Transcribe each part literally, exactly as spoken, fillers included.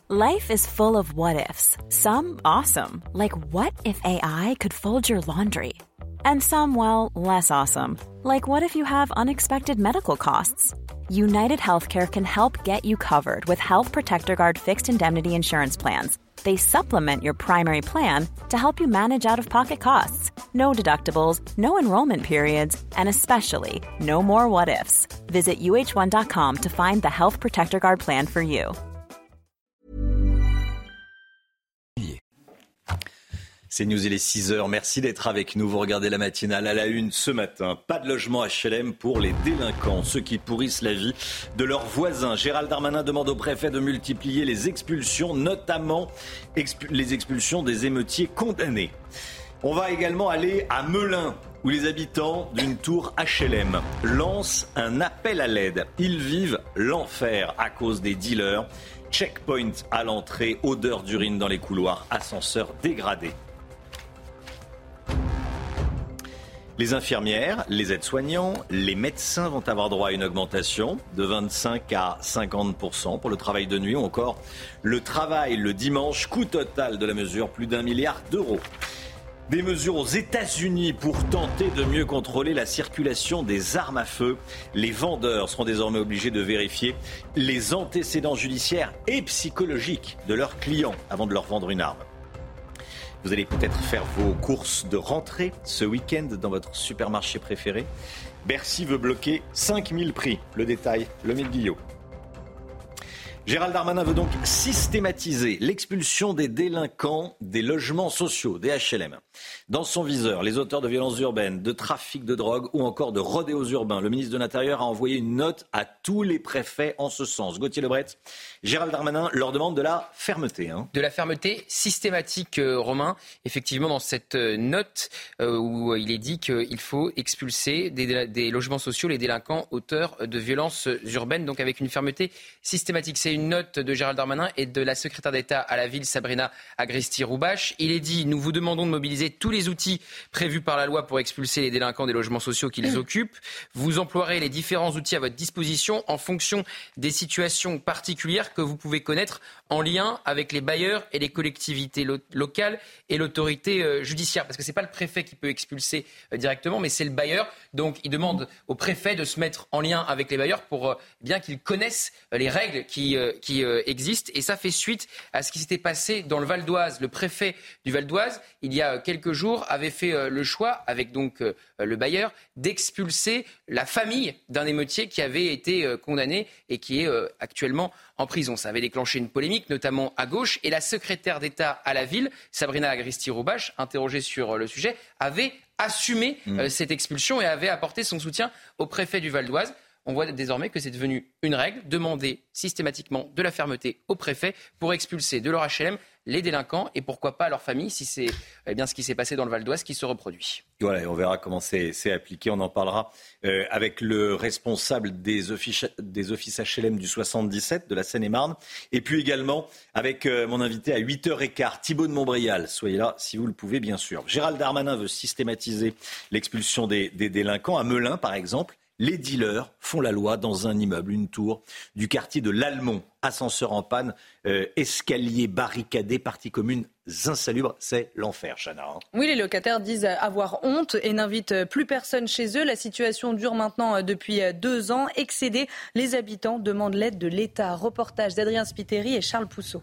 Life is full of what-ifs. Some awesome, like what if A I could fold your laundry? And some, well, less awesome, like what if you have unexpected medical costs? United Healthcare can help get you covered with Health Protector Guard fixed indemnity insurance plans. They supplement your primary plan to help you manage out-of-pocket costs. No deductibles, no enrollment periods, and especially no more what-ifs. Visit U H one dot com to find the Health Protector Guard plan for you. C'est News, il est six heures. Merci d'être avec nous. Vous regardez la matinale à la une ce matin. Pas de logement H L M pour les délinquants, ceux qui pourrissent la vie de leurs voisins. Gérald Darmanin demande au préfet de multiplier les expulsions, notamment expu- les expulsions des émeutiers condamnés. On va également aller à Melun, où les habitants d'une tour H L M lancent un appel à l'aide. Ils vivent l'enfer à cause des dealers. Checkpoint à l'entrée, odeur d'urine dans les couloirs, ascenseurs dégradés. Les infirmières, les aides-soignants, les médecins vont avoir droit à une augmentation de vingt-cinq à cinquante pour cent pour le travail de nuit ou encore le travail le dimanche. Coût total de la mesure, plus d'un milliard d'euros. Des mesures aux États-Unis pour tenter de mieux contrôler la circulation des armes à feu. Les vendeurs seront désormais obligés de vérifier les antécédents judiciaires et psychologiques de leurs clients avant de leur vendre une arme. Vous allez peut-être faire vos courses de rentrée ce week-end dans votre supermarché préféré. Bercy veut bloquer cinq mille prix. Le détail, le Guillot. Gérald Darmanin veut donc systématiser l'expulsion des délinquants des logements sociaux, des H L M. Dans son viseur, les auteurs de violences urbaines, de trafic de drogue ou encore de rodéos urbains. Le ministre de l'Intérieur a envoyé une note à tous les préfets en ce sens. Gauthier Lebret, Gérald Darmanin leur demande de la fermeté. Hein. De la fermeté systématique, euh, Romain. Effectivement, dans cette note euh, où il est dit qu'il faut expulser des, des logements sociaux les délinquants auteurs de violences urbaines, donc avec une fermeté systématique. C'est une note de Gérald Darmanin et de la secrétaire d'État à la ville, Sabrina Agresti-Roubache. Il est dit « Nous vous demandons de mobiliser tous les outils prévus par la loi pour expulser les délinquants des logements sociaux qu'ils occupent. Vous emploierez les différents outils à votre disposition en fonction des situations particulières que vous pouvez connaître en lien avec les bailleurs et les collectivités lo- locales et l'autorité euh, judiciaire. » Parce que ce n'est pas le préfet qui peut expulser euh, directement, mais c'est le bailleur. Donc il demande au préfet de se mettre en lien avec les bailleurs pour euh, bien qu'ils connaissent euh, les règles qui, euh, qui euh, existent. Et ça fait suite à ce qui s'était passé dans le Val d'Oise. Le préfet du Val d'Oise, il y a quelques jours, avait fait euh, le choix, avec donc euh, le bailleur, d'expulser la famille d'un émeutier qui avait été euh, condamné et qui est euh, actuellement en prison. Ça avait déclenché une polémique, notamment à gauche. Et la secrétaire d'État à la ville, Sabrina Agresti-Roubache, interrogée sur le sujet, avait assumé mmh. euh, cette expulsion et avait apporté son soutien au préfet du Val d'Oise. On voit désormais que c'est devenu une règle, demander systématiquement de la fermeté au préfet pour expulser de leur H L M les délinquants et pourquoi pas leur famille si c'est eh bien, ce qui s'est passé dans le Val d'Oise qui se reproduit. Voilà, et on verra comment c'est, c'est appliqué. On en parlera euh, avec le responsable des offices, des offices H L M du soixante-dix-sept de la Seine-et-Marne. Et puis également avec euh, mon invité à huit heures quinze, Thibault de Montbrial. Soyez là si vous le pouvez, bien sûr. Gérald Darmanin veut systématiser l'expulsion des, des délinquants. À Melun, par exemple, les dealers font la loi dans un immeuble, une tour du quartier de l'Almont. Ascenseur en panne, euh, escalier barricadé, partie commune insalubre, c'est l'enfer, Chana. Hein. Oui, les locataires disent avoir honte et n'invitent plus personne chez eux. La situation dure maintenant depuis deux ans. Excédés, les habitants demandent l'aide de l'État. Reportage d'Adrien Spiteri et Charles Pousseau.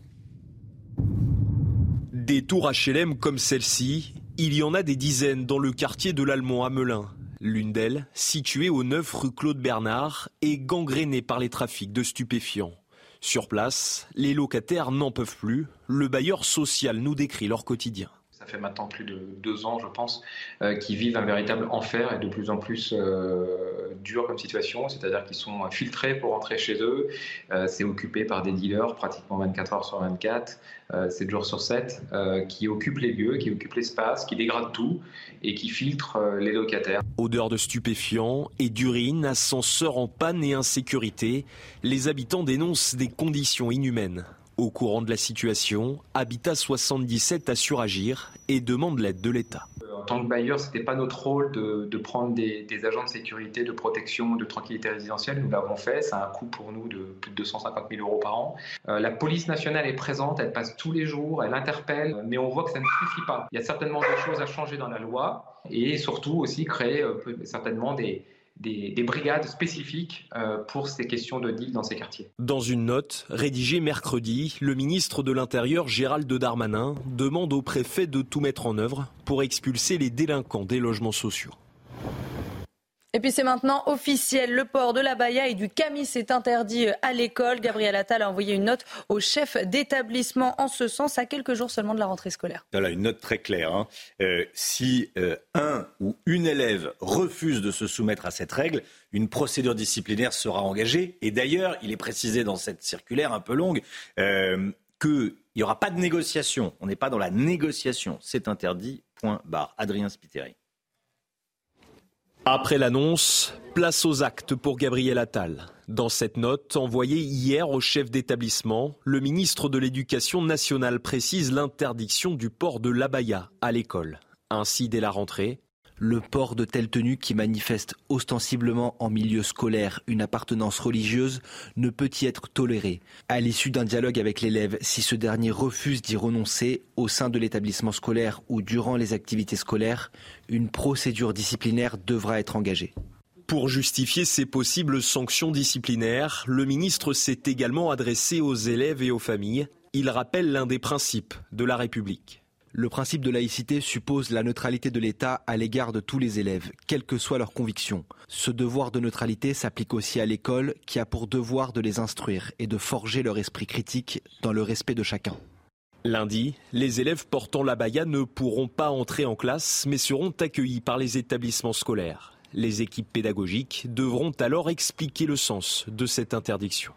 Des tours H L M comme celle-ci, il y en a des dizaines dans le quartier de l'Almont à Melun. L'une d'elles, située au neuf rue Claude Bernard, est gangrénée par les trafics de stupéfiants. Sur place, les locataires n'en peuvent plus. Le bailleur social nous décrit leur quotidien. Ça fait maintenant plus de deux ans, je pense, euh, qu'ils vivent un véritable enfer et de plus en plus euh, dur comme situation. C'est-à-dire qu'ils sont filtrés pour rentrer chez eux. Euh, c'est occupé par des dealers pratiquement vingt-quatre heures sur vingt-quatre, euh, sept jours sur sept, euh, qui occupent les lieux, qui occupent l'espace, qui dégradent tout et qui filtrent euh, les locataires. Odeur de stupéfiants et d'urine, ascenseur en panne et insécurité. Les habitants dénoncent des conditions inhumaines. Au courant de la situation, Habitat soixante-dix-sept assure agir et demande l'aide de l'État. En tant que bailleur, ce n'était pas notre rôle de, de prendre des, des agents de sécurité, de protection, de tranquillité résidentielle. Nous l'avons fait. Ça a un coût pour nous de plus de deux cent cinquante mille euros par an. Euh, la police nationale est présente. Elle passe tous les jours. Elle interpelle. Mais on voit que ça ne suffit pas. Il y a certainement des choses à changer dans la loi et surtout aussi créer euh, certainement des... Des, des brigades spécifiques euh, pour ces questions de deal dans ces quartiers. Dans une note rédigée mercredi, le ministre de l'Intérieur Gérald Darmanin demande au préfet de tout mettre en œuvre pour expulser les délinquants des logements sociaux. Et puis c'est maintenant officiel, le port de l'abaya et du camis est interdit à l'école. Gabriel Attal a envoyé une note au chef d'établissement en ce sens à quelques jours seulement de la rentrée scolaire. Voilà, une note très claire. Hein. Euh, si euh, un ou une élève refuse de se soumettre à cette règle, une procédure disciplinaire sera engagée. Et d'ailleurs, il est précisé dans cette circulaire un peu longue euh, qu'il n'y aura pas de négociation. On n'est pas dans la négociation. C'est interdit, point barre. Adrien Spiteri. Après l'annonce, place aux actes pour Gabriel Attal. Dans cette note envoyée hier au chef d'établissement, le ministre de l'Éducation nationale précise l'interdiction du port de l'abaya à l'école. Ainsi, dès la rentrée, le port de telle tenue qui manifeste ostensiblement en milieu scolaire une appartenance religieuse ne peut y être toléré. À l'issue d'un dialogue avec l'élève, si ce dernier refuse d'y renoncer au sein de l'établissement scolaire ou durant les activités scolaires, une procédure disciplinaire devra être engagée. Pour justifier ces possibles sanctions disciplinaires, le ministre s'est également adressé aux élèves et aux familles. Il rappelle l'un des principes de la République. Le principe de laïcité suppose la neutralité de l'État à l'égard de tous les élèves, quelles que soient leurs convictions. Ce devoir de neutralité s'applique aussi à l'école, qui a pour devoir de les instruire et de forger leur esprit critique dans le respect de chacun. Lundi, les élèves portant l'abaya ne pourront pas entrer en classe, mais seront accueillis par les établissements scolaires. Les équipes pédagogiques devront alors expliquer le sens de cette interdiction.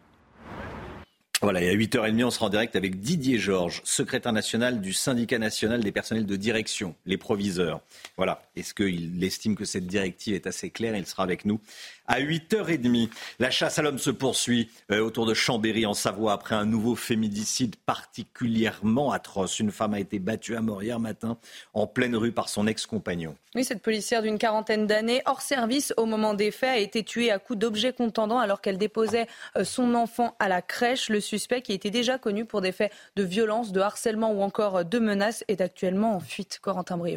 Voilà, et à huit heures trente, on sera en direct avec Didier Georges, secrétaire national du syndicat national des personnels de direction, les proviseurs. Voilà, est-ce qu'il estime que cette directive est assez claire? Il sera avec nous à huit heures trente. La chasse à l'homme se poursuit euh, autour de Chambéry en Savoie après un nouveau féminicide particulièrement atroce. Une femme a été battue à mort hier matin en pleine rue par son ex-compagnon. Oui, cette policière d'une quarantaine d'années, hors service au moment des faits, a été tuée à coups d'objets contendants alors qu'elle déposait son enfant à la crèche. Le suspect, qui était déjà connu pour des faits de violence, de harcèlement ou encore de menaces, est actuellement en fuite. Corentin Brio.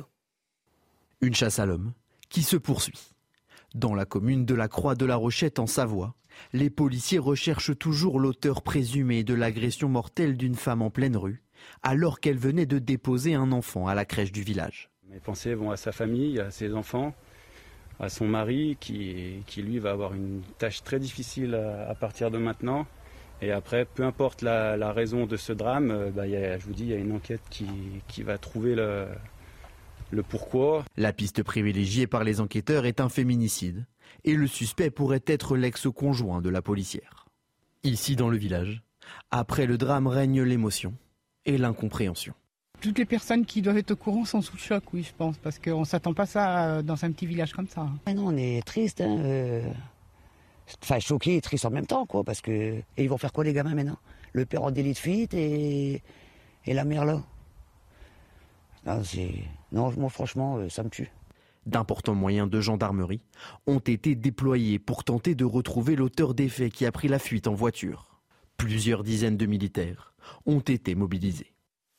Une chasse à l'homme qui se poursuit. Dans la commune de la Croix-de-la-Rochette en Savoie, les policiers recherchent toujours l'auteur présumé de l'agression mortelle d'une femme en pleine rue, alors qu'elle venait de déposer un enfant à la crèche du village. Mes pensées vont à sa famille, à ses enfants, à son mari qui, qui lui va avoir une tâche très difficile à, à partir de maintenant. Et après, peu importe la, la raison de ce drame, bah, y a, je vous dis, il y a une enquête qui, qui va trouver le, le pourquoi. La piste privilégiée par les enquêteurs est un féminicide. Et le suspect pourrait être l'ex-conjoint de la policière. Ici dans le village, après le drame règne l'émotion et l'incompréhension. Toutes les personnes qui doivent être au courant sont sous le choc, oui, je pense, parce qu'on ne s'attend pas à ça dans un petit village comme ça. Ah non, on est triste, hein, euh... enfin choqué et triste en même temps, quoi, parce que et ils vont faire quoi les gamins maintenant? Le père en délit de fuite et, et la mère là. Non, c'est... non, moi franchement, ça me tue. D'importants moyens de gendarmerie ont été déployés pour tenter de retrouver l'auteur des faits qui a pris la fuite en voiture. Plusieurs dizaines de militaires ont été mobilisés.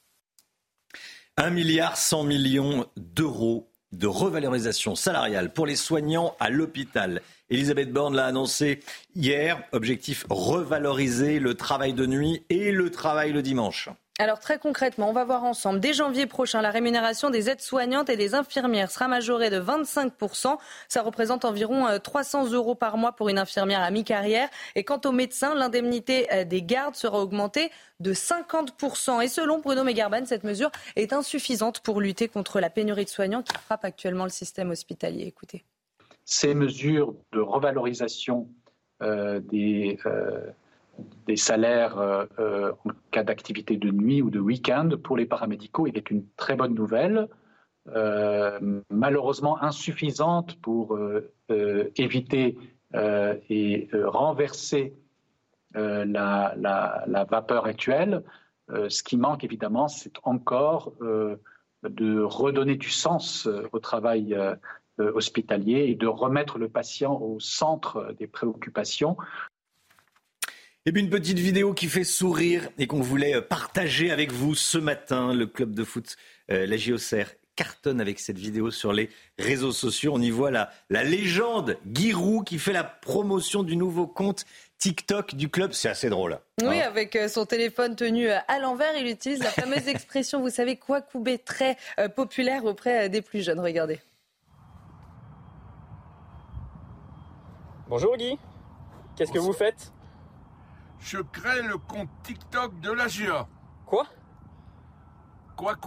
un milliard cent millions d'euros de revalorisation salariale pour les soignants à l'hôpital. Elisabeth Borne l'a annoncé hier. Objectif, revaloriser le travail de nuit et le travail le dimanche. Alors très concrètement, on va voir ensemble. Dès janvier prochain, la rémunération des aides-soignantes et des infirmières sera majorée de vingt-cinq pour cent. Ça représente environ trois cents euros par mois pour une infirmière à mi-carrière. Et quant aux médecins, l'indemnité des gardes sera augmentée de cinquante pour cent. Et selon Bruno Megarban, cette mesure est insuffisante pour lutter contre la pénurie de soignants qui frappe actuellement le système hospitalier. Écoutez. Ces mesures de revalorisation euh, des... Euh des salaires euh, en cas d'activité de nuit ou de week-end pour les paramédicaux est une très bonne nouvelle, euh, malheureusement insuffisante pour euh, euh, éviter euh, et euh, renverser euh, la, la, la vapeur actuelle. Euh, ce qui manque évidemment, c'est encore euh, de redonner du sens au travail euh, hospitalier et de remettre le patient au centre des préoccupations. Et puis une petite vidéo qui fait sourire et qu'on voulait partager avec vous ce matin. Le club de foot, euh, la J O C R, cartonne avec cette vidéo sur les réseaux sociaux. On y voit la, la légende Giroud qui fait la promotion du nouveau compte TikTok du club. C'est assez drôle. Oui, hein. Avec son téléphone tenu à l'envers, il utilise la fameuse expression, vous savez, Kwakubé, très euh, populaire auprès des plus jeunes. Regardez. Bonjour Guy, qu'est-ce que vous faites ? Je crée le compte TikTok de la G A. Quoi ? Quoi couper ?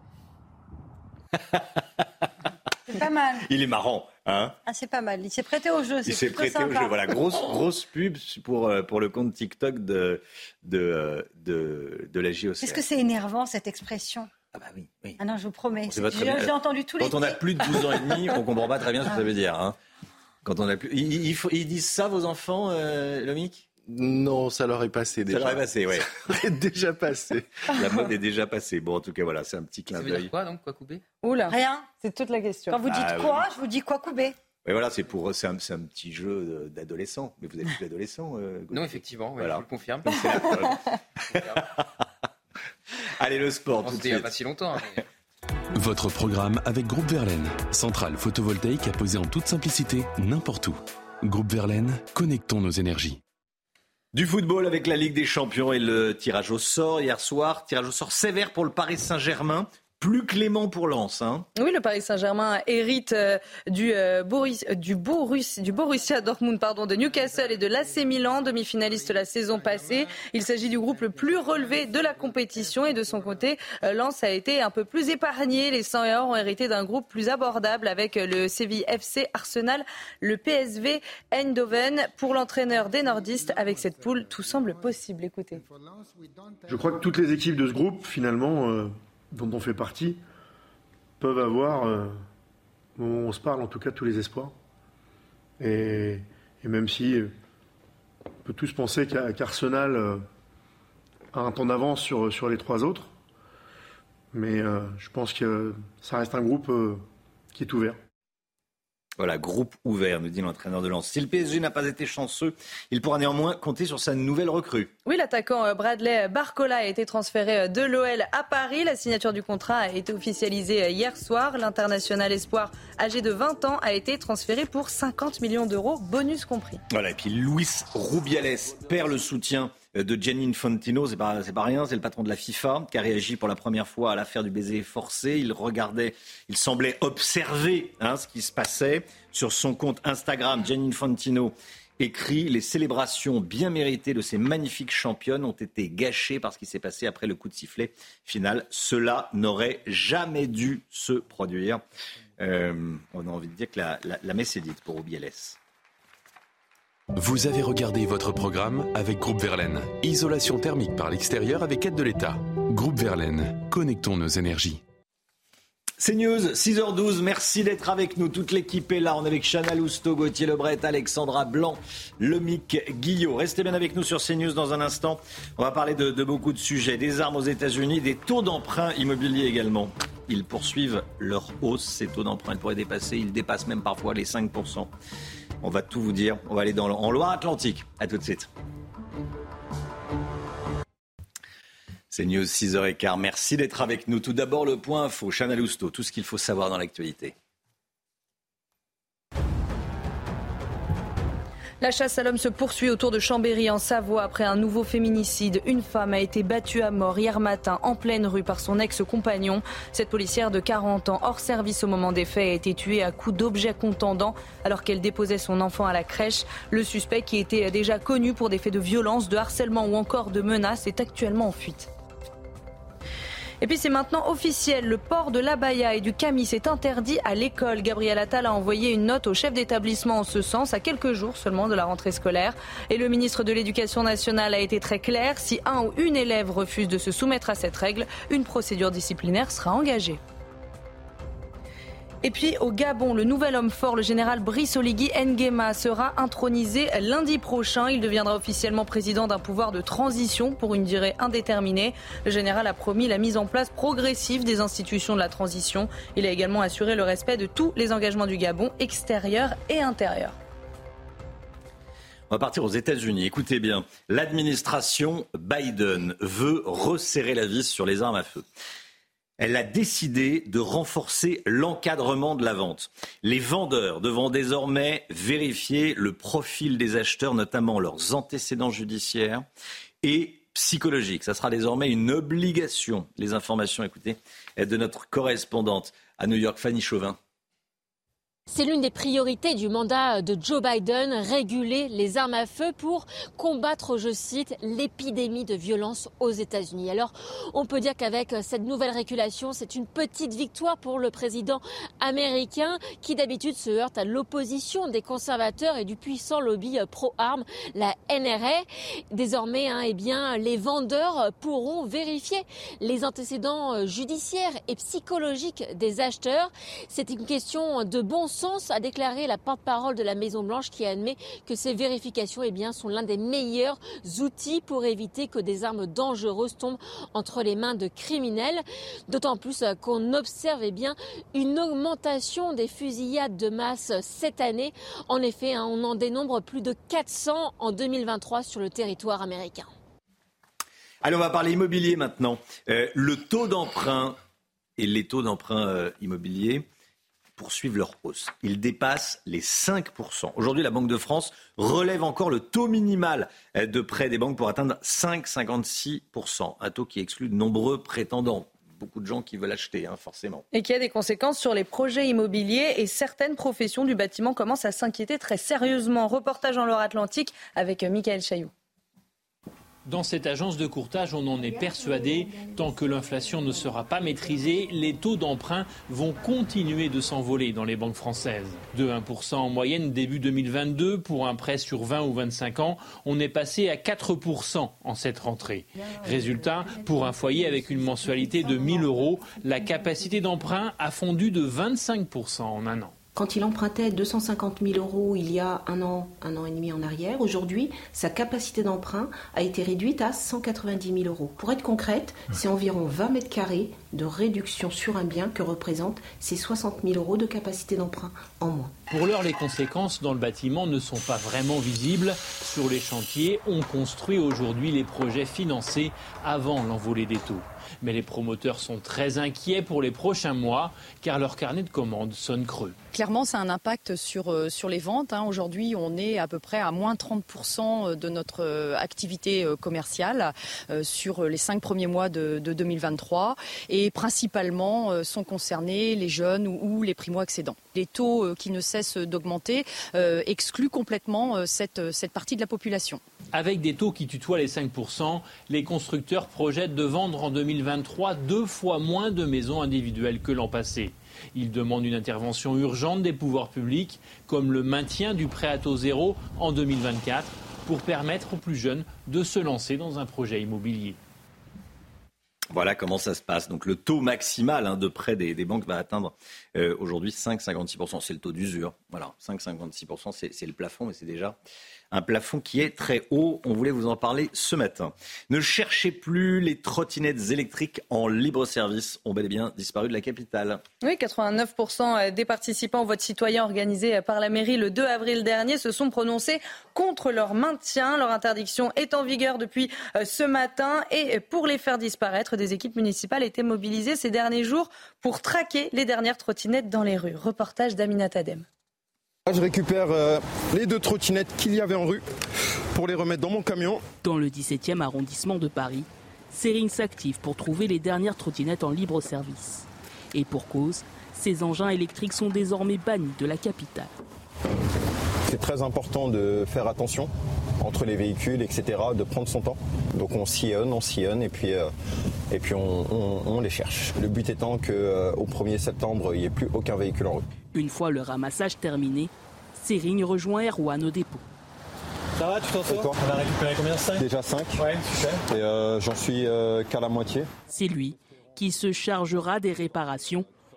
C'est pas mal. Il est marrant, hein ? Ah, c'est pas mal. Il s'est prêté au jeu. Il s'est prêté sympa. au jeu. Voilà, grosse, grosse pub pour, pour le compte TikTok de, de, de, de la J O C R. Est-ce que c'est énervant, cette expression ? Ah bah oui, oui. Ah non, je vous promets. J'ai, j'ai entendu tous Quand les... Quand on a plus de douze ans et demi, on comprend pas très bien ce que ça veut dire, hein. Quand on a plus... Ils, ils, ils disent ça, vos enfants, euh, Lomic ? Non, ça leur est passé déjà. Ça leur est passé, oui. Ça est déjà passé. La mode est déjà passée. Bon, en tout cas, voilà, c'est un petit clin d'œil. Ça veut dire quoi, donc, Kwakubé ? Oula. Rien. C'est toute la question. Quand vous dites ah, quoi, oui. je vous dis Kwakubé. Oui, voilà, c'est, pour, c'est, un, c'est un petit jeu d'adolescent. Mais vous n'êtes plus adolescent euh, Non, effectivement, oui, voilà. je le confirme. Allez, le sport, tout de suite. Il n'y a pas si longtemps. Hein, mais... Votre programme avec Groupe Verlaine. Centrale photovoltaïque à poser en toute simplicité, n'importe où. Groupe Verlaine, connectons nos énergies. Du football avec la Ligue des Champions et le tirage au sort. Hier soir, tirage au sort sévère pour le Paris Saint-Germain. Plus clément pour Lens. Hein. Oui, le Paris Saint-Germain hérite euh, du, euh, Boris, euh, du, Borussia, du Borussia Dortmund, pardon, de Newcastle et de l'A C Milan, demi-finaliste la saison passée. Il s'agit du groupe le plus relevé de la compétition et de son côté, euh, Lens a été un peu plus épargné. Les cent et or ont hérité d'un groupe plus abordable avec le Séville F C, Arsenal, le P S V, Eindhoven. Pour l'entraîneur des nordistes, avec cette poule, tout semble possible. Écoutez. Je crois que toutes les équipes de ce groupe, finalement... Euh... dont on fait partie, peuvent avoir, euh, au moment où on se parle, en tout cas, tous les espoirs. Et, et même si euh, on peut tous penser qu'à, qu'Arsenal euh, a un temps d'avance sur, sur les trois autres, mais euh, je pense que ça reste un groupe euh, qui est ouvert. Voilà, groupe ouvert, nous dit l'entraîneur de Lens. Si le P S G n'a pas été chanceux, il pourra néanmoins compter sur sa nouvelle recrue. Oui, l'attaquant Bradley Barcola a été transféré de l'O L à Paris. La signature du contrat a été officialisée hier soir. L'international espoir âgé de vingt ans a été transféré pour cinquante millions d'euros, bonus compris. Voilà, et puis Luis Rubiales perd le soutien de Gianni Infantino, c'est pas, c'est pas rien, c'est le patron de la FIFA qui a réagi pour la première fois à l'affaire du baiser forcé. Il regardait, il semblait observer hein, ce qui se passait. Sur son compte Instagram, Gianni Infantino écrit « Les célébrations bien méritées de ces magnifiques championnes ont été gâchées par ce qui s'est passé après le coup de sifflet final. Cela n'aurait jamais dû se produire. Euh, » On a envie de dire que la, la, la messe est dite pour Rubiales. Vous avez regardé votre programme avec Groupe Verlaine. Isolation thermique par l'extérieur avec aide de l'État. Groupe Verlaine, connectons nos énergies. C'est News, six heures douze, merci d'être avec nous. Toute l'équipe est là. On est avec Chana Lousteau, Gauthier Lebret, Alexandra Blanc, Lomic Guillot. Restez bien avec nous sur CNews dans un instant. On va parler de, de beaucoup de sujets. Des armes aux États-Unis, des taux d'emprunt immobiliers également. Ils poursuivent leur hausse. Ces taux d'emprunt ils pourraient dépasser, ils dépassent même parfois les cinq pour cent. On va tout vous dire. On va aller dans, en Loire-Atlantique. À tout de suite. C'est News six heures quinze. Merci d'être avec nous. Tout d'abord, le point info. Chana Lousteau, tout ce qu'il faut savoir dans l'actualité. La chasse à l'homme se poursuit autour de Chambéry en Savoie après un nouveau féminicide. Une femme a été battue à mort hier matin en pleine rue par son ex-compagnon. Cette policière de quarante ans, hors service au moment des faits, a été tuée à coups d'objets contondants alors qu'elle déposait son enfant à la crèche. Le suspect, qui était déjà connu pour des faits de violence, de harcèlement ou encore de menaces, est actuellement en fuite. Et puis c'est maintenant officiel, le port de l'abaya et du camis est interdit à l'école. Gabriel Attal a envoyé une note au chef d'établissement en ce sens, à quelques jours seulement de la rentrée scolaire. Et le ministre de l'Éducation nationale a été très clair, si un ou une élève refuse de se soumettre à cette règle, une procédure disciplinaire sera engagée. Et puis au Gabon, le nouvel homme fort, le général Brice Oligui Nguema, sera intronisé lundi prochain. Il deviendra officiellement président d'un pouvoir de transition pour une durée indéterminée. Le général a promis la mise en place progressive des institutions de la transition. Il a également assuré le respect de tous les engagements du Gabon, extérieurs et intérieurs. On va partir aux États-Unis. Écoutez bien, l'administration Biden veut resserrer la vis sur les armes à feu. Elle a décidé de renforcer l'encadrement de la vente. Les vendeurs devront désormais vérifier le profil des acheteurs, notamment leurs antécédents judiciaires et psychologiques. Ça sera désormais une obligation. Les informations, écoutez, de notre correspondante à New York, Fanny Chauvin. C'est l'une des priorités du mandat de Joe Biden, réguler les armes à feu pour combattre, je cite, l'épidémie de violence aux États-Unis. Alors, on peut dire qu'avec cette nouvelle régulation, c'est une petite victoire pour le président américain qui d'habitude se heurte à l'opposition des conservateurs et du puissant lobby pro-armes, la N R A. Désormais, hein, eh bien, les vendeurs pourront vérifier les antécédents judiciaires et psychologiques des acheteurs. C'est une question de bon sens, a déclaré la porte-parole de la Maison-Blanche qui admet que ces vérifications eh bien, sont l'un des meilleurs outils pour éviter que des armes dangereuses tombent entre les mains de criminels. D'autant plus qu'on observe eh bien, une augmentation des fusillades de masse cette année. En effet, hein, on en dénombre plus de quatre cents en deux mille vingt-trois sur le territoire américain. Allez, on va parler immobilier maintenant. Euh, le taux d'emprunt et les taux d'emprunt euh, immobiliers poursuivent leur hausse. Ils dépassent les cinq pour cent. Aujourd'hui, la Banque de France relève encore le taux minimal de prêt des banques pour atteindre cinq virgule cinquante-six pour cent. Un taux qui exclut de nombreux prétendants. Beaucoup de gens qui veulent acheter, hein, forcément. Et qui a des conséquences sur les projets immobiliers. Et certaines professions du bâtiment commencent à s'inquiéter très sérieusement. Reportage en Loire-Atlantique avec Michael Chailloux. Dans cette agence de courtage, on en est persuadé, tant que l'inflation ne sera pas maîtrisée, les taux d'emprunt vont continuer de s'envoler dans les banques françaises. De un pour cent en moyenne début deux mille vingt-deux, pour un prêt sur vingt ou vingt-cinq ans, on est passé à quatre pour cent en cette rentrée. Résultat, pour un foyer avec une mensualité de mille euros, la capacité d'emprunt a fondu de vingt-cinq pour cent en un an. Quand il empruntait deux cent cinquante mille euros il y a un an, un an et demi en arrière, aujourd'hui, sa capacité d'emprunt a été réduite à cent quatre-vingt-dix mille euros. Pour être concrète, c'est environ vingt mètres carrés de réduction sur un bien que représentent ces soixante mille euros de capacité d'emprunt en moins. Pour l'heure, les conséquences dans le bâtiment ne sont pas vraiment visibles. Sur les chantiers, on construit aujourd'hui les projets financés avant l'envolée des taux. Mais les promoteurs sont très inquiets pour les prochains mois car leur carnet de commandes sonne creux. Clairement, ça a un impact sur, euh, sur les ventes. Hein. Aujourd'hui, on est à peu près à moins trente pour cent de notre euh, activité euh, commerciale euh, sur les cinq premiers mois de, de deux mille vingt-trois. Et principalement euh, sont concernés les jeunes ou, ou les primo-accédants. Les taux euh, qui ne cessent d'augmenter euh, excluent complètement euh, cette, cette partie de la population. Avec des taux qui tutoient les cinq pour cent, les constructeurs projettent de vendre en deux mille vingt-trois deux fois moins de maisons individuelles que l'an passé. Ils demandent une intervention urgente des pouvoirs publics, comme le maintien du prêt à taux zéro en deux mille vingt-quatre, pour permettre aux plus jeunes de se lancer dans un projet immobilier. Voilà comment ça se passe. Donc le taux maximal hein, de prêt des, des banques va atteindre euh, aujourd'hui cinq virgule cinquante-six pour cent. C'est le taux d'usure. Voilà, cinq virgule cinquante-six pour cent, c'est, c'est le plafond, mais c'est déjà un plafond qui est très haut. On voulait vous en parler ce matin. Ne cherchez plus, les trottinettes électriques en libre-service ont bel et bien disparu de la capitale. Oui, quatre-vingt-neuf pour cent des participants au vote citoyen organisé par la mairie le deux avril dernier se sont prononcés contre leur maintien. Leur interdiction est en vigueur depuis ce matin et pour les faire disparaître, des équipes municipales étaient mobilisées ces derniers jours pour traquer les dernières trottinettes dans les rues. Reportage d'Amina Tadem. Je récupère euh, les deux trottinettes qu'il y avait en rue pour les remettre dans mon camion. Dans le dix-septième arrondissement de Paris, Sering s'active pour trouver les dernières trottinettes en libre service. Et pour cause, ces engins électriques sont désormais bannis de la capitale. C'est très important de faire attention entre les véhicules, et cetera, de prendre son temps. Donc on sillonne, on sillonne et puis, euh, et puis on, on, on les cherche. Le but étant qu'au euh, premier septembre, il n'y ait plus aucun véhicule en rue. Une fois le ramassage terminé, Sering rejoint Erwan au dépôt. Ça va, tu t'en sors ? On a récupéré combien ? cinq ? Déjà cinq. Ouais, super. Et euh, j'en suis euh, qu'à la moitié. C'est lui qui se chargera des réparations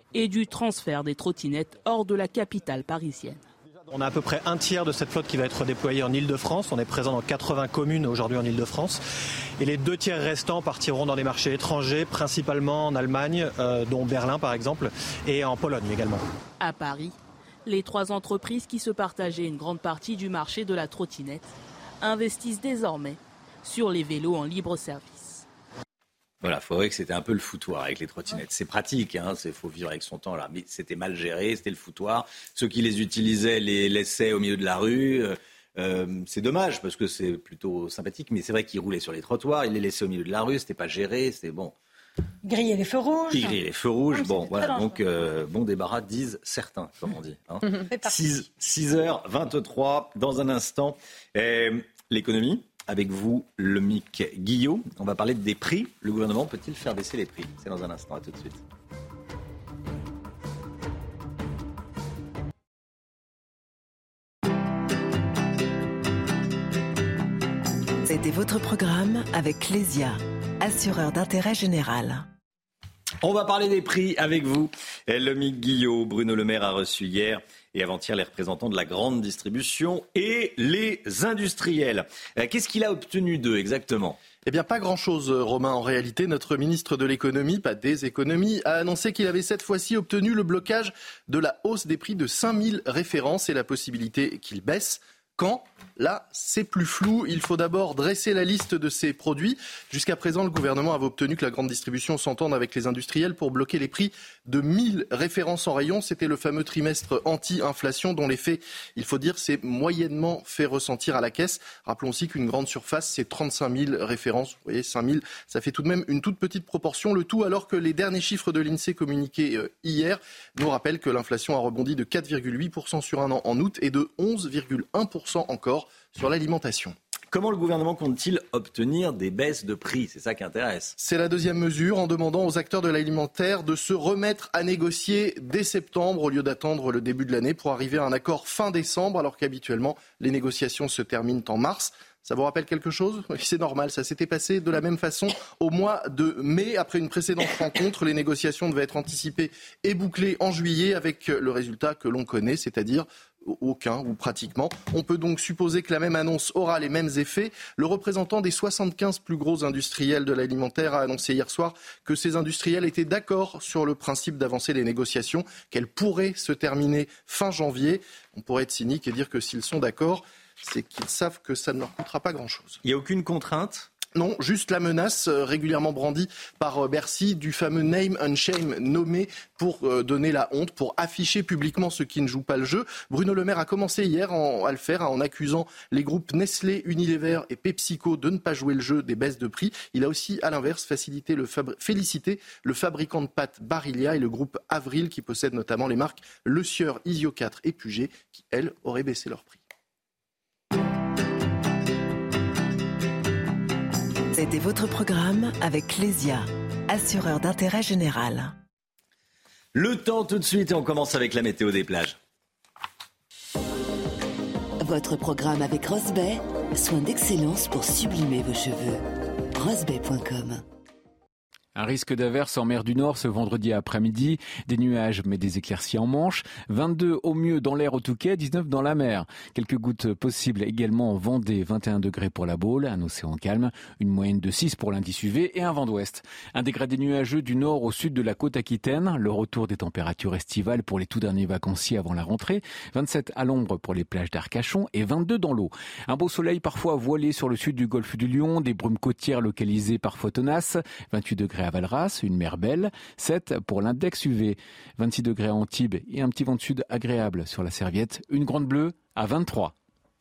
et du transfert des trottinettes hors de la capitale parisienne. On a à peu près un tiers de cette flotte qui va être déployée en Ile-de-France. On est présent dans quatre-vingts communes aujourd'hui en Ile-de-France. Et les deux tiers restants partiront dans des marchés étrangers, principalement en Allemagne, euh, dont Berlin par exemple, et en Pologne également. À Paris, les trois entreprises qui se partageaient une grande partie du marché de la trottinette investissent désormais sur les vélos en libre service. Voilà, il faudrait que c'était un peu le foutoir avec les trottinettes. C'est pratique, hein, il faut vivre avec son temps là, mais c'était mal géré, c'était le foutoir. Ceux qui les utilisaient les laissaient au milieu de la rue. Euh, c'est dommage parce que c'est plutôt sympathique, mais c'est vrai qu'ils roulaient sur les trottoirs, ils les laissaient au milieu de la rue, c'était pas géré, c'était bon. Griller les feux rouges. Ils grillaient les feux rouges, Ah, bon, voilà, dangereux. donc euh, bon débarras disent certains, comme on dit. Hein. six heures vingt-trois, dans un instant, euh, l'économie. Avec vous, Lomique Guillot. On va parler des prix. Le gouvernement peut-il faire baisser les prix ? C'est dans un instant. À tout de suite. C'était votre programme avec Clésia, assureur d'intérêt général. On va parler des prix avec vous. Lomique Guillot, Bruno Le Maire a reçu hier et avant-hier les représentants de la grande distribution et les industriels. Qu'est-ce qu'il a obtenu d'eux exactement ? Eh bien, pas grand-chose, Romain. En réalité, notre ministre de l'économie, pas des économies, a annoncé qu'il avait cette fois-ci obtenu le blocage de la hausse des prix de cinq mille références et la possibilité qu'il baisse. Quand ? Là, c'est plus flou. Il faut d'abord dresser la liste de ces produits. Jusqu'à présent, le gouvernement avait obtenu que la grande distribution s'entende avec les industriels pour bloquer les prix de mille références en rayon. C'était le fameux trimestre anti-inflation dont l'effet, il faut dire, s'est moyennement fait ressentir à la caisse. Rappelons aussi qu'une grande surface, c'est trente-cinq mille références. Vous voyez, cinq mille, ça fait tout de même une toute petite proportion. Le tout alors que les derniers chiffres de l'INSEE communiqués hier nous rappellent que l'inflation a rebondi de quatre virgule huit pour cent sur un an en août et de onze virgule un pour cent encore sur l'alimentation. Comment le gouvernement compte-t-il obtenir des baisses de prix ? C'est ça qui intéresse. C'est la deuxième mesure en demandant aux acteurs de l'alimentaire de se remettre à négocier dès septembre au lieu d'attendre le début de l'année pour arriver à un accord fin décembre alors qu'habituellement les négociations se terminent en mars. Ça vous rappelle quelque chose ? C'est normal, ça s'était passé de la même façon au mois de mai. Après une précédente rencontre, les négociations devaient être anticipées et bouclées en juillet avec le résultat que l'on connaît, c'est-à-dire aucun ou pratiquement. On peut donc supposer que la même annonce aura les mêmes effets. Le représentant des soixante-quinze plus gros industriels de l'alimentaire a annoncé hier soir que ces industriels étaient d'accord sur le principe d'avancer les négociations, qu'elles pourraient se terminer fin janvier. On pourrait être cynique et dire que s'ils sont d'accord, c'est qu'ils savent que ça ne leur coûtera pas grand-chose. Il n'y a aucune contrainte ? Non, juste la menace euh, régulièrement brandie par euh, Bercy du fameux name and shame nommé pour euh, donner la honte, pour afficher publiquement ceux qui ne jouent pas le jeu. Bruno Le Maire a commencé hier en, à le faire en accusant les groupes Nestlé, Unilever et PepsiCo de ne pas jouer le jeu des baisses de prix. Il a aussi, à l'inverse, facilité le fabri- félicité le fabricant de pâtes Barilla et le groupe Avril qui possède notamment les marques Le Sieur, Isio quatre et Puget qui, elles, auraient baissé leur prix. C'était votre programme avec Clésia, assureur d'intérêt général. Le temps tout de suite et on commence avec la météo des plages. Votre programme avec Rosbay, soin d'excellence pour sublimer vos cheveux. rosbay point com. Un risque d'averse en mer du Nord ce vendredi après-midi. Des nuages mais des éclaircies en Manche. vingt-deux au mieux dans l'air au Touquet, dix-neuf dans la mer. Quelques gouttes possibles également en Vendée, vingt et un degrés pour la Baule, un océan calme. Une moyenne de six pour l'indice U V et un vent d'ouest. Un dégradé nuageux du nord au sud de la côte aquitaine. Le retour des températures estivales pour les tout derniers vacanciers avant la rentrée. vingt-sept à l'ombre pour les plages d'Arcachon et vingt-deux dans l'eau. Un beau soleil parfois voilé sur le sud du golfe du Lion. Des brumes côtières localisées parfois tenaces. vingt-huit degrés à Valras, une mer belle, sept pour l'index U V, vingt-six degrés à Antibes et un petit vent de sud agréable sur la Serviette, une grande bleue à vingt-trois.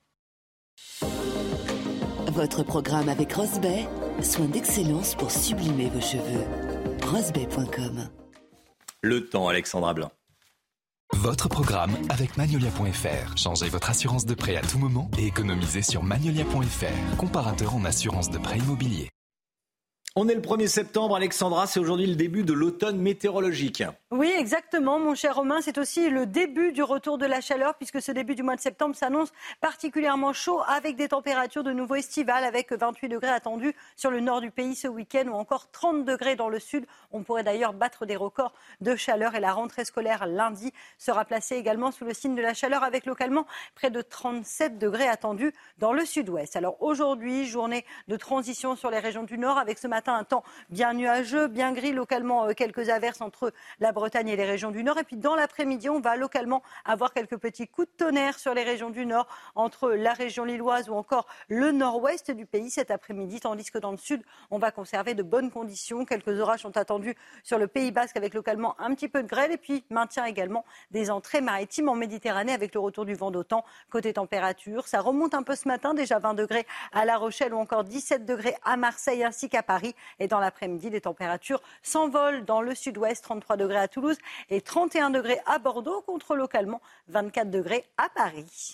Votre programme avec Rosbay, soin d'excellence pour sublimer vos cheveux. rosbay point com. Le temps, Alexandra Blanc. Votre programme avec Magnolia point F R. Changez votre assurance de prêt à tout moment et économisez sur Magnolia point F R, comparateur en assurance de prêt immobilier. On est le premier septembre, Alexandra, c'est aujourd'hui le début de l'automne météorologique. Oui, exactement, mon cher Romain. C'est aussi le début du retour de la chaleur puisque ce début du mois de septembre s'annonce particulièrement chaud avec des températures de nouveau estivales avec vingt-huit degrés attendus sur le nord du pays ce week-end ou encore trente degrés dans le sud. On pourrait d'ailleurs battre des records de chaleur et la rentrée scolaire lundi sera placée également sous le signe de la chaleur avec localement près de trente-sept degrés attendus dans le sud-ouest. Alors aujourd'hui, journée de transition sur les régions du nord avec ce matin un temps bien nuageux, bien gris, localement quelques averses entre la Bretagne et les régions du nord. Et puis dans l'après-midi, on va localement avoir quelques petits coups de tonnerre sur les régions du nord, entre la région lilloise ou encore le nord-ouest du pays cet après-midi, tandis que dans le sud, on va conserver de bonnes conditions. Quelques orages sont attendus sur le Pays Basque avec localement un petit peu de grêle et puis maintien également des entrées maritimes en Méditerranée avec le retour du vent d'OTAN. Côté température, ça remonte un peu ce matin, déjà vingt degrés à La Rochelle ou encore dix-sept degrés à Marseille ainsi qu'à Paris. Et dans l'après-midi, les températures s'envolent dans le sud-ouest, trente-trois degrés à Toulouse et trente et un degrés à Bordeaux, contre localement vingt-quatre degrés à Paris.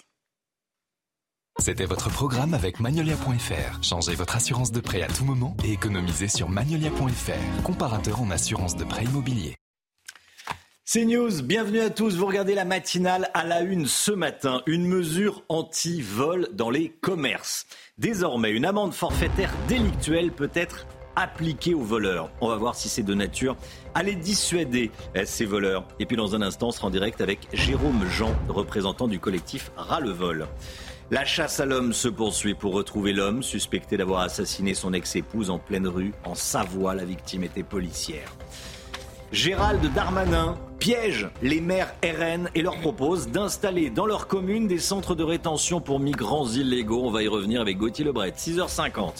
C'était votre programme avec Magnolia point F R. Changez votre assurance de prêt à tout moment et économisez sur Magnolia point F R, comparateur en assurance de prêt immobilier. C'est News, bienvenue à tous. Vous regardez la matinale à la une ce matin. Une mesure anti-vol dans les commerces. Désormais, une amende forfaitaire délictuelle peut être appliquée aux voleurs. On va voir si c'est de nature à les dissuader, ces voleurs. Et puis dans un instant, on sera en direct avec Jérôme Jean, représentant du collectif Ras le Vol. La chasse à l'homme se poursuit pour retrouver l'homme suspecté d'avoir assassiné son ex-épouse en pleine rue en Savoie. La victime était policière. Gérald Darmanin piège les maires R N et leur propose d'installer dans leur commune des centres de rétention pour migrants illégaux. On va y revenir avec Gauthier Lebret, six heures cinquante.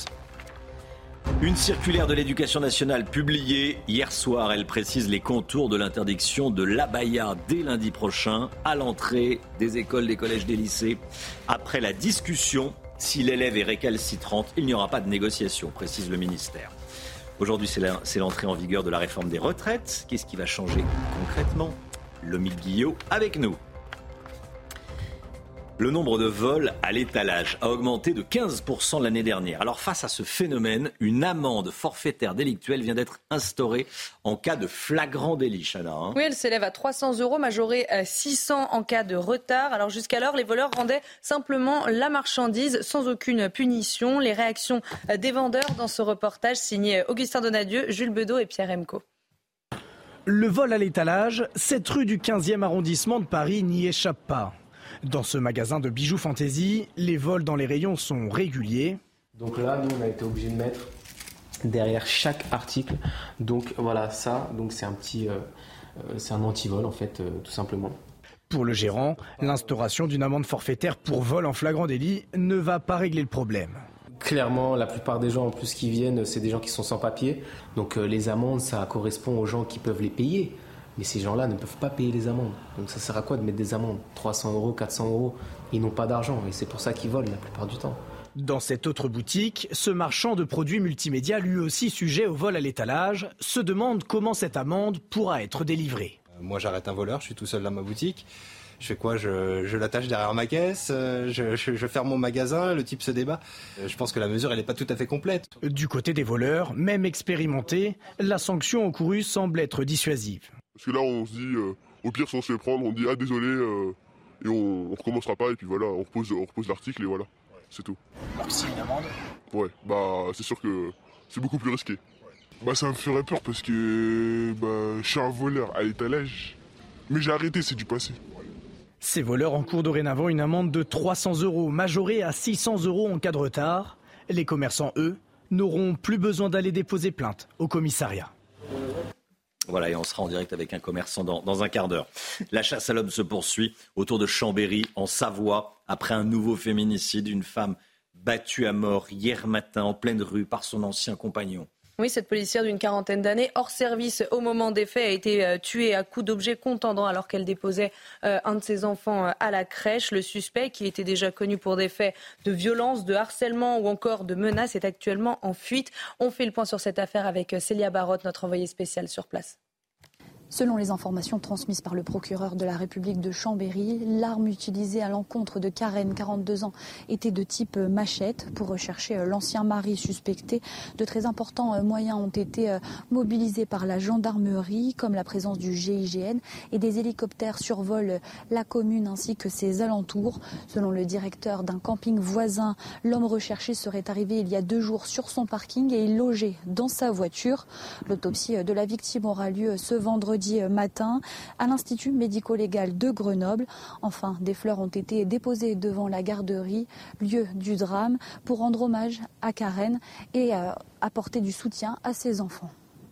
Une circulaire de l'Éducation nationale publiée hier soir, elle précise les contours de l'interdiction de l'abaya dès lundi prochain à l'entrée des écoles, des collèges, des lycées. Après la discussion, si l'élève est récalcitrante, il n'y aura pas de négociation, précise le ministère. Aujourd'hui, c'est, la, c'est l'entrée en vigueur de la réforme des retraites. Qu'est-ce qui va changer concrètement ? Lomique Guillot avec nous. Le nombre de vols à l'étalage a augmenté de quinze pour cent l'année dernière. Alors face à ce phénomène, une amende forfaitaire délictuelle vient d'être instaurée en cas de flagrant délit, Chana. Hein. Oui, elle s'élève à trois cents euros, majorée à six cents en cas de retard. Alors jusqu'alors, les voleurs rendaient simplement la marchandise sans aucune punition. Les réactions des vendeurs dans ce reportage signé Augustin Donadieu, Jules Bedeau et Pierre Emco. Le vol à l'étalage, cette rue du quinzième arrondissement de Paris n'y échappe pas. Dans ce magasin de bijoux fantaisie, les vols dans les rayons sont réguliers. Donc là, nous, on a été obligé de mettre derrière chaque article. Donc voilà, ça, donc c'est un petit, euh, c'est un anti-vol en fait, euh, tout simplement. Pour le gérant, l'instauration d'une amende forfaitaire pour vol en flagrant délit ne va pas régler le problème. Clairement, la plupart des gens en plus qui viennent, c'est des gens qui sont sans papier. Donc euh, les amendes, ça correspond aux gens qui peuvent les payer. Mais ces gens-là ne peuvent pas payer les amendes. Donc ça sert à quoi de mettre des amendes ? trois cents euros, quatre cents euros. Ils n'ont pas d'argent et c'est pour ça qu'ils volent la plupart du temps. Dans cette autre boutique, ce marchand de produits multimédia, lui aussi sujet au vol à l'étalage, se demande comment cette amende pourra être délivrée. Moi j'arrête un voleur, je suis tout seul dans ma boutique. Je fais quoi ? Je, je l'attache derrière ma caisse, je, je, je ferme mon magasin, le type se débat. Je pense que la mesure elle n'est pas tout à fait complète. Du côté des voleurs, même expérimentés, la sanction encourue semble être dissuasive. Parce que là, on se dit, euh, au pire, si on se fait prendre, on dit « Ah, désolé euh, », et on, on recommencera pas, et puis voilà, on repose, on repose l'article, et voilà, c'est tout. Alors si une amende ? Ouais, bah c'est sûr que c'est beaucoup plus risqué. Bah ça me ferait peur, parce que bah, je suis un voleur à l'étalage, mais j'ai arrêté, c'est du passé. Ces voleurs encourent dorénavant une amende de trois cents euros, majorée à six cents euros en cas de retard. Les commerçants, eux, n'auront plus besoin d'aller déposer plainte au commissariat. Voilà, et on sera en direct avec un commerçant dans, dans un quart d'heure. La chasse à l'homme se poursuit autour de Chambéry, en Savoie, après un nouveau féminicide. Une femme battue à mort hier matin en pleine rue par son ancien compagnon. Oui, cette policière d'une quarantaine d'années, hors service au moment des faits, a été euh, tuée à coups d'objets contendants alors qu'elle déposait euh, un de ses enfants euh, à la crèche. Le suspect, qui était déjà connu pour des faits de violence, de harcèlement ou encore de menaces, est actuellement en fuite. On fait le point sur cette affaire avec Célia Barotte, notre envoyée spéciale sur place. Selon les informations transmises par le procureur de la République de Chambéry, l'arme utilisée à l'encontre de Karen, quarante-deux ans, était de type machette. Pour rechercher l'ancien mari suspecté, de très importants moyens ont été mobilisés par la gendarmerie, comme la présence du G I G N, et des hélicoptères survolent la commune ainsi que ses alentours. Selon le directeur d'un camping voisin, l'homme recherché serait arrivé il y a deux jours sur son parking et il logeait dans sa voiture. L'autopsie de la victime aura lieu ce vendredi matin à l'Institut médico-légal de Grenoble. Enfin, des fleurs ont été déposées devant la garderie, lieu du drame, pour rendre hommage à Karen et euh, apporter du soutien à ses enfants.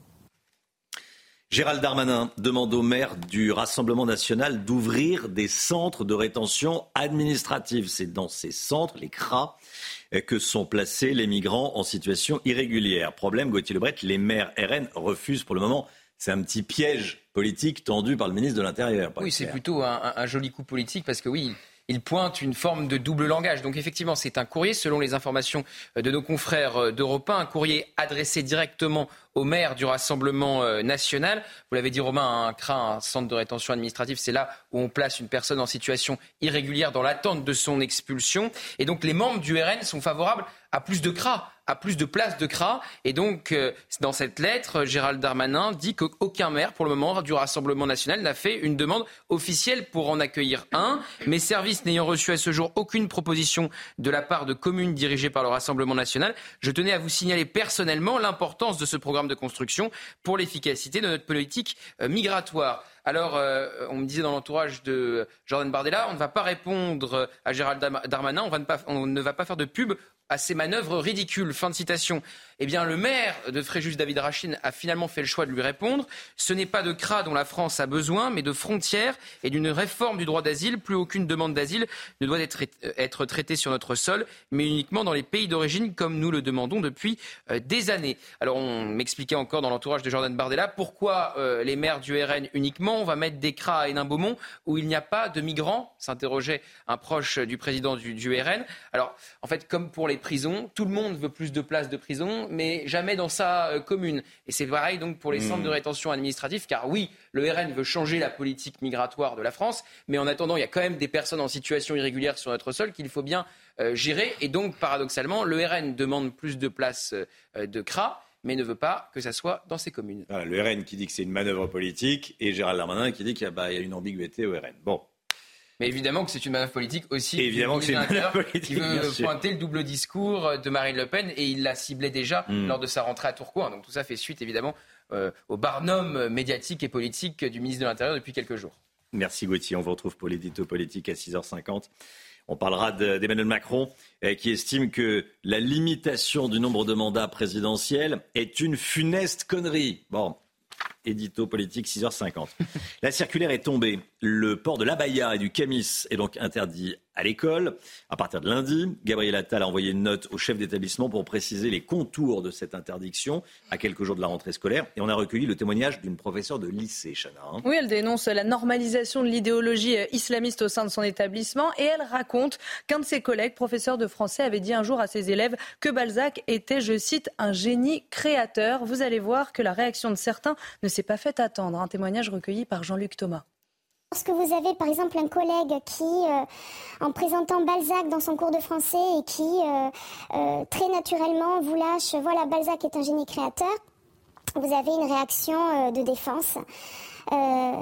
Gérald Darmanin demande au maire du Rassemblement national d'ouvrir des centres de rétention administrative. C'est dans ces centres, les C R A, que sont placés les migrants en situation irrégulière. Problème, Gauthier Lebret, les maires R N refusent pour le moment. C'est un petit piège politique tendu par le ministre de l'Intérieur. Oui, c'est plutôt un, un, un joli coup politique parce que oui, il pointe une forme de double langage. Donc effectivement, c'est un courrier, selon les informations de nos confrères d'Europe un, un courrier adressé directement au maire du Rassemblement national. Vous l'avez dit, Romain, un C R A, un centre de rétention administrative, c'est là où on place une personne en situation irrégulière dans l'attente de son expulsion. Et donc les membres du R N sont favorables à plus de C R A, à plus de places de C R A. Et donc, euh, dans cette lettre, Gérald Darmanin dit qu'aucun maire, pour le moment, du Rassemblement national n'a fait une demande officielle pour en accueillir un. Mes services n'ayant reçu à ce jour aucune proposition de la part de communes dirigées par le Rassemblement national, je tenais à vous signaler personnellement l'importance de ce programme de construction pour l'efficacité de notre politique euh, migratoire. Alors, euh, on me disait dans l'entourage de Jordan Bardella, on ne va pas répondre à Gérald Darmanin, on, va ne, pas, on ne va pas faire de pub à ces manœuvres ridicules. Fin de citation. Eh bien, le maire de Fréjus, David Rachin, a finalement fait le choix de lui répondre. Ce n'est pas de C R A dont la France a besoin, mais de frontières et d'une réforme du droit d'asile. Plus aucune demande d'asile ne doit être, être traitée sur notre sol, mais uniquement dans les pays d'origine, comme nous le demandons depuis euh, des années. Alors, on m'expliquait encore dans l'entourage de Jordan Bardella pourquoi euh, les maires du R N uniquement. On va mettre des C R A à Hénin-Beaumont où il n'y a pas de migrants, s'interrogeait un proche du président du, du R N. Alors, en fait, comme pour les prisons, tout le monde veut plus de places de prison, mais jamais dans sa euh, commune. Et c'est pareil donc pour les mmh. centres de rétention administrative, car oui, le R N veut changer la politique migratoire de la France, mais en attendant, il y a quand même des personnes en situation irrégulière sur notre sol qu'il faut bien euh, gérer. Et donc, paradoxalement, le R N demande plus de places euh, de C R A, mais ne veut pas que ça soit dans ses communes. Voilà, le R N qui dit que c'est une manœuvre politique, et Gérald Darmanin qui dit qu'il y a, bah, il y a une ambiguïté au R N. Bon. Mais évidemment que c'est une manœuvre politique aussi. Et évidemment que c'est une manœuvre politique, qui veut pointer le double discours de Marine Le Pen, et il la ciblait déjà mmh. lors de sa rentrée à Tourcoing. Donc tout ça fait suite évidemment euh, au barnum médiatique et politique du ministre de l'Intérieur depuis quelques jours. Merci Gauthier, on vous retrouve pour l'édito politique à six heures cinquante. On parlera de, d'Emmanuel Macron eh, qui estime que la limitation du nombre de mandats présidentiels est une funeste connerie. Bon, édito politique six heures cinquante. La circulaire est tombée. Le port de l'abaya et du camis est donc interdit à l'école. À partir de lundi, Gabriel Attal a envoyé une note au chef d'établissement pour préciser les contours de cette interdiction à quelques jours de la rentrée scolaire. Et on a recueilli le témoignage d'une professeure de lycée, Chana. Hein. Oui, elle dénonce la normalisation de l'idéologie islamiste au sein de son établissement et elle raconte qu'un de ses collègues, professeur de français, avait dit un jour à ses élèves que Balzac était, je cite, un génie créateur. Vous allez voir que la réaction de certains ne s'est pas fait attendre. Un témoignage recueilli par Jean-Luc Thomas. Lorsque vous avez par exemple un collègue qui, euh, en présentant Balzac dans son cours de français et qui euh, euh, très naturellement vous lâche, voilà, Balzac est un génie créateur, vous avez une réaction euh, de défense, euh,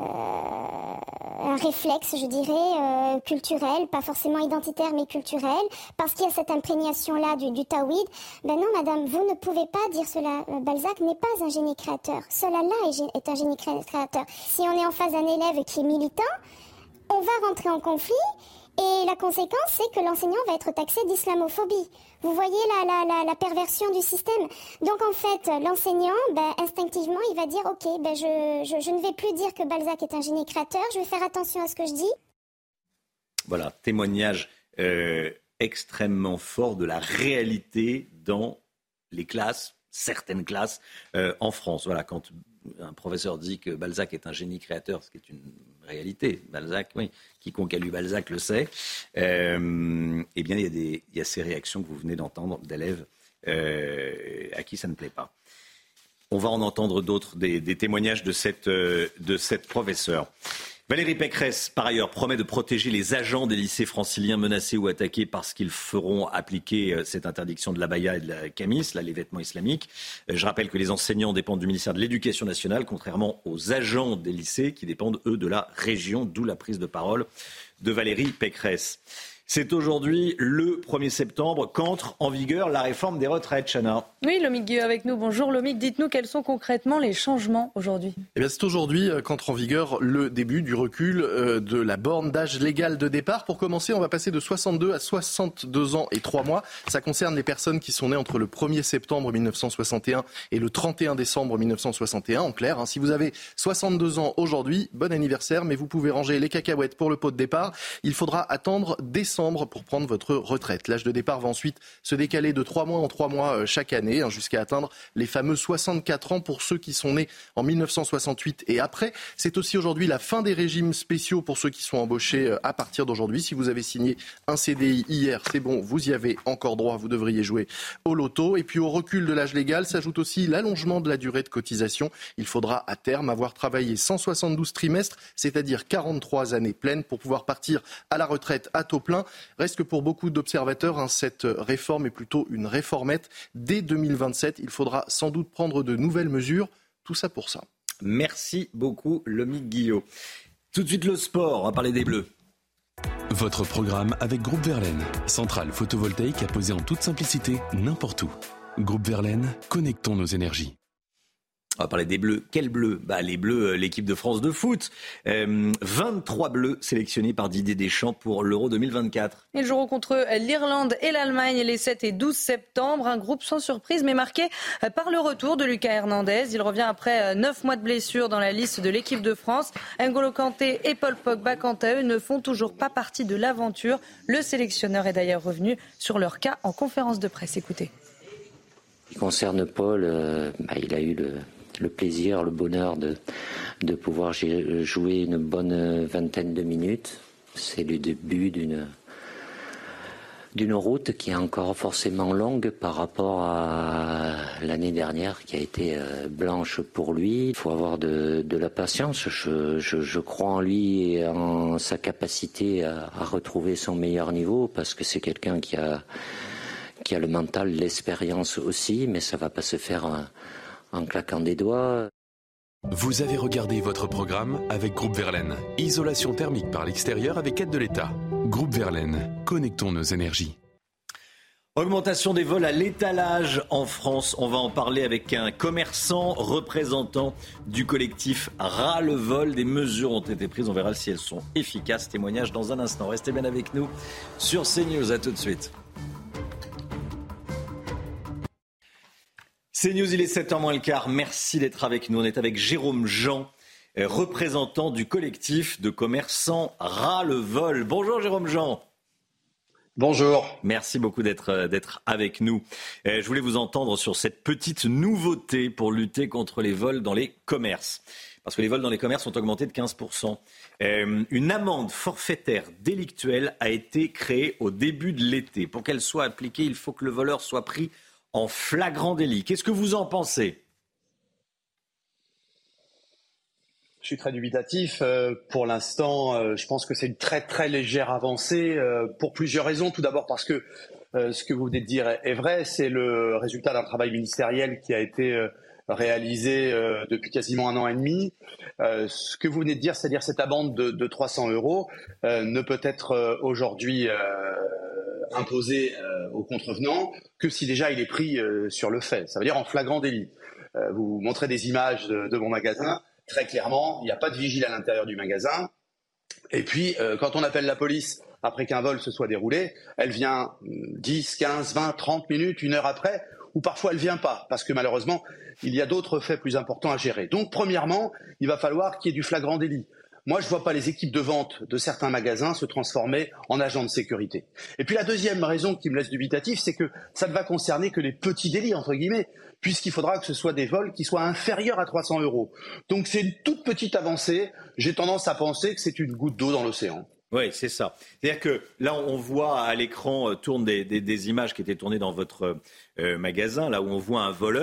un réflexe, je dirais, euh, culturel, pas forcément identitaire mais culturel, parce qu'il y a cette imprégnation-là du, du Taouïd. Ben non, madame, vous ne pouvez pas dire cela. Balzac n'est pas un génie créateur. Cela-là est, est un génie créateur. Si on est en face d'un élève qui est militant, on va rentrer en conflit. Et la conséquence, c'est que l'enseignant va être taxé d'islamophobie. Vous voyez la, la, la, la perversion du système. Donc en fait, l'enseignant, ben, instinctivement, il va dire « Ok, ben, je, je, je ne vais plus dire que Balzac est un génie créateur, je vais faire attention à ce que je dis. » Voilà, témoignage euh, extrêmement fort de la réalité dans les classes, certaines classes euh, en France. Voilà, quand un professeur dit que Balzac est un génie créateur, ce qui est une réalité, Balzac, oui, quiconque a lu Balzac le sait, euh, eh bien il y a des, il y a ces réactions que vous venez d'entendre d'élèves euh, à qui ça ne plaît pas. On va en entendre d'autres, des, des témoignages de cette, euh, de cette professeure. Valérie Pécresse, par ailleurs, promet de protéger les agents des lycées franciliens menacés ou attaqués parce qu'ils feront appliquer euh, cette interdiction de l'abaya et de la camis, là, les vêtements islamiques. Euh, je rappelle que les enseignants dépendent du ministère de l'Éducation nationale, contrairement aux agents des lycées qui dépendent, eux, de la région, d'où la prise de parole de Valérie Pécresse. C'est aujourd'hui le premier septembre qu'entre en vigueur la réforme des retraites, Chana. Oui, Lomique Guillot avec nous. Bonjour Lomique, dites-nous quels sont concrètement les changements aujourd'hui. Eh bien, c'est aujourd'hui qu'entre en vigueur le début du recul de la borne d'âge légal de départ. Pour commencer, on va passer de soixante-deux à soixante-deux ans et trois mois. Ça concerne les personnes qui sont nées entre le premier septembre mille neuf cent soixante et un et le trente et un décembre mille neuf cent soixante et un. En clair, hein, si vous avez soixante-deux ans aujourd'hui, bon anniversaire, mais vous pouvez ranger les cacahuètes pour le pot de départ. Il faudra attendre décembre pour prendre votre retraite. L'âge de départ va ensuite se décaler de trois mois en trois mois chaque année, hein, jusqu'à atteindre les fameux soixante-quatre ans pour ceux qui sont nés en mille neuf cent soixante-huit et après. C'est aussi aujourd'hui la fin des régimes spéciaux pour ceux qui sont embauchés à partir d'aujourd'hui. Si vous avez signé un C D I hier, c'est bon, vous y avez encore droit, vous devriez jouer au loto. Et puis au recul de l'âge légal s'ajoute aussi l'allongement de la durée de cotisation. Il faudra à terme avoir travaillé cent soixante-douze trimestres, c'est-à-dire quarante-trois années pleines pour pouvoir partir à la retraite à taux plein. Reste que pour beaucoup d'observateurs, hein, cette réforme est plutôt une réformette. Dès deux mille vingt-sept, il faudra sans doute prendre de nouvelles mesures. Tout ça pour ça. Merci beaucoup, Lomique Guillot. Tout de suite le sport, on va parler des Bleus. Votre programme avec Groupe Verlaine. Centrale photovoltaïque à poser en toute simplicité n'importe où. Groupe Verlaine, connectons nos énergies. On va parler des Bleus. Quels Bleus ? Bah, les Bleus, l'équipe de France de foot. Euh, vingt-trois Bleus sélectionnés par Didier Deschamps pour l'Euro deux mille vingt-quatre. Ils joueront contre l'Irlande et l'Allemagne les sept et douze septembre. Un groupe sans surprise mais marqué par le retour de Lucas Hernandez. Il revient après neuf mois de blessure dans la liste de l'équipe de France. N'Golo Kanté et Paul Pogba, quant à eux, ne font toujours pas partie de l'aventure. Le sélectionneur est d'ailleurs revenu sur leur cas en conférence de presse. Écoutez. Ce qui concerne Paul, euh, bah, il a eu le... le plaisir, le bonheur de, de pouvoir jouer une bonne vingtaine de minutes. C'est le début d'une, d'une route qui est encore forcément longue par rapport à l'année dernière qui a été blanche pour lui. Il faut avoir de, de la patience. Je, je, je crois en lui et en sa capacité à, à retrouver son meilleur niveau parce que c'est quelqu'un qui a, qui a le mental, l'expérience aussi, mais ça ne va pas se faire en, en claquant des doigts. Vous avez regardé votre programme avec Groupe Verlaine. Isolation thermique par l'extérieur avec aide de l'État. Groupe Verlaine, connectons nos énergies. Augmentation des vols à l'étalage en France. On va en parler avec un commerçant représentant du collectif Ras-le-Vol. Des mesures ont été prises. On verra si elles sont efficaces. Témoignage dans un instant. Restez bien avec nous sur CNews. À tout de suite. CNews, il est sept heures moins le quart. Merci d'être avec nous. On est avec Jérôme Jean, représentant du collectif de commerçants Ras-le-Vol. Bonjour Jérôme Jean. Bonjour. Merci beaucoup d'être, d'être avec nous. Je voulais vous entendre sur cette petite nouveauté pour lutter contre les vols dans les commerces. Parce que les vols dans les commerces ont augmenté de quinze pour cent. Euh, une amende forfaitaire délictuelle a été créée au début de l'été. Pour qu'elle soit appliquée, il faut que le voleur soit pris en flagrant délit. Qu'est-ce que vous en pensez ? Je suis très dubitatif. Euh, pour l'instant, euh, je pense que c'est une très très légère avancée euh, pour plusieurs raisons. Tout d'abord parce que euh, ce que vous venez de dire est, est vrai. C'est le résultat d'un travail ministériel qui a été euh, réalisé euh, depuis quasiment un an et demi. Euh, ce que vous venez de dire, c'est-à-dire cette amende de, de trois cents euros, euh, ne peut être euh, aujourd'hui euh, imposée euh, au contrevenant que si déjà il est pris euh, sur le fait. Ça veut dire en flagrant délit. Euh, vous montrez des images de, de mon magasin. Très clairement, il n'y a pas de vigile à l'intérieur du magasin. Et puis, euh, quand on appelle la police après qu'un vol se soit déroulé, elle vient dix, quinze, vingt, trente minutes, une heure après, ou parfois elle ne vient pas, parce que malheureusement, il y a d'autres faits plus importants à gérer. Donc, premièrement, il va falloir qu'il y ait du flagrant délit. Moi, je ne vois pas les équipes de vente de certains magasins se transformer en agents de sécurité. Et puis la deuxième raison qui me laisse dubitatif, c'est que ça ne va concerner que les petits délits, entre guillemets, puisqu'il faudra que ce soit des vols qui soient inférieurs à trois cents euros. Donc c'est une toute petite avancée. J'ai tendance à penser que c'est une goutte d'eau dans l'océan. Oui, c'est ça. C'est-à-dire que là, on voit à l'écran, euh, tourne des, des, des images qui étaient tournées dans votre euh, magasin, là où on voit un voleur.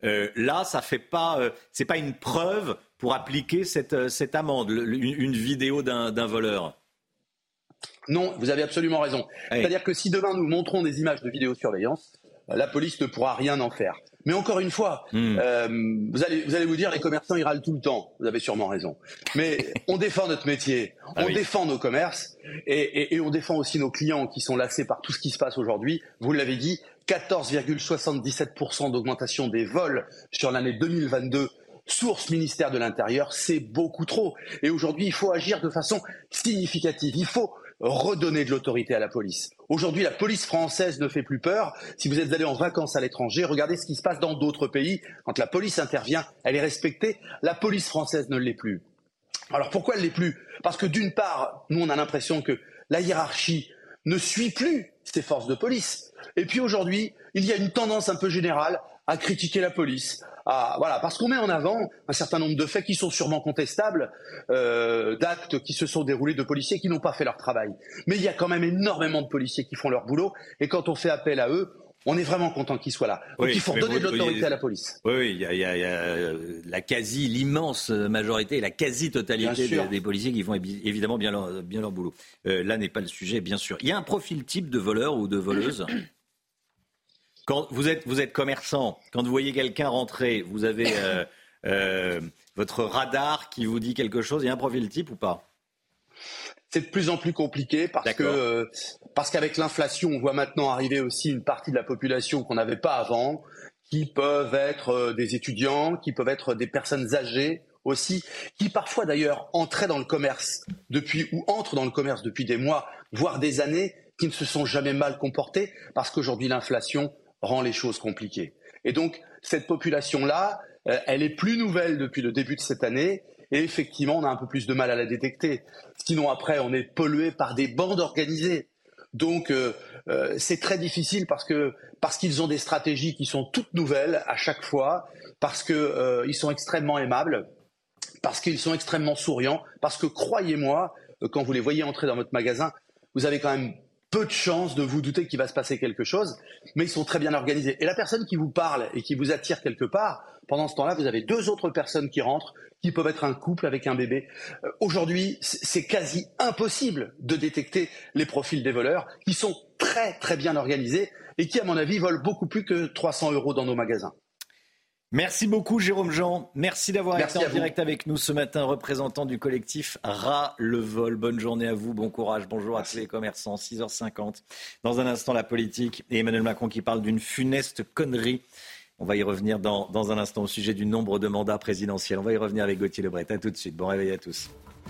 Euh, là, ça fait pas, euh, c'est pas une preuve pour appliquer cette, cette amende, le, une, une vidéo d'un, d'un voleur. Non, vous avez absolument raison. Oui. C'est-à-dire que si demain nous montrons des images de vidéosurveillance, la police ne pourra rien en faire. Mais encore une fois, mmh. euh, vous, allez, vous allez vous dire, les commerçants, ils râlent tout le temps. Vous avez sûrement raison. Mais on défend notre métier, on ah oui. défend nos commerces et, et, et on défend aussi nos clients qui sont lassés par tout ce qui se passe aujourd'hui. Vous l'avez dit, quatorze virgule soixante-dix-sept pour cent d'augmentation des vols sur l'année deux mille vingt-deux. Source ministère de l'Intérieur, c'est beaucoup trop. Et aujourd'hui, il faut agir de façon significative. Il faut redonner de l'autorité à la police. Aujourd'hui, la police française ne fait plus peur. Si vous êtes allé en vacances à l'étranger, regardez ce qui se passe dans d'autres pays. Quand la police intervient, elle est respectée. La police française ne l'est plus. Alors pourquoi elle ne l'est plus ? Parce que d'une part, nous on a l'impression que la hiérarchie ne suit plus ces forces de police. Et puis aujourd'hui, il y a une tendance un peu générale à critiquer la police. Ah, voilà, parce qu'on met en avant un certain nombre de faits qui sont sûrement contestables, euh, d'actes qui se sont déroulés de policiers qui n'ont pas fait leur travail. Mais il y a quand même énormément de policiers qui font leur boulot, et quand on fait appel à eux, on est vraiment content qu'ils soient là. Donc oui, il faut donner de l'autorité oui, à la police. Oui, oui, il y a, il y a, il y a la quasi, l'immense majorité, la quasi-totalité des, des policiers qui font évidemment bien leur, bien leur boulot. Euh, là n'est pas le sujet, bien sûr. Il y a un profil type de voleur ou de voleuse ? Quand vous êtes, vous êtes commerçant, quand vous voyez quelqu'un rentrer, vous avez euh, euh, votre radar qui vous dit quelque chose. Il y a un profil type ou pas ? C'est de plus en plus compliqué parce que euh, parce qu'avec l'inflation, on voit maintenant arriver aussi une partie de la population qu'on n'avait pas avant, qui peuvent être euh, des étudiants, qui peuvent être des personnes âgées aussi, qui parfois d'ailleurs entraient dans le commerce depuis ou entrent dans le commerce depuis des mois, voire des années, qui ne se sont jamais mal comportés parce qu'aujourd'hui l'inflation rend les choses compliquées. Et donc, cette population-là, euh, elle est plus nouvelle depuis le début de cette année, et effectivement, on a un peu plus de mal à la détecter. Sinon, après, on est pollué par des bandes organisées. Donc, euh, euh, c'est très difficile parce que parce qu'ils ont des stratégies qui sont toutes nouvelles à chaque fois, parce qu'ils euh, sont extrêmement aimables, parce qu'ils sont extrêmement souriants, parce que, croyez-moi, euh, quand vous les voyez entrer dans votre magasin, vous avez quand même peu de chances de vous douter qu'il va se passer quelque chose, mais ils sont très bien organisés. Et la personne qui vous parle et qui vous attire quelque part, pendant ce temps-là, vous avez deux autres personnes qui rentrent, qui peuvent être un couple avec un bébé. Euh, aujourd'hui, c'est quasi impossible de détecter les profils des voleurs, qui sont très très bien organisés et qui, à mon avis, volent beaucoup plus que trois cents euros dans nos magasins. Merci beaucoup Jérôme Jean. Merci d'avoir Merci été en direct avec nous ce matin, représentant du collectif Ras le Vol. Bonne journée à vous, bon courage. Bonjour Merci. À tous les commerçants. six heures cinquante. Dans un instant, la politique et Emmanuel Macron qui parle d'une funeste connerie. On va y revenir dans, dans un instant au sujet du nombre de mandats présidentiels. On va y revenir avec Gauthier Lebret. À tout de suite. Bon réveil à tous.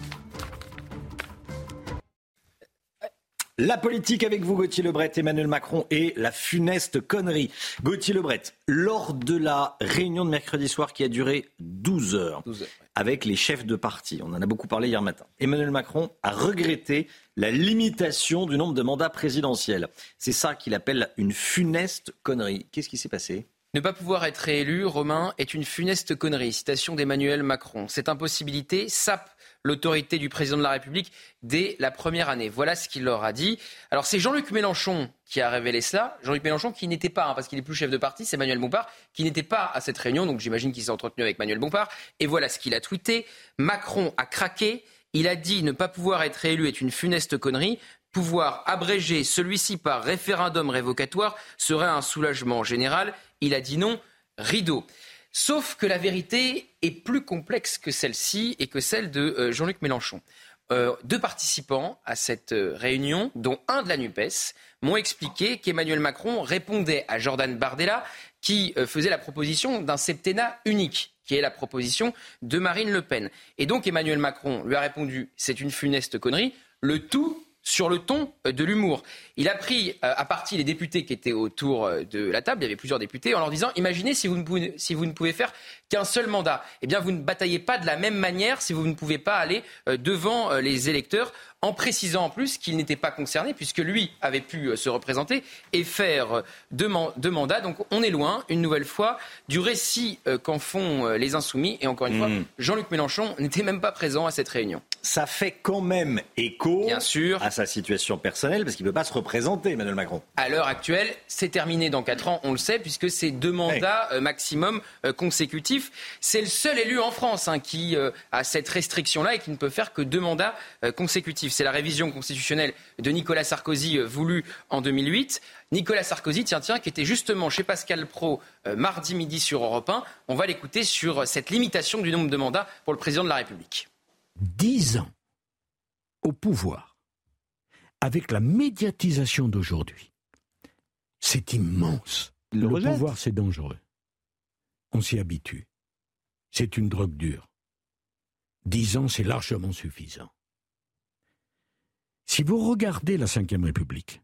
La politique avec vous, Gauthier Lebret, Emmanuel Macron et la funeste connerie. Gauthier Lebret, lors de la réunion de mercredi soir qui a duré douze heures, douze heures ouais. avec les chefs de parti, on en a beaucoup parlé hier matin, Emmanuel Macron a regretté la limitation du nombre de mandats présidentiels. C'est ça qu'il appelle une funeste connerie. Qu'est-ce qui s'est passé ? Ne pas pouvoir être réélu, Romain, est une funeste connerie. Citation d'Emmanuel Macron. Cette impossibilité sape l'autorité du président de la République dès la première année. Voilà ce qu'il leur a dit. Alors c'est Jean-Luc Mélenchon qui a révélé cela. Jean-Luc Mélenchon qui n'était pas, hein, parce qu'il n'est plus chef de parti, c'est Manuel Bompard, qui n'était pas à cette réunion, donc j'imagine qu'il s'est entretenu avec Manuel Bompard. Et voilà ce qu'il a tweeté. Macron a craqué. Il a dit ne pas pouvoir être réélu est une funeste connerie. Pouvoir abréger celui-ci par référendum révocatoire serait un soulagement général. Il a dit non, rideau. Sauf que la vérité est plus complexe que celle-ci et que celle de euh, Jean-Luc Mélenchon. Euh, deux participants à cette euh, réunion, dont un de la NUPES, m'ont expliqué qu'Emmanuel Macron répondait à Jordan Bardella qui euh, faisait la proposition d'un septennat unique, qui est la proposition de Marine Le Pen. Et donc Emmanuel Macron lui a répondu « c'est une funeste connerie », le tout sur le ton de l'humour. Il a pris euh, à partie les députés qui étaient autour de la table, il y avait plusieurs députés, en leur disant « Imaginez si vous, ne pouvez, si vous ne pouvez faire qu'un seul mandat. Eh bien, vous ne bataillez pas de la même manière si vous ne pouvez pas aller euh, devant euh, les électeurs », en précisant en plus qu'il n'était pas concerné, puisque lui avait pu euh, se représenter et faire euh, deux, man- deux mandats. Donc on est loin, une nouvelle fois, du récit euh, qu'en font euh, les Insoumis. Et encore une mmh. fois, Jean-Luc Mélenchon n'était même pas présent à cette réunion. ça fait quand même écho Bien sûr. à sa situation personnelle, parce qu'il ne peut pas se représenter, Emmanuel Macron. À l'heure actuelle, c'est terminé dans quatre ans, on le sait, puisque c'est deux mandats oui. euh, maximum euh, consécutifs. C'est le seul élu en France hein, qui euh, a cette restriction-là et qui ne peut faire que deux mandats euh, consécutifs. C'est la révision constitutionnelle de Nicolas Sarkozy euh, voulue en deux mille huit. Nicolas Sarkozy, tiens, tiens, qui était justement chez Pascal Praud euh, mardi midi sur Europe un. On va l'écouter sur cette limitation du nombre de mandats pour le président de la République. Dix ans au pouvoir, avec la médiatisation d'aujourd'hui, c'est immense. Le, le pouvoir, c'est dangereux. On s'y habitue. C'est une drogue dure. Dix ans, c'est largement suffisant. Si vous regardez la Cinquième République,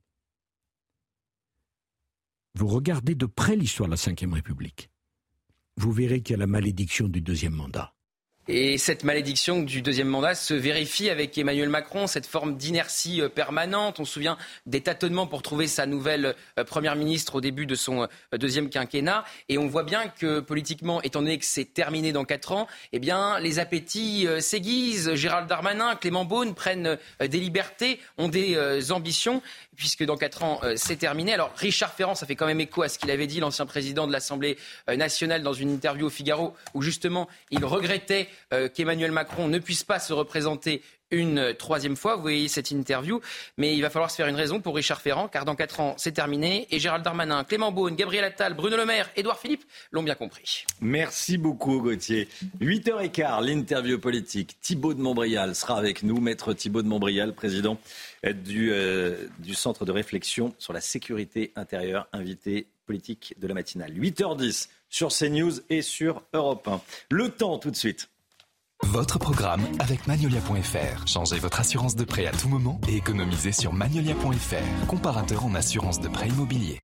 vous regardez de près l'histoire de la Cinquième République, vous verrez qu'il y a la malédiction du deuxième mandat. Et cette malédiction du deuxième mandat se vérifie avec Emmanuel Macron, cette forme d'inertie permanente. On se souvient des tâtonnements pour trouver sa nouvelle première ministre au début de son deuxième quinquennat. Et on voit bien que politiquement, étant donné que c'est terminé dans quatre ans, eh bien, les appétits s'aiguisent. Gérald Darmanin, Clément Beaune prennent des libertés, ont des ambitions, puisque dans quatre ans, c'est terminé. Alors, Richard Ferrand, ça fait quand même écho à ce qu'il avait dit, l'ancien président de l'Assemblée nationale, dans une interview au Figaro, où justement, il regrettait Euh, qu'Emmanuel Macron ne puisse pas se représenter une troisième fois. Vous voyez cette interview. Mais il va falloir se faire une raison pour Richard Ferrand, car dans quatre ans, c'est terminé. Et Gérald Darmanin, Clément Beaune, Gabriel Attal, Bruno Le Maire, Édouard Philippe l'ont bien compris. Merci beaucoup, Gauthier. huit heures quinze, l'interview politique. Thibaut de Montbrial sera avec nous. Maître Thibaut de Montbrial, président du, euh, du Centre de réflexion sur la sécurité intérieure, invité politique de la matinale. huit heures dix sur CNews et sur Europe un. Le temps, tout de suite. Votre programme avec Magnolia point F R. Changez votre assurance de prêt à tout moment et économisez sur Magnolia point F R, comparateur en assurance de prêt immobilier.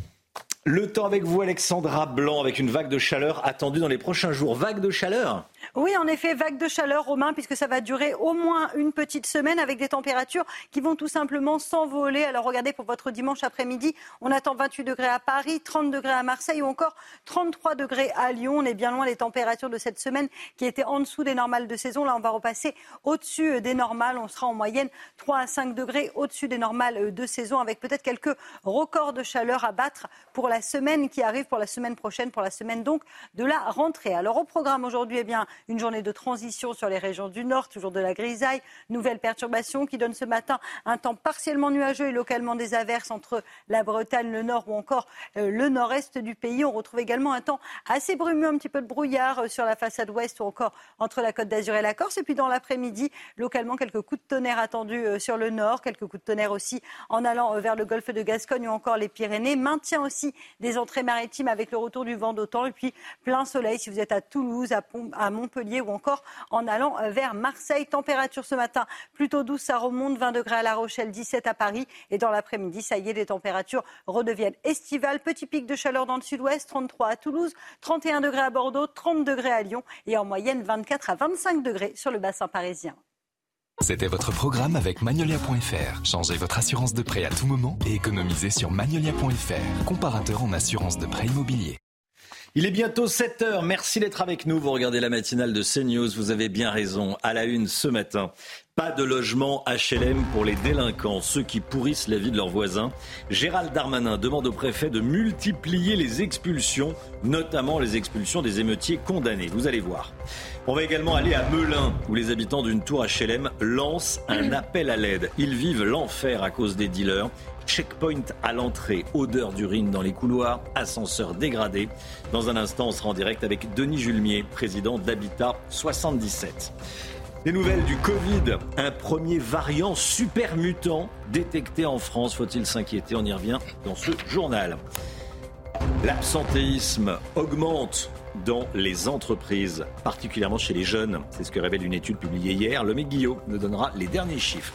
Le temps avec vous, Alexandra Blanc, avec une vague de chaleur attendue dans les prochains jours. Vague de chaleur ? Oui, en effet, vague de chaleur, Romain, puisque ça va durer au moins une petite semaine avec des températures qui vont tout simplement s'envoler. Alors regardez, pour votre dimanche après-midi, on attend vingt-huit degrés à Paris, trente degrés à Marseille ou encore trente-trois degrés à Lyon. On est bien loin des températures de cette semaine qui étaient en dessous des normales de saison. Là, on va repasser au-dessus des normales. On sera en moyenne trois à cinq degrés au-dessus des normales de saison, avec peut-être quelques records de chaleur à battre pour la semaine qui arrive, pour la semaine prochaine, pour la semaine donc de la rentrée. Alors au programme aujourd'hui, eh bien, une journée de transition sur les régions du Nord, toujours de la grisaille. Nouvelle perturbation qui donne ce matin un temps partiellement nuageux et localement des averses entre la Bretagne, le Nord ou encore euh, le Nord-Est du pays. On retrouve également un temps assez brumeux, un petit peu de brouillard euh, sur la façade ouest ou encore entre la Côte d'Azur et la Corse. Et puis dans l'après-midi, localement, quelques coups de tonnerre attendus euh, sur le Nord, quelques coups de tonnerre aussi en allant euh, vers le golfe de Gascogne ou encore les Pyrénées. Maintien aussi des entrées maritimes avec le retour du vent d'automne et puis plein soleil si vous êtes à Toulouse, à, Pont- à Montpellier ou encore en allant vers Marseille. Température ce matin plutôt douce, ça remonte, vingt degrés à La Rochelle, dix-sept à Paris. Et dans l'après-midi, ça y est, les températures redeviennent estivales. Petit pic de chaleur dans le sud-ouest, trente-trois à Toulouse, trente et un degrés à Bordeaux, trente degrés à Lyon et en moyenne vingt-quatre à vingt-cinq degrés sur le bassin parisien. C'était votre programme avec Magnolia point F R. Changez votre assurance de prêt à tout moment et économisez sur Magnolia point F R, comparateur en assurance de prêt immobilier. Il est bientôt sept heures. Merci d'être avec nous. Vous regardez la matinale de CNews. Vous avez bien raison. À la une ce matin, pas de logement H L M pour les délinquants, ceux qui pourrissent la vie de leurs voisins. Gérald Darmanin demande au préfet de multiplier les expulsions, notamment les expulsions des émeutiers condamnés. Vous allez voir. On va également aller à Melun, où les habitants d'une tour H L M lancent un appel à l'aide. Ils vivent l'enfer à cause des dealers. Checkpoint à l'entrée, odeur d'urine dans les couloirs, ascenseur dégradé. Dans un instant, on sera en direct avec Denis Julmier, président d'Habitat soixante-dix-sept. Des nouvelles du Covid, un premier variant super mutant détecté en France. Faut-il s'inquiéter ? On y revient dans ce journal. L'absentéisme augmente dans les entreprises, particulièrement chez les jeunes. C'est ce que révèle une étude publiée hier. Lomé Guillot nous donnera les derniers chiffres.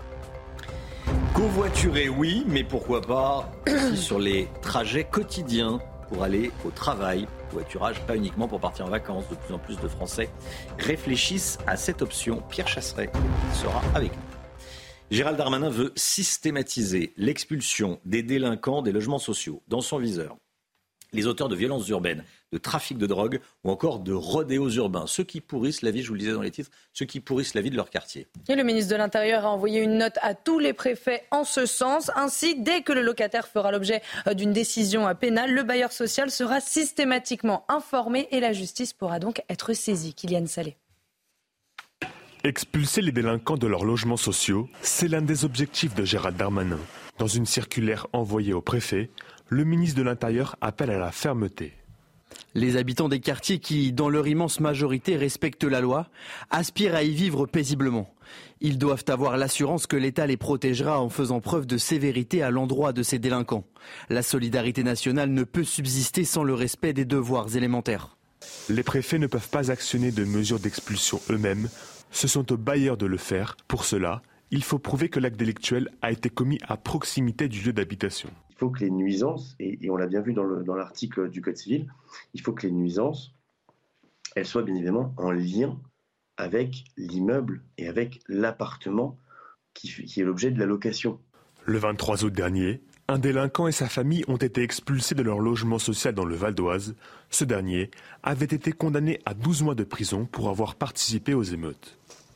Covoiturer, oui, mais pourquoi pas aussi sur les trajets quotidiens pour aller au travail. Covoiturage, pas uniquement pour partir en vacances. De plus en plus de Français réfléchissent à cette option. Pierre Chasseret sera avec nous. Gérald Darmanin veut systématiser l'expulsion des délinquants des logements sociaux. Dans son viseur, les auteurs de violences urbaines, de trafic de drogue ou encore de rodéos urbains. Ceux qui pourrissent la vie, je vous le disais dans les titres, ceux qui pourrissent la vie de leur quartier. Et le ministre de l'Intérieur a envoyé une note à tous les préfets en ce sens. Ainsi, dès que le locataire fera l'objet d'une décision pénale, le bailleur social sera systématiquement informé et la justice pourra donc être saisie. Kylian Salé. Expulser les délinquants de leurs logements sociaux, c'est l'un des objectifs de Gérald Darmanin. Dans une circulaire envoyée au préfet, le ministre de l'Intérieur appelle à la fermeté. Les habitants des quartiers qui, dans leur immense majorité, respectent la loi, aspirent à y vivre paisiblement. Ils doivent avoir l'assurance que l'État les protégera en faisant preuve de sévérité à l'endroit de ces délinquants. La solidarité nationale ne peut subsister sans le respect des devoirs élémentaires. Les préfets ne peuvent pas actionner de mesures d'expulsion eux-mêmes. Ce sont aux bailleurs de le faire. Pour cela, il faut prouver que l'acte délictuel a été commis à proximité du lieu d'habitation. Il faut que les nuisances, et, et on l'a bien vu dans, le, dans l'article du Code civil, il faut que les nuisances, elles soient bien évidemment en lien avec l'immeuble et avec l'appartement qui, qui est l'objet de la location. Le vingt-trois août dernier, un délinquant et sa famille ont été expulsés de leur logement social dans le Val d'Oise. Ce dernier avait été condamné à douze mois de prison pour avoir participé aux émeutes.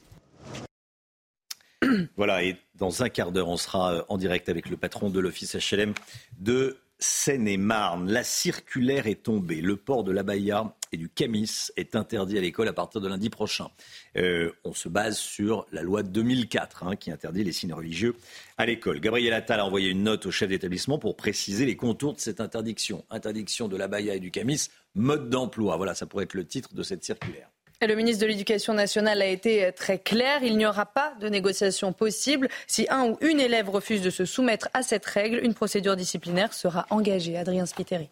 Voilà, et dans un quart d'heure, on sera en direct avec le patron de l'office H L M de Seine-et-Marne. La circulaire est tombée. Le port de l'abaya et du camis est interdit à l'école à partir de lundi prochain. Euh, on se base sur la loi de deux mille quatre hein, qui interdit les signes religieux à l'école. Gabriel Attal a envoyé une note au chef d'établissement pour préciser les contours de cette interdiction. Interdiction de l'abaya et du camis, mode d'emploi. Voilà, ça pourrait être le titre de cette circulaire. Et le ministre de l'Éducation nationale a été très clair. Il n'y aura pas de négociation possible. Si un ou une élève refuse de se soumettre à cette règle, une procédure disciplinaire sera engagée. Adrien Spiteri.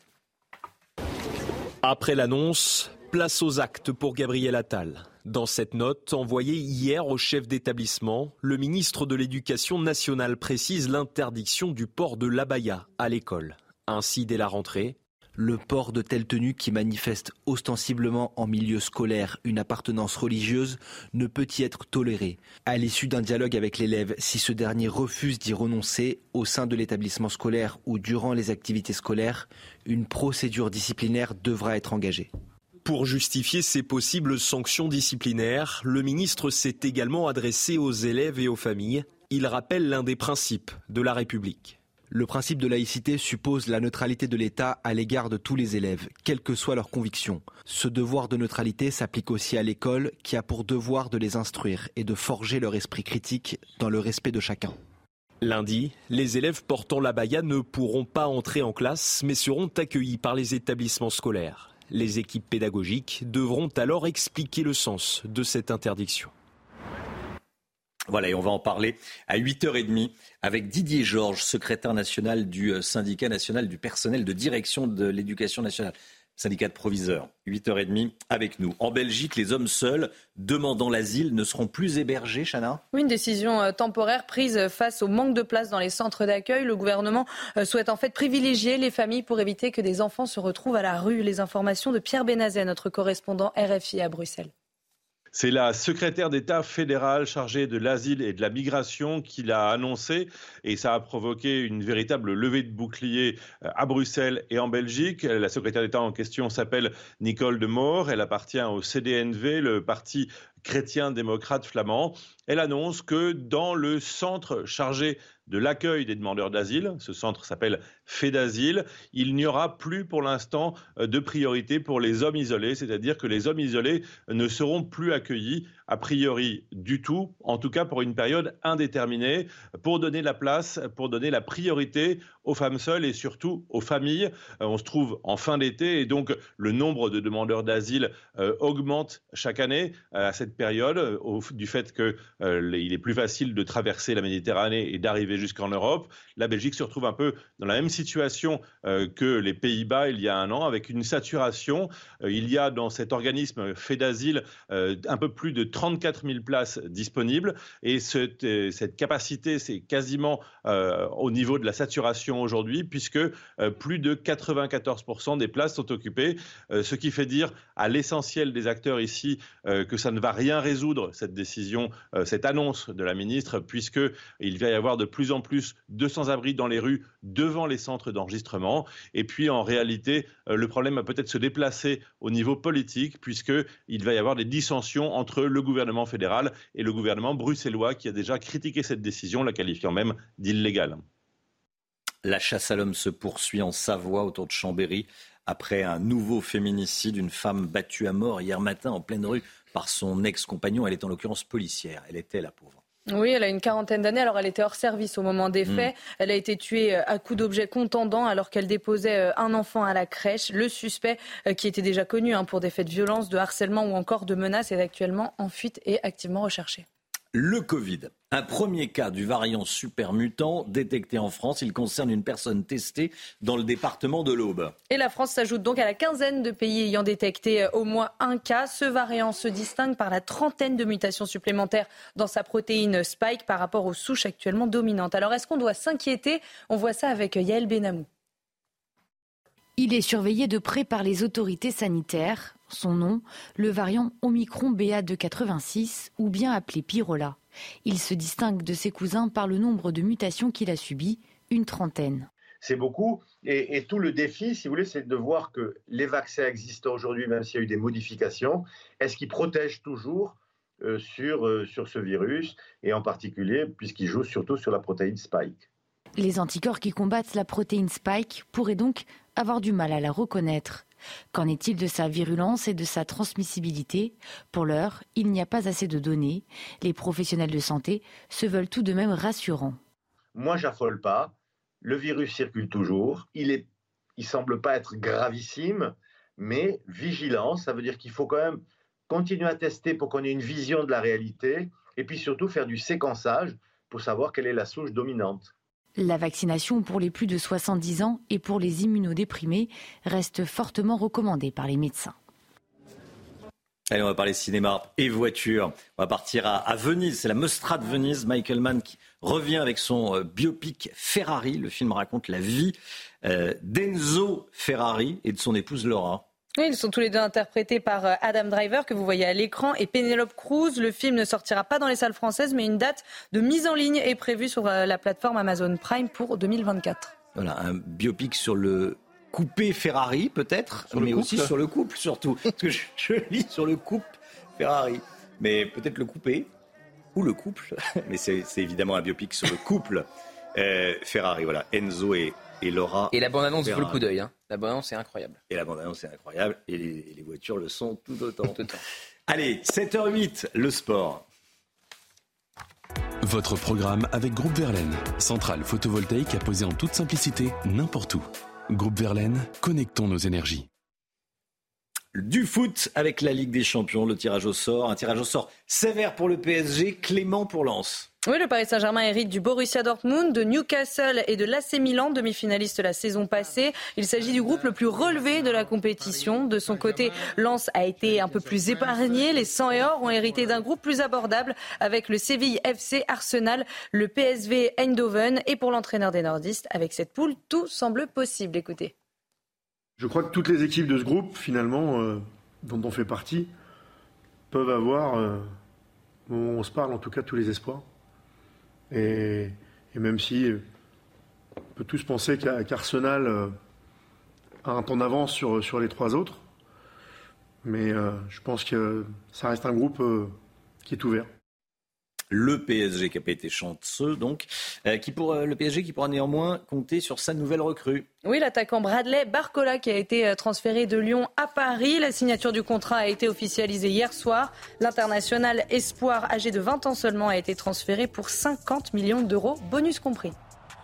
Après l'annonce, place aux actes pour Gabriel Attal. Dans cette note envoyée hier au chef d'établissement, le ministre de l'Éducation nationale précise l'interdiction du port de l'abaya à l'école. Ainsi, dès la rentrée, le port de telles tenues qui manifestent ostensiblement en milieu scolaire une appartenance religieuse ne peut y être toléré. À l'issue d'un dialogue avec l'élève, si ce dernier refuse d'y renoncer au sein de l'établissement scolaire ou durant les activités scolaires, une procédure disciplinaire devra être engagée. Pour justifier ces possibles sanctions disciplinaires, le ministre s'est également adressé aux élèves et aux familles. Il rappelle l'un des principes de la République. Le principe de laïcité suppose la neutralité de l'État à l'égard de tous les élèves, quelles que soient leurs convictions. Ce devoir de neutralité s'applique aussi à l'école, qui a pour devoir de les instruire et de forger leur esprit critique dans le respect de chacun. Lundi, les élèves portant l'abaya ne pourront pas entrer en classe, mais seront accueillis par les établissements scolaires. Les équipes pédagogiques devront alors expliquer le sens de cette interdiction. Voilà, et on va en parler à huit heures trente avec Didier Georges, secrétaire national du syndicat national du personnel de direction de l'éducation nationale, syndicat de proviseurs. huit heures trente avec nous. En Belgique, les hommes seuls demandant l'asile ne seront plus hébergés, Chana ? Oui, une décision temporaire prise face au manque de place dans les centres d'accueil. Le gouvernement souhaite en fait privilégier les familles pour éviter que des enfants se retrouvent à la rue. Les informations de Pierre Benazet, notre correspondant R F I à Bruxelles. C'est la secrétaire d'État fédérale chargée de l'asile et de la migration qui l'a annoncé et ça a provoqué une véritable levée de bouclier à Bruxelles et en Belgique. La secrétaire d'État en question s'appelle Nicole de Moor, elle appartient au C D N V, le parti chrétien-démocrate flamand. Elle annonce que dans le centre chargé de l'accueil des demandeurs d'asile, ce centre s'appelle FEDASIL, il n'y aura plus pour l'instant de priorité pour les hommes isolés, c'est-à-dire que les hommes isolés ne seront plus accueillis a priori du tout, en tout cas pour une période indéterminée, pour donner la place, pour donner la priorité aux femmes seules et surtout aux familles. On se trouve en fin d'été et donc le nombre de demandeurs d'asile euh, augmente chaque année euh, à cette période, euh, au, du fait qu'il euh, est plus facile de traverser la Méditerranée et d'arriver jusqu'en Europe. La Belgique se retrouve un peu dans la même situation euh, que les Pays-Bas il y a un an, avec une saturation. Euh, il y a dans cet organisme FEDASIL euh, un peu plus de trente-quatre mille places disponibles et cette, euh, cette capacité, c'est quasiment euh, au niveau de la saturation aujourd'hui, puisque euh, plus de quatre-vingt-quatorze pour cent des places sont occupées, euh, ce qui fait dire à l'essentiel des acteurs ici euh, que ça ne va rien résoudre, cette décision, euh, cette annonce de la ministre, puisqu'il va y avoir de plus plus en plus de sans-abri dans les rues devant les centres d'enregistrement. Et puis en réalité, euh, le problème va peut-être se déplacer au niveau politique puisqu'il va y avoir des dissensions entre le gouvernement fédéral et le gouvernement bruxellois qui a déjà critiqué cette décision, la qualifiant même d'illégale. La chasse à l'homme se poursuit en Savoie autour de Chambéry après un nouveau féminicide, une femme battue à mort hier matin en pleine rue par son ex-compagnon. Elle est en l'occurrence policière. Elle était la pauvre. Oui, elle a une quarantaine d'années, alors elle était hors service au moment des faits. Mmh. Elle a été tuée à coups d'objets contondants alors qu'elle déposait un enfant à la crèche. Le suspect, qui était déjà connu pour des faits de violence, de harcèlement ou encore de menaces, est actuellement en fuite et activement recherché. Le Covid. Un premier cas du variant super mutant détecté en France. Il concerne une personne testée dans le département de l'Aube. Et la France s'ajoute donc à la quinzaine de pays ayant détecté au moins un cas. Ce variant se distingue par la trentaine de mutations supplémentaires dans sa protéine Spike par rapport aux souches actuellement dominantes. Alors est-ce qu'on doit s'inquiéter ? On voit ça avec Yael Benamou. Il est surveillé de près par les autorités sanitaires. Son nom, le variant Omicron B A deux quatre-vingt-six, ou bien appelé Pyrola. Il se distingue de ses cousins par le nombre de mutations qu'il a subies, une trentaine. C'est beaucoup, et, et tout le défi, si vous voulez, c'est de voir que les vaccins existants aujourd'hui, même s'il y a eu des modifications, est-ce qu'ils protègent toujours euh, sur, euh, sur ce virus, et en particulier, puisqu'ils jouent surtout sur la protéine Spike. Les anticorps qui combattent la protéine Spike pourraient donc avoir du mal à la reconnaître. Qu'en est-il de sa virulence et de sa transmissibilité ? Pour l'heure, il n'y a pas assez de données. Les professionnels de santé se veulent tout de même rassurants. Moi, j'affole pas. Le virus circule toujours. Il est, il semble pas être gravissime, mais vigilant. Ça veut dire qu'il faut quand même continuer à tester pour qu'on ait une vision de la réalité, et puis surtout faire du séquençage pour savoir quelle est la souche dominante. La vaccination pour les plus de soixante-dix ans et pour les immunodéprimés reste fortement recommandée par les médecins. Allez, on va parler cinéma et voiture. On va partir à, à Venise. C'est la Mostra de Venise. Michael Mann qui revient avec son euh, biopic Ferrari. Le film raconte la vie euh, d'Enzo Ferrari et de son épouse Laura. Oui, ils sont tous les deux interprétés par Adam Driver, que vous voyez à l'écran, et Penelope Cruz. Le film ne sortira pas dans les salles françaises, mais une date de mise en ligne est prévue sur la plateforme Amazon Prime pour deux mille vingt-quatre. Voilà, un biopic sur le coupé Ferrari, peut-être, sur mais aussi sur le couple, surtout. Parce que je, je lis sur le couple Ferrari. Mais peut-être le coupé, ou le couple. Mais c'est, c'est évidemment un biopic sur le couple euh, Ferrari. Voilà, Enzo et, et Laura. Et la bande-annonce vaut le coup d'œil. Hein. La bande-annonce est incroyable. Et la bande-annonce est incroyable. Et les, et les voitures le sont tout autant. tout autant. Allez, sept heures huit, le sport. Votre programme avec Groupe Verlaine. Centrale photovoltaïque à poser en toute simplicité, n'importe où. Groupe Verlaine, connectons nos énergies. Du foot avec la Ligue des Champions, le tirage au sort. Un tirage au sort sévère pour le P S G, clément pour Lens. Oui, le Paris Saint-Germain hérite du Borussia Dortmund, de Newcastle et de l'A C Milan, demi-finalistes la saison passée. Il s'agit du groupe le plus relevé de la compétition. De son côté, Lens a été un peu plus épargné. Les Sang et Or ont hérité d'un groupe plus abordable avec le Séville F C, Arsenal, le P S V Eindhoven. Et pour l'entraîneur des nordistes, avec cette poule, tout semble possible. Écoutez. Je crois que toutes les équipes de ce groupe, finalement, euh, dont on fait partie, peuvent avoir, euh, on se parle en tout cas, tous les espoirs. Et, et même si euh, on peut tous penser qu'Arsenal euh, a un temps d'avance sur, sur les trois autres, mais euh, je pense que ça reste un groupe euh, qui est ouvert. Le P S G qui n'a pas été chanceux, donc, euh, qui pour, euh, le P S G qui pourra néanmoins compter sur sa nouvelle recrue. Oui, l'attaquant Bradley Barcola qui a été transféré de Lyon à Paris. La signature du contrat a été officialisée hier soir. L'international espoir âgé de vingt ans seulement a été transféré pour cinquante millions d'euros, bonus compris.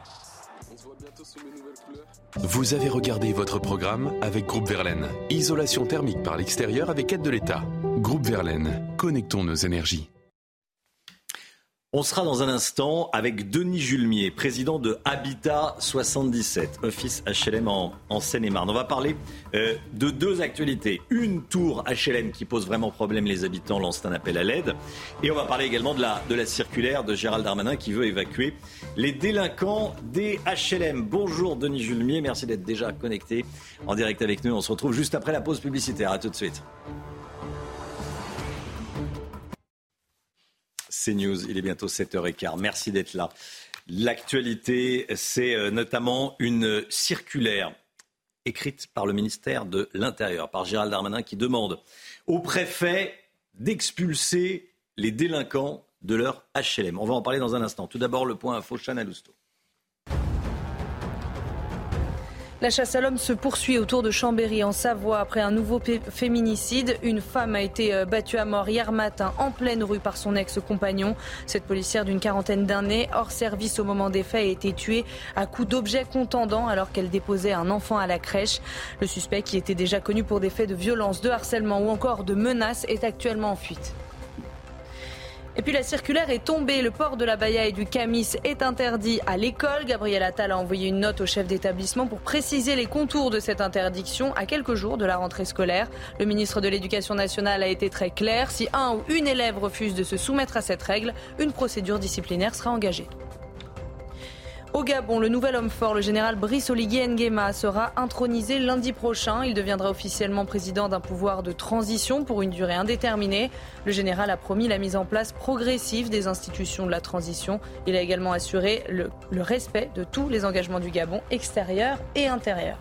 Vous avez regardé votre programme avec Groupe Verlaine. Isolation thermique par l'extérieur avec aide de l'État. Groupe Verlaine, connectons nos énergies. On sera dans un instant avec Denis Julmier, président de Habitat soixante-dix-sept, office H L M en, en Seine-et-Marne. On va parler euh, de deux actualités. Une tour H L M qui pose vraiment problème, les habitants lancent un appel à l'aide. Et on va parler également de la, de la circulaire de Gérald Darmanin qui veut évacuer les délinquants des H L M. Bonjour Denis Julmier, merci d'être déjà connecté en direct avec nous. On se retrouve juste après la pause publicitaire. À tout de suite. CNews, il est bientôt sept heures quinze. Merci d'être là. L'actualité, c'est notamment une circulaire écrite par le ministère de l'Intérieur, par Gérald Darmanin, qui demande au préfet d'expulser les délinquants de leur H L M. On va en parler dans un instant. Tout d'abord, le point info, Chana Lousteau. La chasse à l'homme se poursuit autour de Chambéry en Savoie après un nouveau p- féminicide. Une femme a été battue à mort hier matin en pleine rue par son ex-compagnon. Cette policière d'une quarantaine d'années, hors service au moment des faits, a été tuée à coups d'objets contondants alors qu'elle déposait un enfant à la crèche. Le suspect, qui était déjà connu pour des faits de violence, de harcèlement ou encore de menaces, est actuellement en fuite. Et puis la circulaire est tombée. Le port de l'abaya et du camis est interdit à l'école. Gabriel Attal a envoyé une note au chef d'établissement pour préciser les contours de cette interdiction à quelques jours de la rentrée scolaire. Le ministre de l'Éducation nationale a été très clair. Si un ou une élève refuse de se soumettre à cette règle, une procédure disciplinaire sera engagée. Au Gabon, le nouvel homme fort, le général Brice Oligui Nguema, sera intronisé lundi prochain. Il deviendra officiellement président d'un pouvoir de transition pour une durée indéterminée. Le général a promis la mise en place progressive des institutions de la transition. Il a également assuré le, le respect de tous les engagements du Gabon, extérieurs et intérieurs.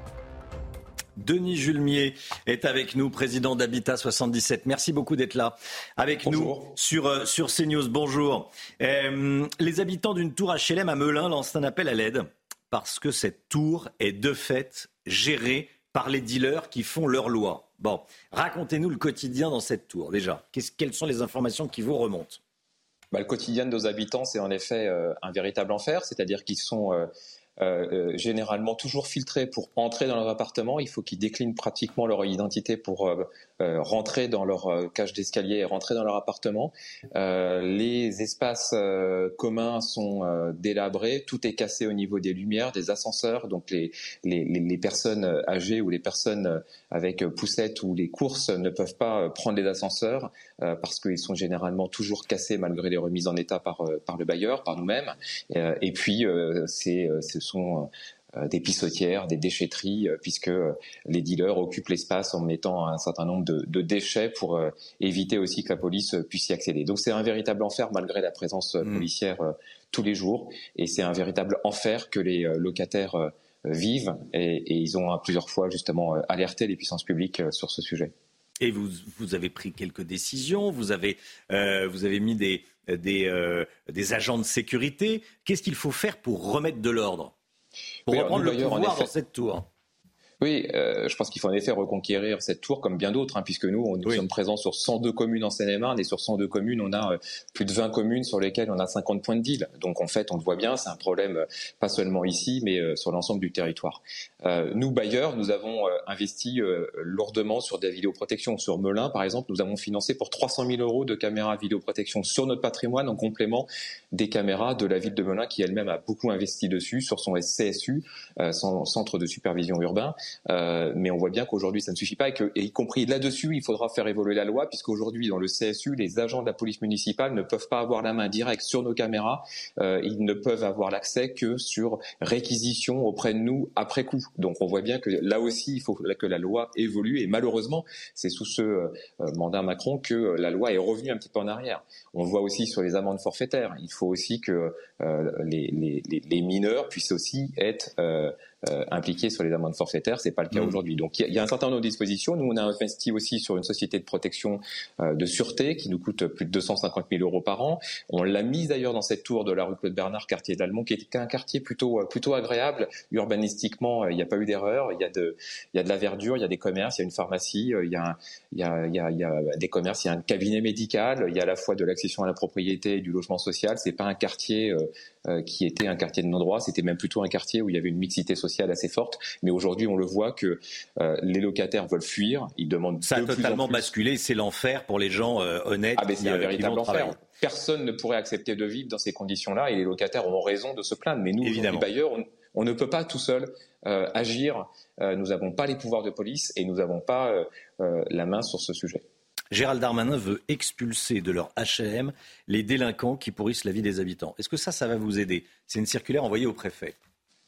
Denis Julmier est avec nous, président d'Habitat soixante-dix-sept. Merci beaucoup d'être là avec Bonjour. nous sur, euh, sur CNews. Bonjour. Euh, les habitants d'une tour H L M à Melun lancent un appel à l'aide parce que cette tour est de fait gérée par les dealers qui font leur loi. Bon, racontez-nous le quotidien dans cette tour déjà. Qu'est-ce, quelles sont les informations qui vous remontent ? Bah, le quotidien de nos habitants, c'est en effet euh, un véritable enfer, c'est-à-dire qu'ils sont... Euh, Euh, euh, généralement toujours filtrés pour entrer dans leur appartement. Il faut qu'ils déclinent pratiquement leur identité pour euh, euh, rentrer dans leur euh, cage d'escalier et rentrer dans leur appartement. Euh, les espaces euh, communs sont euh, délabrés, tout est cassé au niveau des lumières, des ascenseurs, donc les, les, les personnes âgées ou les personnes avec poussette ou les courses ne peuvent pas prendre les ascenseurs euh, parce qu'ils sont généralement toujours cassés malgré les remises en état par, par le bailleur, par nous-mêmes. Euh, et puis euh, c'est, c'est sont euh, des pissotières, des déchetteries, euh, puisque euh, les dealers occupent l'espace en mettant un certain nombre de, de déchets pour euh, éviter aussi que la police puisse y accéder. Donc c'est un véritable enfer malgré la présence mmh. policière euh, tous les jours, et c'est un véritable enfer que les euh, locataires euh, vivent, et, et ils ont plusieurs fois justement euh, alerté les puissances publiques euh, sur ce sujet. Et vous, vous avez pris quelques décisions, vous avez, euh, vous avez mis des, des, euh, des agents de sécurité. Qu'est-ce qu'il faut faire pour remettre de l'ordre ? Pour oui, reprendre le pouvoir effet... dans cette tour ? Oui, euh, je pense qu'il faut en effet reconquérir cette tour comme bien d'autres, hein, puisque nous, on, nous oui. sommes présents sur cent deux communes en Seine-et-Marne, et sur cent deux communes, on a euh, plus de vingt communes sur lesquelles on a cinquante points de deal. Donc en fait, on le voit bien, c'est un problème euh, pas seulement ici, mais euh, sur l'ensemble du territoire. Euh, nous, bailleurs, nous avons euh, investi euh, lourdement sur des vidéoprotections. Sur Melun, par exemple, nous avons financé pour trois cent mille euros de caméras vidéoprotection sur notre patrimoine, en complément des caméras de la ville de Melun, qui elle-même a beaucoup investi dessus, sur son C S U, euh, son centre de supervision urbain. Euh, mais on voit bien qu'aujourd'hui ça ne suffit pas, et, que, et y compris là-dessus il faudra faire évoluer la loi, puisqu'aujourd'hui dans le C S U les agents de la police municipale ne peuvent pas avoir la main directe sur nos caméras, euh, ils ne peuvent avoir l'accès que sur réquisition auprès de nous après coup. Donc on voit bien que là aussi il faut que la loi évolue, et malheureusement c'est sous ce euh, mandat Macron que la loi est revenue un petit peu en arrière. On le voit aussi sur les amendes forfaitaires, il faut aussi que euh, les, les, les mineurs puissent aussi être euh, Euh, impliqués sur les amendes forfaitaires, c'est pas le cas mmh. aujourd'hui. Donc il y, y a un certain nombre de dispositions. Nous on a investi aussi sur une société de protection euh, de sûreté qui nous coûte plus de deux cent cinquante mille euros par an. On l'a mise d'ailleurs dans cette tour de la rue Claude Bernard, quartier de l'Allemont, qui est un quartier plutôt plutôt agréable urbanistiquement. Il n'y a pas eu d'erreur. Il y a de il y a de la verdure, il y a des commerces, il y a une pharmacie, il y a il y a il y a, il y a des commerces, il y a un cabinet médical, il y a à la fois de l'accession à la propriété et du logement social. C'est pas un quartier euh, euh, qui était un quartier de non-droit, c'était même plutôt un quartier où il y avait une mixité sociale assez forte, mais aujourd'hui on le voit que euh, les locataires veulent fuir, ils demandent ça de a plus totalement en plus... basculé, c'est l'enfer pour les gens euh, honnêtes. Ah ben c'est qui, un véritable enfer. Travailler. Personne ne pourrait accepter de vivre dans ces conditions-là, et les locataires ont raison de se plaindre, mais nous, les bailleurs, on, on ne peut pas tout seul euh, agir, euh, nous n'avons pas les pouvoirs de police et nous n'avons pas euh, euh, la main sur ce sujet. Gérald Darmanin veut expulser de leur H L M les délinquants qui pourrissent la vie des habitants. Est-ce que ça, ça va vous aider ? C'est une circulaire envoyée au préfet.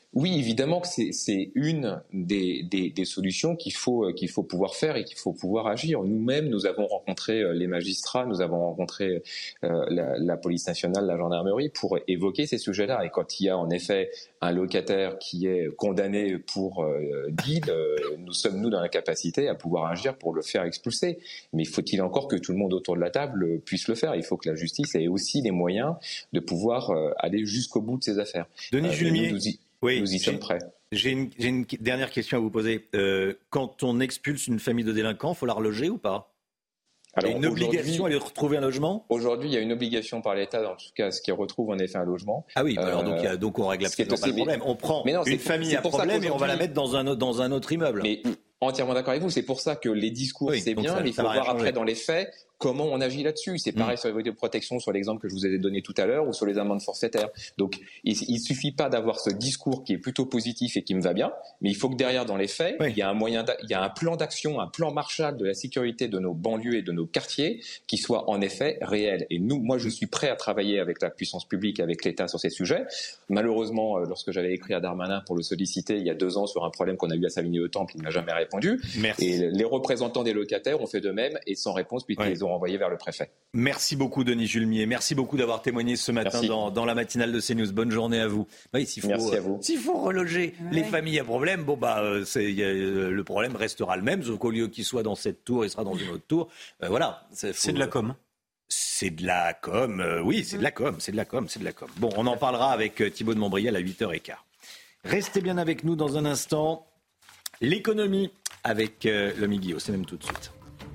Oui, évidemment que c'est, c'est une des, des, des solutions qu'il faut, qu'il faut pouvoir faire et qu'il faut pouvoir agir. Nous-mêmes, nous avons rencontré les magistrats, nous avons rencontré euh, la, la police nationale, la gendarmerie pour évoquer ces sujets-là. Et quand il y a en effet un locataire qui est condamné pour euh, deal, euh, nous sommes nous dans la capacité à pouvoir agir pour le faire expulser. Mais faut-il encore que tout le monde autour de la table puisse le faire? Il faut que la justice ait aussi les moyens de pouvoir euh, aller jusqu'au bout de ces affaires. Denis euh, Julmier. Nous y, Oui, nous y sommes prêts. J'ai une, j'ai une dernière question à vous poser. Euh, quand on expulse une famille de délinquants, il faut la reloger ou pas? Alors, il y a une obligation à lui retrouver un logement? Aujourd'hui, il y a une obligation par l'État, en tout cas, ce qui retrouve en effet un logement. Ah oui, bah alors donc, il y a, donc on règle absolument pas le problème. On prend mais non, une famille à problème et on va la mettre dans un, dans un autre immeuble. Mais entièrement d'accord avec vous, c'est pour ça que les discours, oui, c'est bien, ça, mais il faut voir après dans les faits comment on agit là-dessus. C'est pareil mmh. sur les vidéos de protection, sur l'exemple que je vous ai donné tout à l'heure, ou sur les amendes forfaitaires. Donc, il ne suffit pas d'avoir ce discours qui est plutôt positif et qui me va bien, mais il faut que derrière, dans les faits, oui. il y a un moyen, il y a un plan d'action, un plan Marshall de la sécurité de nos banlieues et de nos quartiers qui soit en effet réel. Et nous, moi, je suis prêt à travailler avec la puissance publique, avec l'État sur ces sujets. Malheureusement, lorsque j'avais écrit à Darmanin pour le solliciter il y a deux ans sur un problème qu'on a eu à Savigny-le-Temple, il ne m'a jamais répondu. Merci. Et les représentants des locataires ont fait de même et sans réponse puisqu'ils oui. les ont renvoyés vers le préfet. Merci beaucoup Denis Julmier, merci beaucoup d'avoir témoigné ce matin dans, dans la matinale de CNews. Bonne journée à vous. Oui, s'il faut, merci à vous. Euh, s'il faut reloger ouais. les familles à problème, bon bah euh, c'est, y a, euh, le problème restera le même, sauf qu'au lieu qu'il soit dans cette tour, il sera dans une autre tour. Euh, voilà. C'est, faut, c'est de la com. C'est de la com, euh, oui, c'est de la com, c'est de la com, c'est de la com. Bon, on en parlera avec euh, Thibaut de Montbrial à huit heures quinze. Restez bien avec nous dans un instant. L'économie avec euh, Lomi Guillot, c'est même tout de suite.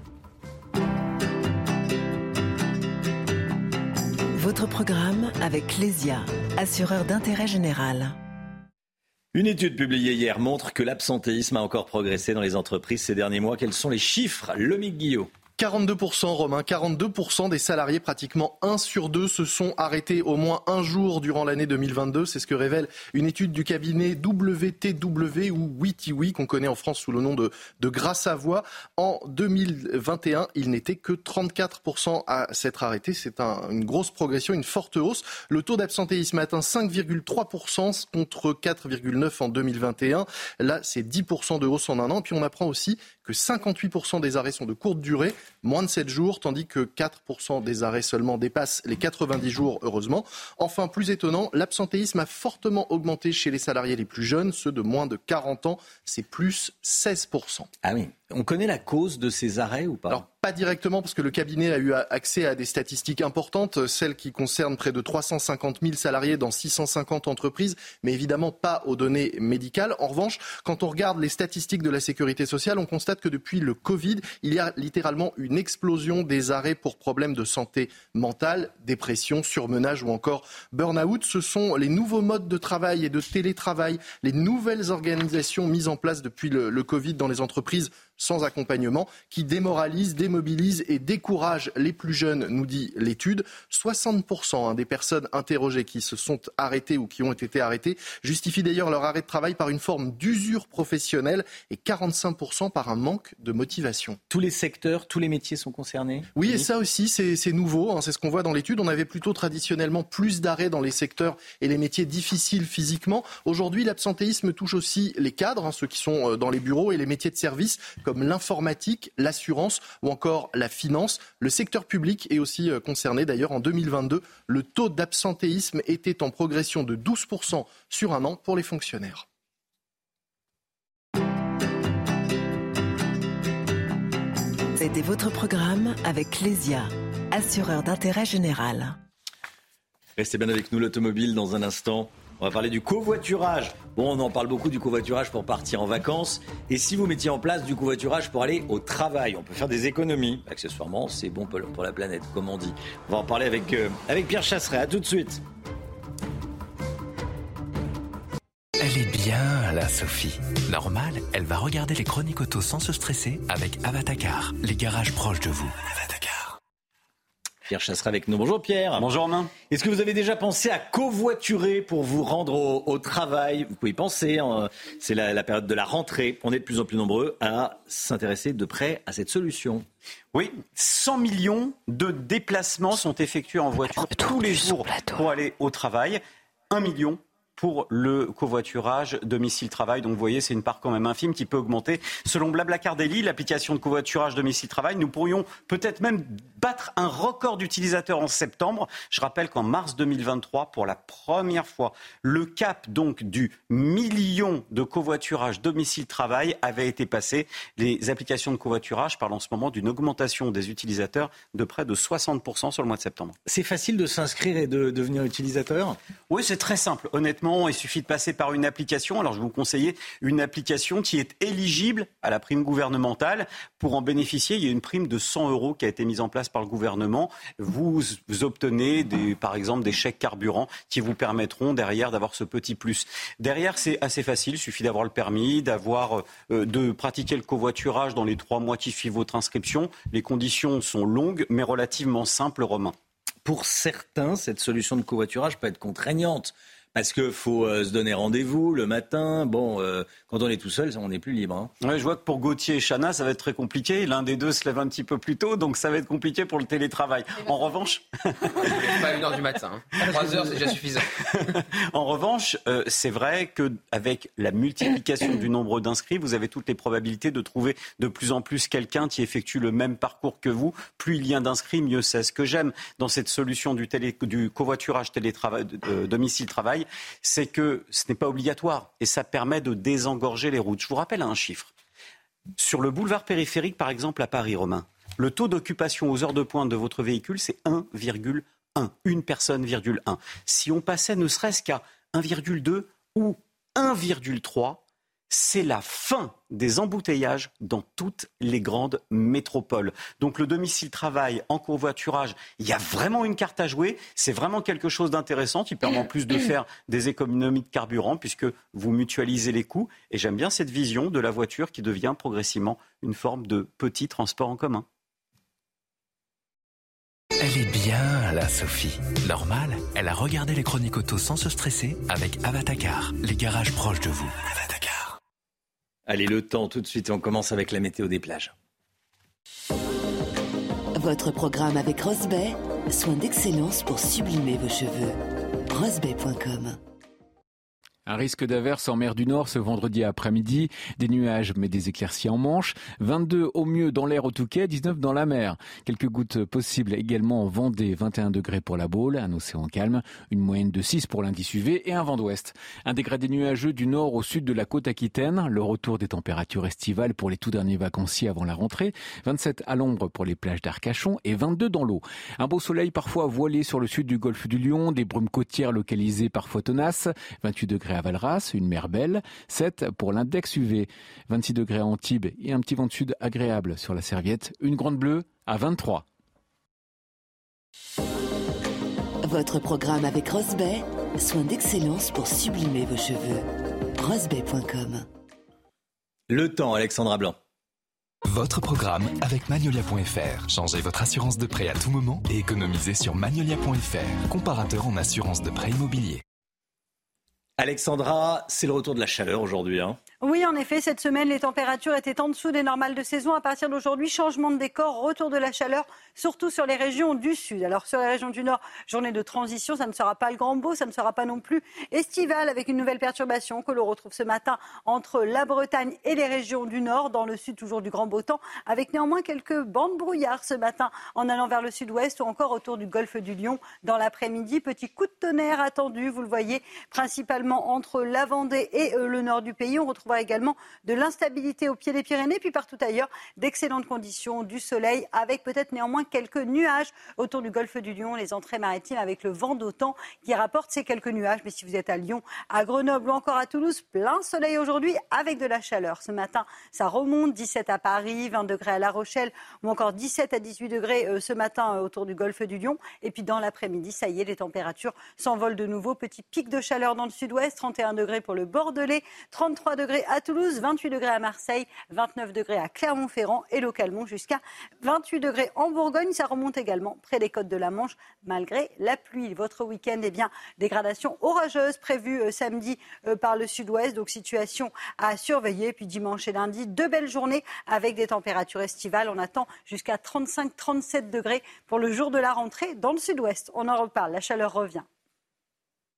Votre programme avec Clésia, assureur d'intérêt général. Une étude publiée hier montre que l'absentéisme a encore progressé dans les entreprises ces derniers mois. Quels sont les chiffres, Lomi Guillot? quarante-deux pour cent, Romain, quarante-deux pour cent des salariés, pratiquement un sur deux, se sont arrêtés au moins un jour durant l'année deux mille vingt-deux. C'est ce que révèle une étude du cabinet W T W ou WiTiWi, qu'on connaît en France sous le nom de, de Gras Savoie. En deux mille vingt et un, il n'était que trente-quatre pour cent à s'être arrêtés. C'est un, une grosse progression, une forte hausse. Le taux d'absentéisme atteint cinq virgule trois pour cent contre quatre virgule neuf pour cent en deux mille vingt et un. Là, c'est dix pour cent de hausse en un an. Puis on apprend aussi que cinquante-huit pour cent des arrêts sont de courte durée, moins de sept jours, tandis que quatre pour cent des arrêts seulement dépassent les quatre-vingt-dix jours, heureusement. Enfin, plus étonnant, l'absentéisme a fortement augmenté chez les salariés les plus jeunes, ceux de moins de quarante ans, c'est plus seize pour cent. Ah oui, on connaît la cause de ces arrêts ou pas ? Alors, pas directement, parce que le cabinet a eu accès à des statistiques importantes, celles qui concernent près de trois cent cinquante mille salariés dans six cent cinquante entreprises, mais évidemment pas aux données médicales. En revanche, quand on regarde les statistiques de la sécurité sociale, on constate que depuis le Covid, il y a littéralement une explosion des arrêts pour problèmes de santé mentale, dépression, surmenage ou encore burn-out. Ce sont les nouveaux modes de travail et de télétravail, les nouvelles organisations mises en place depuis le, le Covid dans les entreprises sans accompagnement, qui démoralisent, démobilisent et découragent les plus jeunes, nous dit l'étude. soixante pour cent hein, des personnes interrogées qui se sont arrêtées ou qui ont été arrêtées justifient d'ailleurs leur arrêt de travail par une forme d'usure professionnelle et quarante-cinq pour cent par un manque de motivation. Tous les secteurs, tous les métiers sont concernés ? Oui, et ça aussi, c'est, c'est nouveau. Hein, c'est ce qu'on voit dans l'étude. On avait plutôt traditionnellement plus d'arrêts dans les secteurs et les métiers difficiles physiquement. Aujourd'hui, l'absentéisme touche aussi les cadres, hein, ceux qui sont dans les bureaux, et les métiers de service, comme l'informatique, l'assurance ou encore la finance. Le secteur public est aussi concerné. D'ailleurs, en deux mille vingt-deux, le taux d'absentéisme était en progression de douze pour cent sur un an pour les fonctionnaires. C'était votre programme avec Clésia, assureur d'intérêt général. Restez bien avec nous, l'automobile, dans un instant. On va parler du covoiturage. Bon, on en parle beaucoup du covoiturage pour partir en vacances. Et si vous mettiez en place du covoiturage pour aller au travail, on peut faire des économies. Accessoirement, c'est bon pour la planète, comme on dit. On va en parler avec, euh, avec Pierre Chasseret. À tout de suite. Elle est bien, là, Sophie. Normal, elle va regarder les chroniques auto sans se stresser avec Avatacar, les garages proches de vous. Avatacar. Pierre Chasseret avec nous. Bonjour Pierre. Bonjour Romain. Est-ce que vous avez déjà pensé à covoiturer pour vous rendre au, au travail ? Vous pouvez y penser, hein. C'est la, la période de la rentrée. On est de plus en plus nombreux à s'intéresser de près à cette solution. Oui, cent millions de déplacements sont effectués en voiture tous les jours pour aller au travail. un million pour le covoiturage domicile-travail. Donc vous voyez, c'est une part quand même infime qui peut augmenter. Selon Blablacar Daily, l'application de covoiturage domicile-travail, nous pourrions peut-être même battre un record d'utilisateurs en septembre. Je rappelle qu'en mars deux mille vingt-trois, pour la première fois, le cap donc du million de covoiturage domicile-travail avait été passé. Les applications de covoiturage parlent en ce moment d'une augmentation des utilisateurs de près de soixante pour cent sur le mois de septembre. C'est facile de s'inscrire et de devenir utilisateur ? Oui, c'est très simple. Honnêtement, il suffit de passer par une application. Alors, je vais vous conseiller une application qui est éligible à la prime gouvernementale. Pour en bénéficier, il y a une prime de cent euros qui a été mise en place par le gouvernement. Vous, vous obtenez, des, par exemple, des chèques carburant qui vous permettront derrière d'avoir ce petit plus. Derrière, c'est assez facile. Il suffit d'avoir le permis, d'avoir, euh, de pratiquer le covoiturage dans les trois mois qui suivent votre inscription. Les conditions sont longues, mais relativement simples, Romain. Pour certains, cette solution de covoiturage peut être contraignante. Parce qu'il faut euh, se donner rendez-vous le matin. Bon, euh, quand on est tout seul, on n'est plus libre. Hein. Ouais, je vois que pour Gauthier et Chana, ça va être très compliqué. L'un des deux se lève un petit peu plus tôt, donc ça va être compliqué pour le télétravail. En revanche... Pas à une heure du matin. Hein. trois heures, c'est déjà suffisant. En revanche, euh, c'est vrai qu'avec la multiplication du nombre d'inscrits, vous avez toutes les probabilités de trouver de plus en plus quelqu'un qui effectue le même parcours que vous. Plus il y a d'inscrits, mieux c'est. Ce que j'aime dans cette solution du, télé, du covoiturage télétravail, euh, domicile-travail, c'est que ce n'est pas obligatoire et ça permet de désengorger les routes. Je vous rappelle un chiffre. Sur le boulevard périphérique, par exemple, à Paris, Romain, le taux d'occupation aux heures de pointe de votre véhicule, c'est un virgule un. Une personne, virgule un. Si on passait ne serait-ce qu'à un virgule deux ou un virgule trois, c'est la fin des embouteillages dans toutes les grandes métropoles. Donc le domicile-travail en covoiturage, il y a vraiment une carte à jouer. C'est vraiment quelque chose d'intéressant qui permet en plus de faire des économies de carburant puisque vous mutualisez les coûts. Et j'aime bien cette vision de la voiture qui devient progressivement une forme de petit transport en commun. Elle est bien, là, Sophie. Normal, elle a regardé les chroniques auto sans se stresser avec Avatacar, les garages proches de vous. Avatacar. Allez, le temps tout de suite, on commence avec la météo des plages. Votre programme avec Rosbay, soin d'excellence pour sublimer vos cheveux. rosbay point com. Un risque d'averse en mer du Nord ce vendredi après-midi. Des nuages mais des éclaircies en Manche. vingt-deux au mieux dans l'air au Touquet, dix-neuf dans la mer. Quelques gouttes possibles également en Vendée, vingt et un degrés pour la Baule, un océan calme. Une moyenne de six pour l'indice U V et un vent d'ouest. Un dégradé nuageux du nord au sud de la côte aquitaine. Le retour des températures estivales pour les tout derniers vacanciers avant la rentrée. vingt-sept à l'ombre pour les plages d'Arcachon et vingt-deux dans l'eau. Un beau soleil parfois voilé sur le sud du golfe du Lion. Des brumes côtières localisées parfois tenaces. vingt-huit degrés à Valras, une mer belle, sept pour l'index U V, vingt-six degrés à Antibes et un petit vent de sud agréable sur la Serviette, une grande bleue à vingt-trois. Votre programme avec Rosbay, soin d'excellence pour sublimer vos cheveux. rosbay point com. Le temps, Alexandra Blanc. Votre programme avec Magnolia point F R. Changez votre assurance de prêt à tout moment et économisez sur Magnolia point F R, comparateur en assurance de prêt immobilier. Alexandra, c'est le retour de la chaleur aujourd'hui. Hein. Oui, en effet, cette semaine, les températures étaient en dessous des normales de saison. À partir d'aujourd'hui, changement de décor, retour de la chaleur, surtout sur les régions du sud. Alors, sur les régions du nord, journée de transition, ça ne sera pas le grand beau, ça ne sera pas non plus estival, avec une nouvelle perturbation que l'on retrouve ce matin entre la Bretagne et les régions du nord. Dans le sud, toujours du grand beau temps, avec néanmoins quelques bancs de brouillard ce matin en allant vers le sud-ouest ou encore autour du golfe du Lion. Dans l'après-midi, petit coup de tonnerre attendu, vous le voyez, principalement entre la Vendée et le nord du pays. On retrouvera également de l'instabilité au pied des Pyrénées, puis partout ailleurs, d'excellentes conditions, du soleil, avec peut-être néanmoins quelques nuages autour du golfe du Lion, les entrées maritimes avec le vent d'automne qui rapporte ces quelques nuages. Mais si vous êtes à Lyon, à Grenoble ou encore à Toulouse, plein soleil aujourd'hui avec de la chaleur. Ce matin, ça remonte, dix-sept à Paris, vingt degrés à La Rochelle ou encore dix-sept à dix-huit degrés ce matin autour du golfe du Lion. Et puis dans l'après-midi, ça y est, les températures s'envolent de nouveau. Petit pic de chaleur dans le sud-ouest, trente et un degrés pour le Bordelais, trente-trois degrés à Toulouse, vingt-huit degrés à Marseille, vingt-neuf degrés à Clermont-Ferrand et localement jusqu'à vingt-huit degrés en Bourgogne. Ça remonte également près des côtes de la Manche malgré la pluie. Votre week-end, eh bien, dégradation orageuse prévue euh, samedi euh, par le sud-ouest, donc situation à surveiller. Puis dimanche et lundi, deux belles journées avec des températures estivales. On attend jusqu'à trente-cinq à trente-sept degrés pour le jour de la rentrée dans le sud-ouest. On en reparle, la chaleur revient.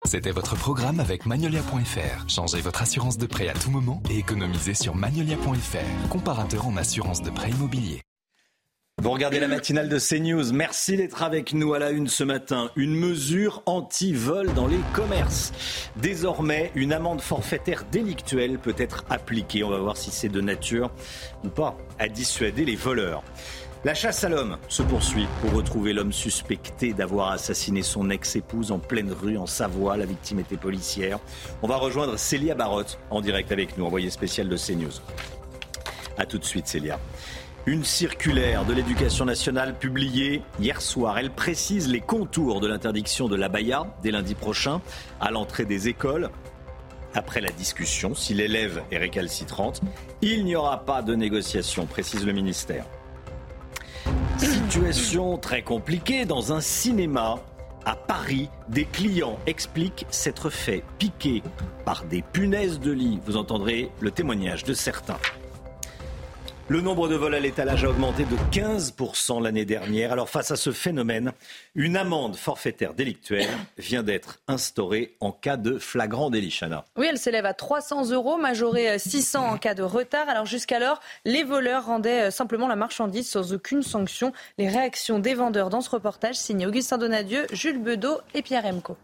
C'était votre programme avec Magnolia point F R. Changez votre assurance de prêt à tout moment et économisez sur Magnolia point F R, comparateur en assurance de prêt immobilier. Vous regardez la matinale de CNews. Merci d'être avec nous à la une ce matin. Une mesure anti-vol dans les commerces. Désormais, une amende forfaitaire délictuelle peut être appliquée. On va voir si c'est de nature ou pas à dissuader les voleurs. La chasse à l'homme se poursuit pour retrouver l'homme suspecté d'avoir assassiné son ex-épouse en pleine rue en Savoie. La victime était policière. On va rejoindre Célia Barotte en direct avec nous, envoyée spéciale de CNews. A tout de suite, Célia. Une circulaire de l'Éducation nationale publiée hier soir. Elle précise les contours de l'interdiction de l'abaya dès lundi prochain à l'entrée des écoles. Après la discussion, si l'élève est récalcitrante, il n'y aura pas de négociation, précise le ministère. Situation très compliquée dans un cinéma à Paris. Des clients expliquent s'être fait piquer par des punaises de lit. Vous entendrez le témoignage de certains. Le nombre de vols à l'étalage a augmenté de quinze pour cent l'année dernière. Alors face à ce phénomène, une amende forfaitaire délictuelle vient d'être instaurée en cas de flagrant délit, Chana. Oui, elle s'élève à trois cents euros, majorée six cents en cas de retard. Alors jusqu'alors, les voleurs rendaient simplement la marchandise sans aucune sanction. Les réactions des vendeurs dans ce reportage, signé Augustin Donadieu, Jules Bedeau et Pierre Emco.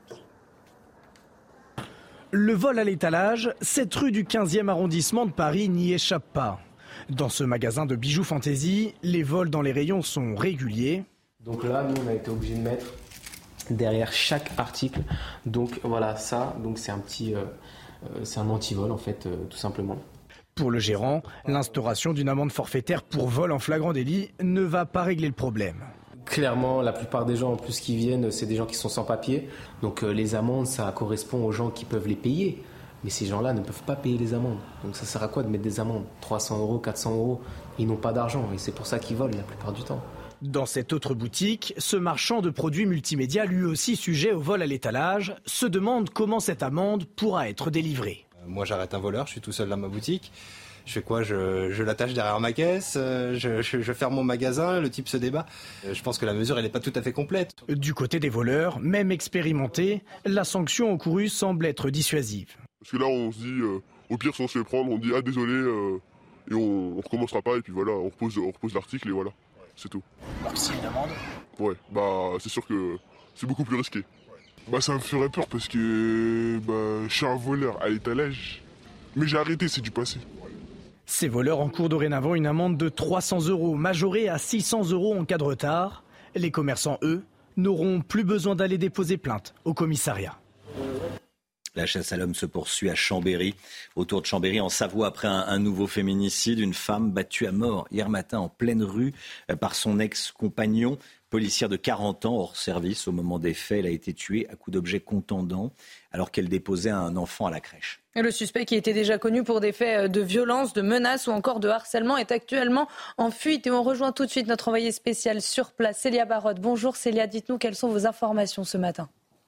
Le vol à l'étalage, cette rue du quinzième arrondissement de Paris n'y échappe pas. Dans ce magasin de bijoux fantaisie, les vols dans les rayons sont réguliers. Donc là, nous, on a été obligés de mettre derrière chaque article. Donc voilà, ça, donc c'est un petit, euh, c'est un anti-vol en fait, euh, tout simplement. Pour le gérant, l'instauration d'une amende forfaitaire pour vol en flagrant délit ne va pas régler le problème. Clairement, la plupart des gens en plus qui viennent, c'est des gens qui sont sans papier. Donc euh, les amendes, ça correspond aux gens qui peuvent les payer. Mais ces gens-là ne peuvent pas payer les amendes. Donc ça sert à quoi de mettre des amendes ? trois cents euros, quatre cents euros, ils n'ont pas d'argent et c'est pour ça qu'ils volent la plupart du temps. Dans cette autre boutique, ce marchand de produits multimédia, lui aussi sujet au vol à l'étalage, se demande comment cette amende pourra être délivrée. Moi j'arrête un voleur, je suis tout seul dans ma boutique. Je fais quoi ? Je, je l'attache derrière ma caisse, je, je, je ferme mon magasin, le type se débat. Je pense que la mesure elle n'est pas tout à fait complète. Du côté des voleurs, même expérimentés, la sanction encourue semble être dissuasive. Parce que là, on se dit, euh, au pire, si on se fait prendre, on dit « Ah, désolé euh, », et on ne recommencera pas, et puis voilà, on repose, on repose l'article, et voilà, c'est tout. Alors s'il y a une amende ? Ouais, bah, c'est sûr que c'est beaucoup plus risqué. Bah, ça me ferait peur, parce que bah, je suis un voleur à l'étalage, mais j'ai arrêté, c'est du passé. Ces voleurs encourent dorénavant une amende de trois cents euros, majorée à six cents euros en cas de retard. Les commerçants, eux, n'auront plus besoin d'aller déposer plainte au commissariat. La chasse à l'homme se poursuit à Chambéry, autour de Chambéry, en Savoie, après un, un nouveau féminicide. Une femme battue à mort hier matin en pleine rue par son ex-compagnon, policière de quarante ans, hors service. Au moment des faits, elle a été tuée à coups d'objets contondants alors qu'elle déposait un enfant à la crèche. Et le suspect, qui était déjà connu pour des faits de violence, de menaces ou encore de harcèlement, est actuellement en fuite. Et on rejoint tout de suite notre envoyée spéciale sur place, Célia Barotte. Bonjour Célia, dites-nous quelles sont vos informations ce matin.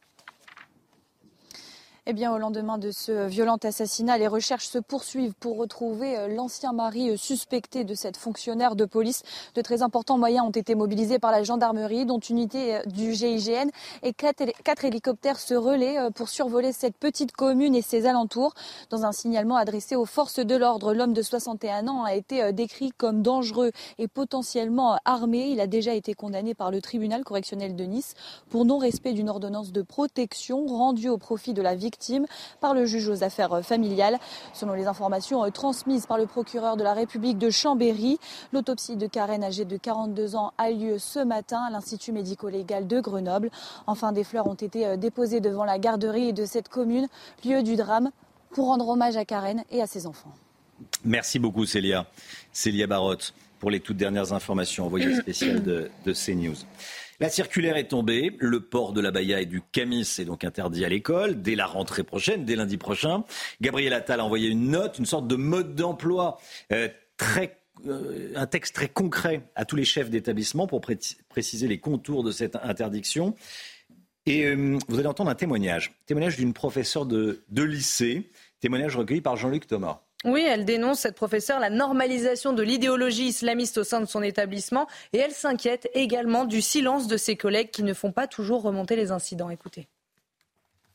Eh bien, au lendemain de ce violent assassinat, les recherches se poursuivent pour retrouver l'ancien mari suspecté de cette fonctionnaire de police. De très importants moyens ont été mobilisés par la gendarmerie, dont une unité du G I G N et quatre, quatre hélicoptères se relaient pour survoler cette petite commune et ses alentours. Dans un signalement adressé aux forces de l'ordre, l'homme de soixante et un ans a été décrit comme dangereux et potentiellement armé. Il a déjà été condamné par le tribunal correctionnel de Nice pour non-respect d'une ordonnance de protection rendue au profit de la victime par le juge aux affaires familiales. Selon les informations transmises par le procureur de la République de Chambéry, l'autopsie de Karen, âgée de quarante-deux ans, a lieu ce matin à l'Institut médico-légal de Grenoble. Enfin, des fleurs ont été déposées devant la garderie de cette commune, lieu du drame, pour rendre hommage à Karen et à ses enfants. Merci beaucoup Célia. Célia Barotte pour les toutes dernières informations envoyées spéciales de, de CNews. La circulaire est tombée, le port de l'abaya et du camis est donc interdit à l'école dès la rentrée prochaine, dès lundi prochain. Gabriel Attal a envoyé une note, une sorte de mode d'emploi, euh, très, euh, un texte très concret à tous les chefs d'établissement pour pré- préciser les contours de cette interdiction. Et euh, vous allez entendre un témoignage, témoignage d'une professeure de, de lycée, témoignage recueilli par Jean-Luc Thomas. Oui, elle dénonce, cette professeure, la normalisation de l'idéologie islamiste au sein de son établissement et elle s'inquiète également du silence de ses collègues qui ne font pas toujours remonter les incidents. Écoutez.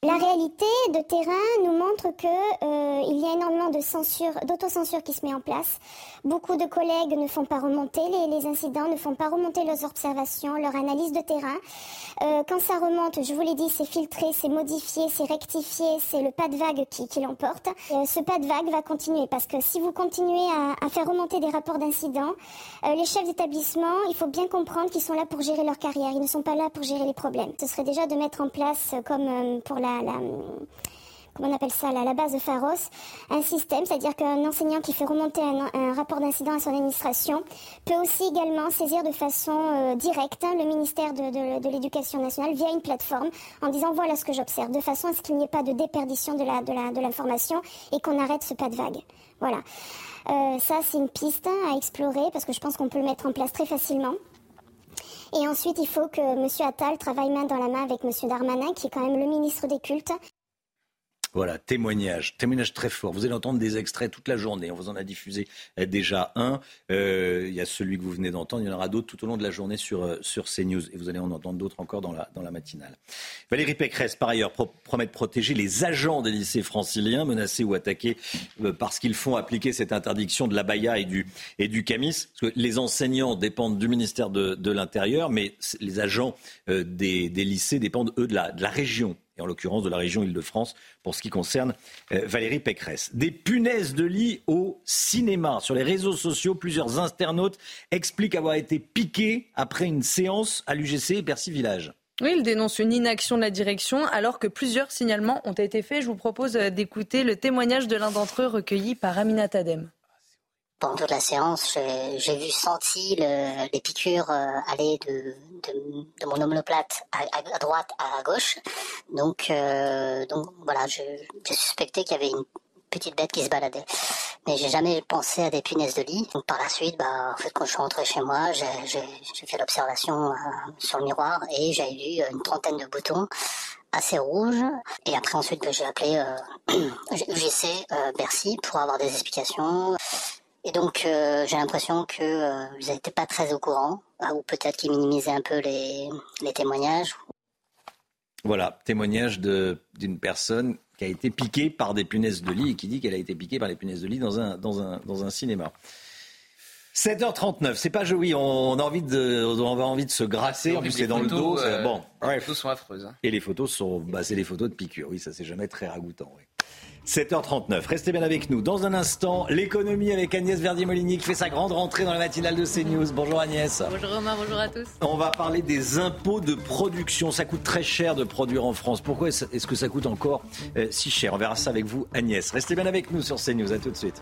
La réalité de terrain nous montre qu'il euh, y a énormément de censure, d'autocensure qui se met en place. Beaucoup de collègues ne font pas remonter les, les incidents, ne font pas remonter leurs observations, leur analyse de terrain. Euh, quand ça remonte, je vous l'ai dit, c'est filtré, c'est modifié, c'est rectifié, c'est le pas de vague qui, qui l'emporte. Euh, ce pas de vague va continuer parce que si vous continuez à, à faire remonter des rapports d'incidents, euh, les chefs d'établissement, il faut bien comprendre qu'ils sont là pour gérer leur carrière, ils ne sont pas là pour gérer les problèmes. Ce serait déjà de mettre en place, comme euh, pour la La, comment on appelle ça, la, la base de Pharos, un système, c'est-à-dire qu'un enseignant qui fait remonter un, un rapport d'incident à son administration peut aussi également saisir de façon euh, directe hein, le ministère de, de, de l'Éducation nationale via une plateforme en disant voilà ce que j'observe, de façon à ce qu'il n'y ait pas de déperdition de, la, de, la, de l'information et qu'on arrête ce pas de vague. Voilà. Euh, ça, c'est une piste hein, à explorer parce que je pense qu'on peut le mettre en place très facilement. Et ensuite, il faut que M. Attal travaille main dans la main avec M. Darmanin, qui est quand même le ministre des Cultes. Voilà, témoignage, témoignage très fort. Vous allez entendre des extraits toute la journée. On vous en a diffusé déjà un. Euh, il y a celui que vous venez d'entendre. Il y en aura d'autres tout au long de la journée sur, sur CNews. Et vous allez en entendre d'autres encore dans la, dans la matinale. Valérie Pécresse, par ailleurs, pro- promet de protéger les agents des lycées franciliens menacés ou attaqués euh, parce qu'ils font appliquer cette interdiction de l'abaya et du, et du camis. Parce que les enseignants dépendent du ministère de, de l'Intérieur, mais les agents euh, des, des lycées dépendent, eux, de la, de la région. Et en l'occurrence de la région Île-de-France, pour ce qui concerne euh, Valérie Pécresse. Des punaises de lit au cinéma. Sur les réseaux sociaux, plusieurs internautes expliquent avoir été piqués après une séance à l'U G C Bercy Village. Oui, il dénonce une inaction de la direction alors que plusieurs signalements ont été faits. Je vous propose d'écouter le témoignage de l'un d'entre eux recueilli par Aminata Adem. Pendant toute la séance, j'ai, j'ai vu, senti le, les piqûres euh, aller de, de, de mon omoplate à, à droite à gauche. Donc, euh, donc voilà, je, j'ai suspecté qu'il y avait une petite bête qui se baladait. Mais j'ai jamais pensé à des punaises de lit. Donc par la suite, bah, en fait, quand je suis rentré chez moi, j'ai, j'ai, j'ai fait l'observation euh, sur le miroir et j'ai vu une trentaine de boutons assez rouges. Et après, ensuite, bah, j'ai appelé euh, U G C euh, Bercy pour avoir des explications. Et donc, euh, j'ai l'impression qu'ils euh, n'étaient pas très au courant, ou peut-être qu'ils minimisaient un peu les, les témoignages. Voilà, témoignage de, d'une personne qui a été piquée par des punaises de lit et qui dit qu'elle a été piquée par les punaises de lit dans un, dans un, dans un cinéma. sept heures trente-neuf, c'est pas joli, on a envie de, on a envie de se gratter, en plus c'est dans photos, le dos. Euh, c'est, bon, les photos sont affreuses. Hein. Et les photos sont, bah, c'est les photos de piqûres, oui, ça c'est jamais très ragoûtant. Oui. sept heures trente-neuf, restez bien avec nous. Dans un instant, l'économie avec Agnès Verdier-Molinier qui fait sa grande rentrée dans la matinale de CNews. Bonjour Agnès. Bonjour Romain, bonjour à tous. On va parler des impôts de production. Ça coûte très cher de produire en France. Pourquoi est-ce que ça coûte encore euh, si cher ? On verra ça avec vous Agnès. Restez bien avec nous sur CNews, à tout de suite.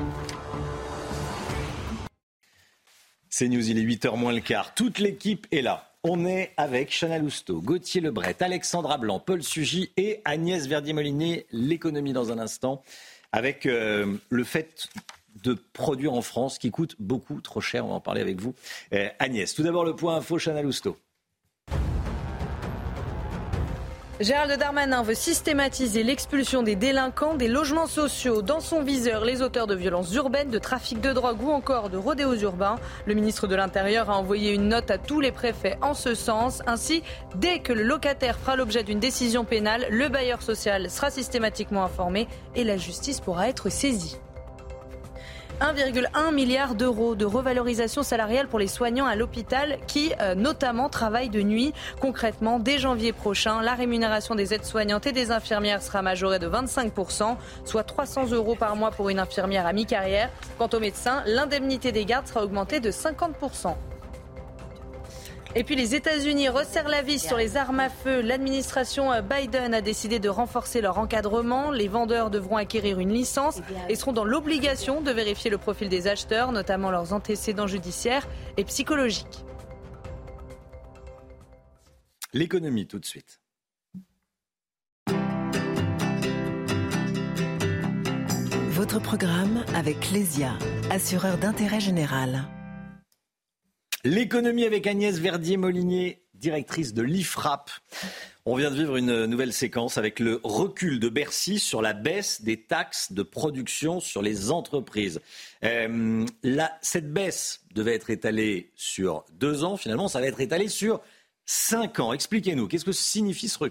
CNews, il est huit heures moins le quart. Toute l'équipe est là. On est avec Chana Lousteau, Gauthier Lebret, Alexandra Blanc, Paul Sugy et Agnès Verdier-Molinier. L'économie dans un instant, avec euh, le fait de produire en France qui coûte beaucoup trop cher. On va en parler avec vous, euh, Agnès. Tout d'abord, le point info, Chana Lousteau. Gérald Darmanin veut systématiser l'expulsion des délinquants des logements sociaux. Dans son viseur, les auteurs de violences urbaines, de trafic de drogue ou encore de rodéos urbains. Le ministre de l'Intérieur a envoyé une note à tous les préfets en ce sens. Ainsi, dès que le locataire fera l'objet d'une décision pénale, le bailleur social sera systématiquement informé et la justice pourra être saisie. un virgule un milliard d'euros de revalorisation salariale pour les soignants à l'hôpital qui, euh, notamment, travaillent de nuit. Concrètement, dès janvier prochain, la rémunération des aides-soignantes et des infirmières sera majorée de vingt-cinq pour cent, soit trois cents euros par mois pour une infirmière à mi-carrière. Quant aux médecins, l'indemnité des gardes sera augmentée de cinquante pour cent. Et puis les États-Unis resserrent la vis sur les armes à feu. L'administration Biden a décidé de renforcer leur encadrement. Les vendeurs devront acquérir une licence et seront dans l'obligation de vérifier le profil des acheteurs, notamment leurs antécédents judiciaires et psychologiques. L'économie tout de suite. Votre programme avec Clésia, assureur d'intérêt général. L'économie avec Agnès Verdier-Molinier, directrice de l'I F R A P. On vient de vivre une nouvelle séquence avec le recul de Bercy sur la baisse des taxes de production sur les entreprises. Euh, là, cette baisse devait être étalée sur deux ans. Finalement, ça va être étalé sur cinq ans. Expliquez-nous, qu'est-ce que signifie ce recul ?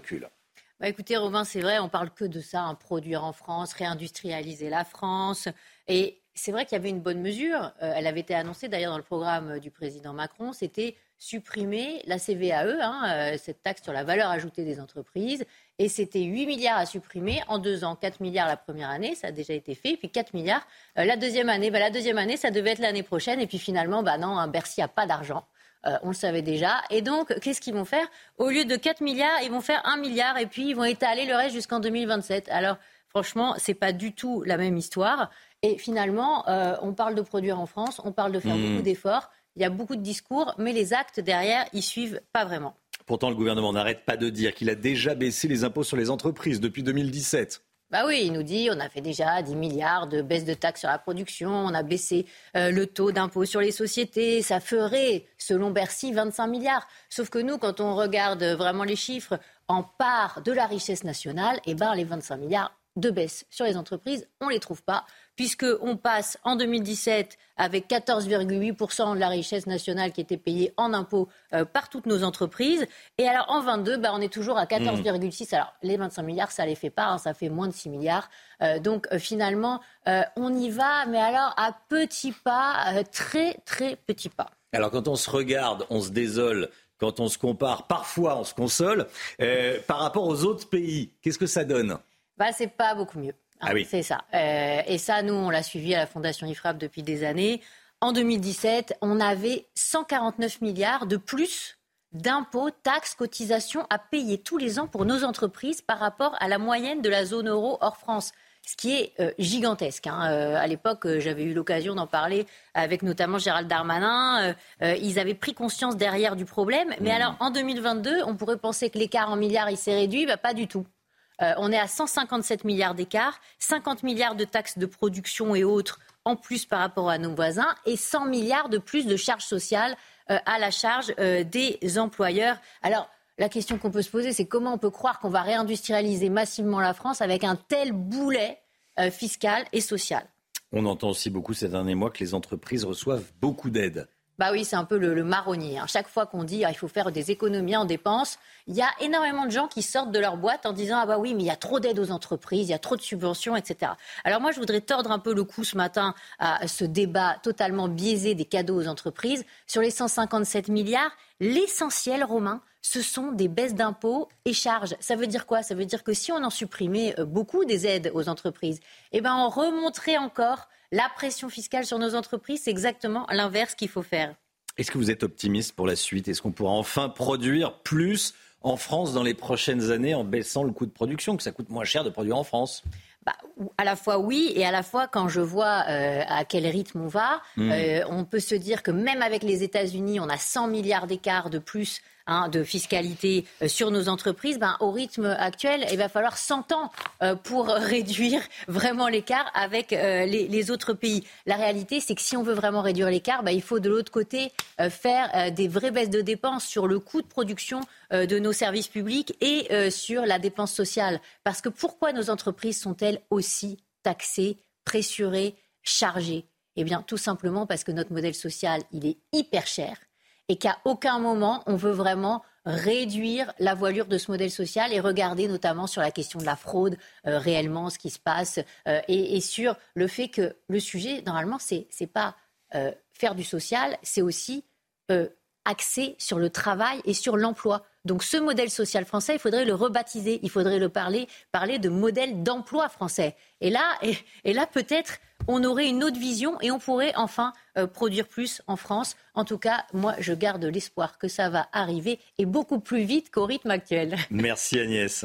Bah écoutez, Romain, c'est vrai, on parle que de ça, hein, produire en France, réindustrialiser la France. Et c'est vrai qu'il y avait une bonne mesure. Euh, elle avait été annoncée d'ailleurs dans le programme du président Macron. C'était supprimer la C V A E, hein, euh, cette taxe sur la valeur ajoutée des entreprises. Et c'était huit milliards à supprimer en deux ans. quatre milliards la première année, ça a déjà été fait. Et puis quatre milliards euh, la deuxième année. Bah, la deuxième année, ça devait être l'année prochaine. Et puis finalement, bah non, hein, Bercy n'a pas d'argent. Euh, on le savait déjà. Et donc, qu'est-ce qu'ils vont faire ? Au lieu de quatre milliards, ils vont faire un milliard et puis ils vont étaler le reste jusqu'en deux mille vingt-sept. Alors, franchement, c'est pas du tout la même histoire. Et finalement, euh, on parle de produire en France, on parle de faire mmh. beaucoup d'efforts. Il y a beaucoup de discours, mais les actes derrière, ils suivent pas vraiment. Pourtant, le gouvernement n'arrête pas de dire qu'il a déjà baissé les impôts sur les entreprises depuis deux mille dix-sept. Bah oui, il nous dit on a fait déjà dix milliards de baisse de taxes sur la production, on a baissé euh, le taux d'impôt sur les sociétés, ça ferait, selon Bercy, vingt-cinq milliards. Sauf que nous, quand on regarde vraiment les chiffres en part de la richesse nationale, eh ben, les vingt-cinq milliards de baisse sur les entreprises, on ne les trouve pas, puisqu'on passe en deux mille dix-sept avec quatorze virgule huit pour cent de la richesse nationale qui était payée en impôts euh, par toutes nos entreprises. Et alors en vingt-deux, bah, on est toujours à quatorze virgule six. Mmh. Alors les vingt-cinq milliards, ça ne les fait pas, hein, ça fait moins de six milliards. Euh, donc euh, finalement, euh, on y va, mais alors à petits pas, euh, très très petits pas. Alors quand on se regarde, on se désole. Quand on se compare, parfois on se console. Euh, par rapport aux autres pays, qu'est-ce que ça donne ? Bah, c'est pas beaucoup mieux. Hein, ah oui. C'est ça. Euh, et ça, nous, on l'a suivi à la Fondation I F R A P depuis des années. En deux mille dix-sept, on avait cent quarante-neuf milliards de plus d'impôts, taxes, cotisations à payer tous les ans pour nos entreprises par rapport à la moyenne de la zone euro hors France. Ce qui est euh, gigantesque. Hein. Euh, à l'époque, euh, j'avais eu l'occasion d'en parler avec notamment Gérald Darmanin. Euh, euh, ils avaient pris conscience derrière du problème. Mais mmh. alors, en deux mille vingt-deux, on pourrait penser que l'écart en milliards, il s'est réduit. Bah, pas du tout. Euh, on est à cent cinquante-sept milliards d'écart, cinquante milliards de taxes de production et autres en plus par rapport à nos voisins et cent milliards de plus de charges sociales euh, à la charge euh, des employeurs. Alors, la question qu'on peut se poser, c'est comment on peut croire qu'on va réindustrialiser massivement la France avec un tel boulet euh, fiscal et social ? On entend aussi beaucoup ces derniers mois que les entreprises reçoivent beaucoup d'aides. Bah oui, c'est un peu le, le marronnier. Hein. Chaque fois qu'on dit ah, il faut faire des économies en dépenses, il y a énormément de gens qui sortent de leur boîte en disant ah bah oui, mais il y a trop d'aides aux entreprises, il y a trop de subventions, et cetera. Alors moi, je voudrais tordre un peu le cou ce matin à ce débat totalement biaisé des cadeaux aux entreprises. Sur les cent cinquante-sept milliards, l'essentiel, Romain, ce sont des baisses d'impôts et charges. Ça veut dire quoi ? Ça veut dire que si on en supprimait beaucoup des aides aux entreprises, eh ben on remonterait encore la pression fiscale sur nos entreprises. C'est exactement l'inverse qu'il faut faire. Est-ce que vous êtes optimiste pour la suite ? Est-ce qu'on pourra enfin produire plus en France dans les prochaines années en baissant le coût de production, que ça coûte moins cher de produire en France ? Bah, à la fois oui, et à la fois quand je vois euh, à quel rythme on va, mmh. euh, on peut se dire que même avec les États-Unis, on a cent milliards d'écart de plus hein, de fiscalité euh, sur nos entreprises. Ben, au rythme actuel, il va falloir cent ans euh, pour réduire vraiment l'écart avec euh, les, les autres pays. La réalité, c'est que si on veut vraiment réduire l'écart, ben, il faut de l'autre côté euh, faire euh, des vraies baisses de dépenses sur le coût de production euh, de nos services publics et euh, sur la dépense sociale. Parce que pourquoi nos entreprises sont-elles aussi taxées, pressurées, chargées ? Eh bien, tout simplement parce que notre modèle social, il est hyper cher et qu'à aucun moment, on veut vraiment réduire la voilure de ce modèle social et regarder notamment sur la question de la fraude, euh, réellement ce qui se passe euh, et, et sur le fait que le sujet, normalement, c'est, c'est pas euh, faire du social, c'est aussi euh, axé sur le travail et sur l'emploi. Donc ce modèle social français, il faudrait le rebaptiser, il faudrait le parler, parler de modèle d'emploi français. Et là, et, et là peut-être, on aurait une autre vision et on pourrait enfin euh, produire plus en France. En tout cas, moi, je garde l'espoir que ça va arriver et beaucoup plus vite qu'au rythme actuel. Merci Agnès.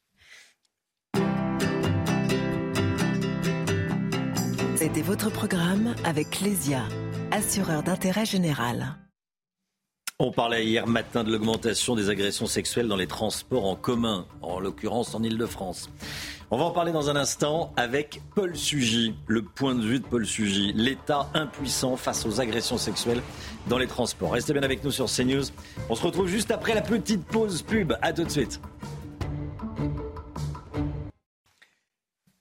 C'était votre programme avec Clésia, assureur d'intérêt général. On parlait hier matin de l'augmentation des agressions sexuelles dans les transports en commun, en l'occurrence en Ile-de-France. On va en parler dans un instant avec Paul Sugy, le point de vue de Paul Sugy, l'État impuissant face aux agressions sexuelles dans les transports. Restez bien avec nous sur CNews. On se retrouve juste après la petite pause pub. À tout de suite.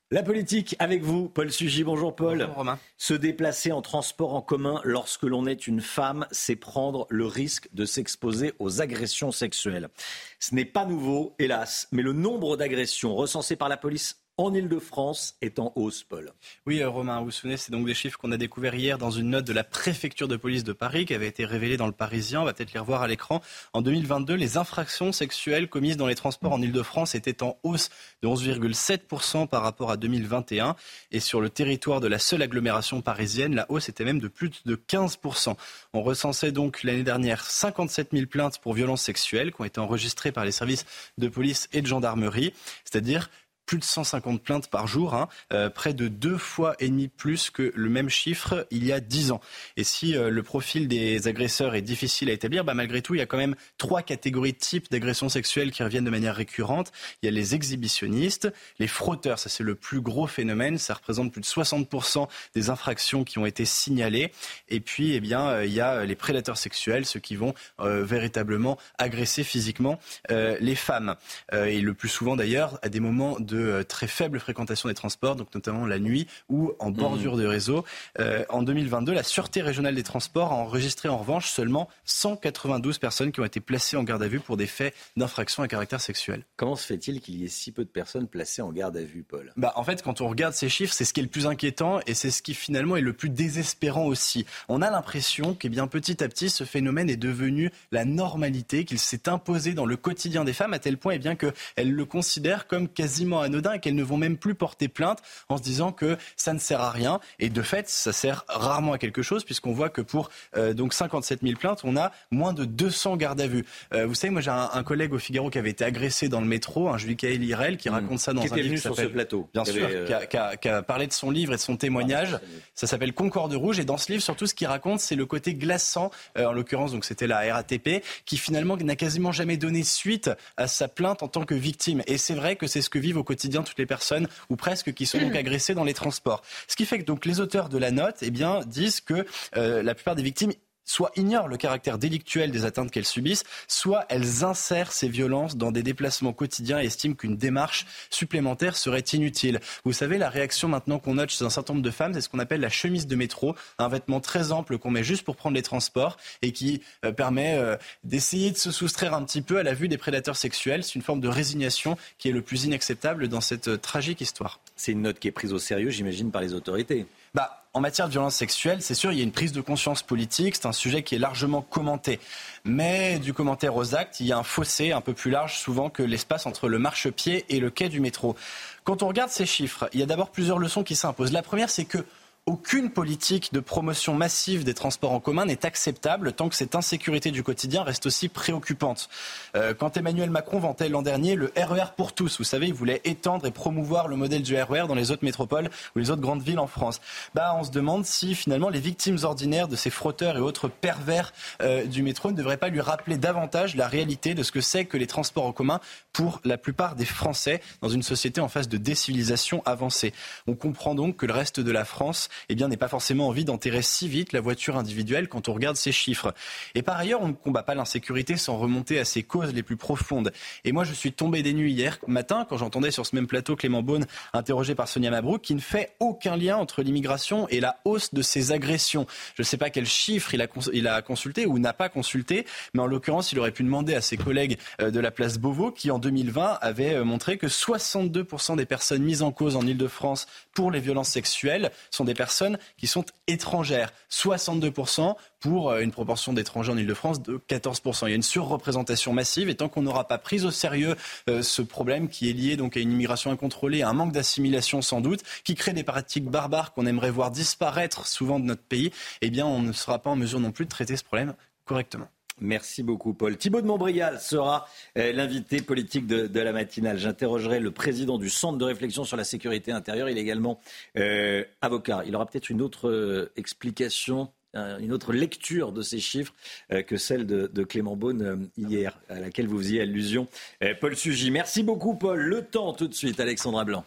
La politique avec vous, Paul Sugy. Bonjour Paul. Bonjour Romain. Se déplacer en transport en commun lorsque l'on est une femme, c'est prendre le risque de s'exposer aux agressions sexuelles. Ce n'est pas nouveau, hélas, mais le nombre d'agressions recensées par la police en Ile-de-France est en hausse, Paul. Oui, euh, Romain, vous vous souvenez, c'est donc des chiffres qu'on a découverts hier dans une note de la préfecture de police de Paris qui avait été révélée dans le Parisien. On va peut-être les revoir à l'écran. En deux mille vingt-deux, les infractions sexuelles commises dans les transports en Ile-de-France étaient en hausse de onze virgule sept pour cent par rapport à deux mille vingt et un. Et sur le territoire de la seule agglomération parisienne, la hausse était même de plus de quinze pour cent. On recensait donc l'année dernière cinquante-sept mille plaintes pour violences sexuelles qui ont été enregistrées par les services de police et de gendarmerie, c'est-à-dire plus de cent cinquante plaintes par jour, hein, euh, près de deux fois et demi plus que le même chiffre il y a dix ans. Et si euh, le profil des agresseurs est difficile à établir, bah, malgré tout, il y a quand même trois catégories de types d'agressions sexuelles qui reviennent de manière récurrente. Il y a les exhibitionnistes, les frotteurs, ça c'est le plus gros phénomène, ça représente plus de soixante pour cent des infractions qui ont été signalées. Et puis, eh bien, euh, il y a les prédateurs sexuels, ceux qui vont euh, véritablement agresser physiquement euh, les femmes. Euh, et le plus souvent d'ailleurs, à des moments de de très faible fréquentation des transports, donc notamment la nuit ou en bordure mmh. de réseau. Euh, en deux mille vingt-deux, la Sûreté régionale des transports a enregistré en revanche seulement cent quatre-vingt-douze personnes qui ont été placées en garde à vue pour des faits d'infraction à caractère sexuel. Comment se fait-il qu'il y ait si peu de personnes placées en garde à vue, Paul ? Bah, en fait, quand on regarde ces chiffres, c'est ce qui est le plus inquiétant et c'est ce qui finalement est le plus désespérant aussi. On a l'impression que bien petit à petit, ce phénomène est devenu la normalité, qu'il s'est imposé dans le quotidien des femmes à tel point eh bien, qu'elles le considèrent comme quasiment anodin et qu'elles ne vont même plus porter plainte en se disant que ça ne sert à rien. Et de fait, ça sert rarement à quelque chose puisqu'on voit que pour euh, donc cinquante-sept mille plaintes, on a moins de deux cents gardes à vue. Euh, vous savez, moi j'ai un, un collègue au Figaro qui avait été agressé dans le métro, un Jules-Kaël Hirel, qui mmh. raconte ça dans qui un livre venu qui sur s'appelle... ce plateau. Bien qui sûr, avait, euh... qui, a, qui, a, qui a parlé de son livre et de son témoignage. Ça s'appelle Concorde rouge et dans ce livre, surtout ce qu'il raconte, c'est le côté glaçant, euh, en l'occurrence, donc c'était la R A T P, qui finalement n'a quasiment jamais donné suite à sa plainte en tant que victime. Et c'est vrai que c'est ce que vivent au quotidien toutes les personnes ou presque qui sont donc agressées dans les transports. Ce qui fait que donc les auteurs de la note eh bien, disent que euh, la plupart des victimes soit ignorent le caractère délictuel des atteintes qu'elles subissent, soit elles insèrent ces violences dans des déplacements quotidiens et estiment qu'une démarche supplémentaire serait inutile. Vous savez, la réaction maintenant qu'on note chez un certain nombre de femmes, c'est ce qu'on appelle la chemise de métro, un vêtement très ample qu'on met juste pour prendre les transports et qui euh, permet euh, d'essayer de se soustraire un petit peu à la vue des prédateurs sexuels. C'est une forme de résignation qui est le plus inacceptable dans cette euh, tragique histoire. C'est une note qui est prise au sérieux, j'imagine, par les autorités. Bah, en matière de violence sexuelle, c'est sûr, il y a une prise de conscience politique, c'est un sujet qui est largement commenté. Mais du commentaire aux actes, il y a un fossé un peu plus large souvent que l'espace entre le marchepied et le quai du métro. Quand on regarde ces chiffres, il y a d'abord plusieurs leçons qui s'imposent. La première, c'est que aucune politique de promotion massive des transports en commun n'est acceptable tant que cette insécurité du quotidien reste aussi préoccupante. Euh, quand Emmanuel Macron vantait l'an dernier le R E R pour tous, vous savez, il voulait étendre et promouvoir le modèle du R E R dans les autres métropoles ou les autres grandes villes en France. Bah, on se demande si finalement les victimes ordinaires de ces frotteurs et autres pervers euh, du métro ne devraient pas lui rappeler davantage la réalité de ce que c'est que les transports en commun pour la plupart des Français dans une société en phase de décivilisation avancée. On comprend donc que le reste de la France eh bien, n'est pas forcément envie d'enterrer si vite la voiture individuelle quand on regarde ces chiffres. Et par ailleurs, on ne combat pas l'insécurité sans remonter à ses causes les plus profondes. Et moi, je suis tombé des nues hier matin quand j'entendais sur ce même plateau Clément Beaune interrogé par Sonia Mabrouk qui ne fait aucun lien entre l'immigration et la hausse de ces agressions. Je ne sais pas quel chiffre il a, cons- il a consulté ou n'a pas consulté, mais en l'occurrence, il aurait pu demander à ses collègues de la place Beauvau qui, en deux mille vingt, avaient montré que soixante-deux pour cent des personnes mises en cause en Ile-de-France pour les violences sexuelles sont des personnes qui sont étrangères. soixante-deux pour cent pour une proportion d'étrangers en Ile-de-France de quatorze pour cent. Il y a une surreprésentation massive et tant qu'on n'aura pas pris au sérieux euh, ce problème qui est lié donc à une immigration incontrôlée, à un manque d'assimilation sans doute, qui crée des pratiques barbares qu'on aimerait voir disparaître souvent de notre pays, eh bien on ne sera pas en mesure non plus de traiter ce problème correctement. Merci beaucoup, Paul. Thibaut de Montbrial sera euh, l'invité politique de, de la matinale. J'interrogerai le président du Centre de réflexion sur la sécurité intérieure. Il est également euh, avocat. Il aura peut-être une autre euh, explication, euh, une autre lecture de ces chiffres euh, que celle de, de Clément Beaune euh, hier, à laquelle vous faisiez allusion. Euh, Paul Sugy. Merci beaucoup, Paul. Le temps tout de suite, Alexandra Blanc.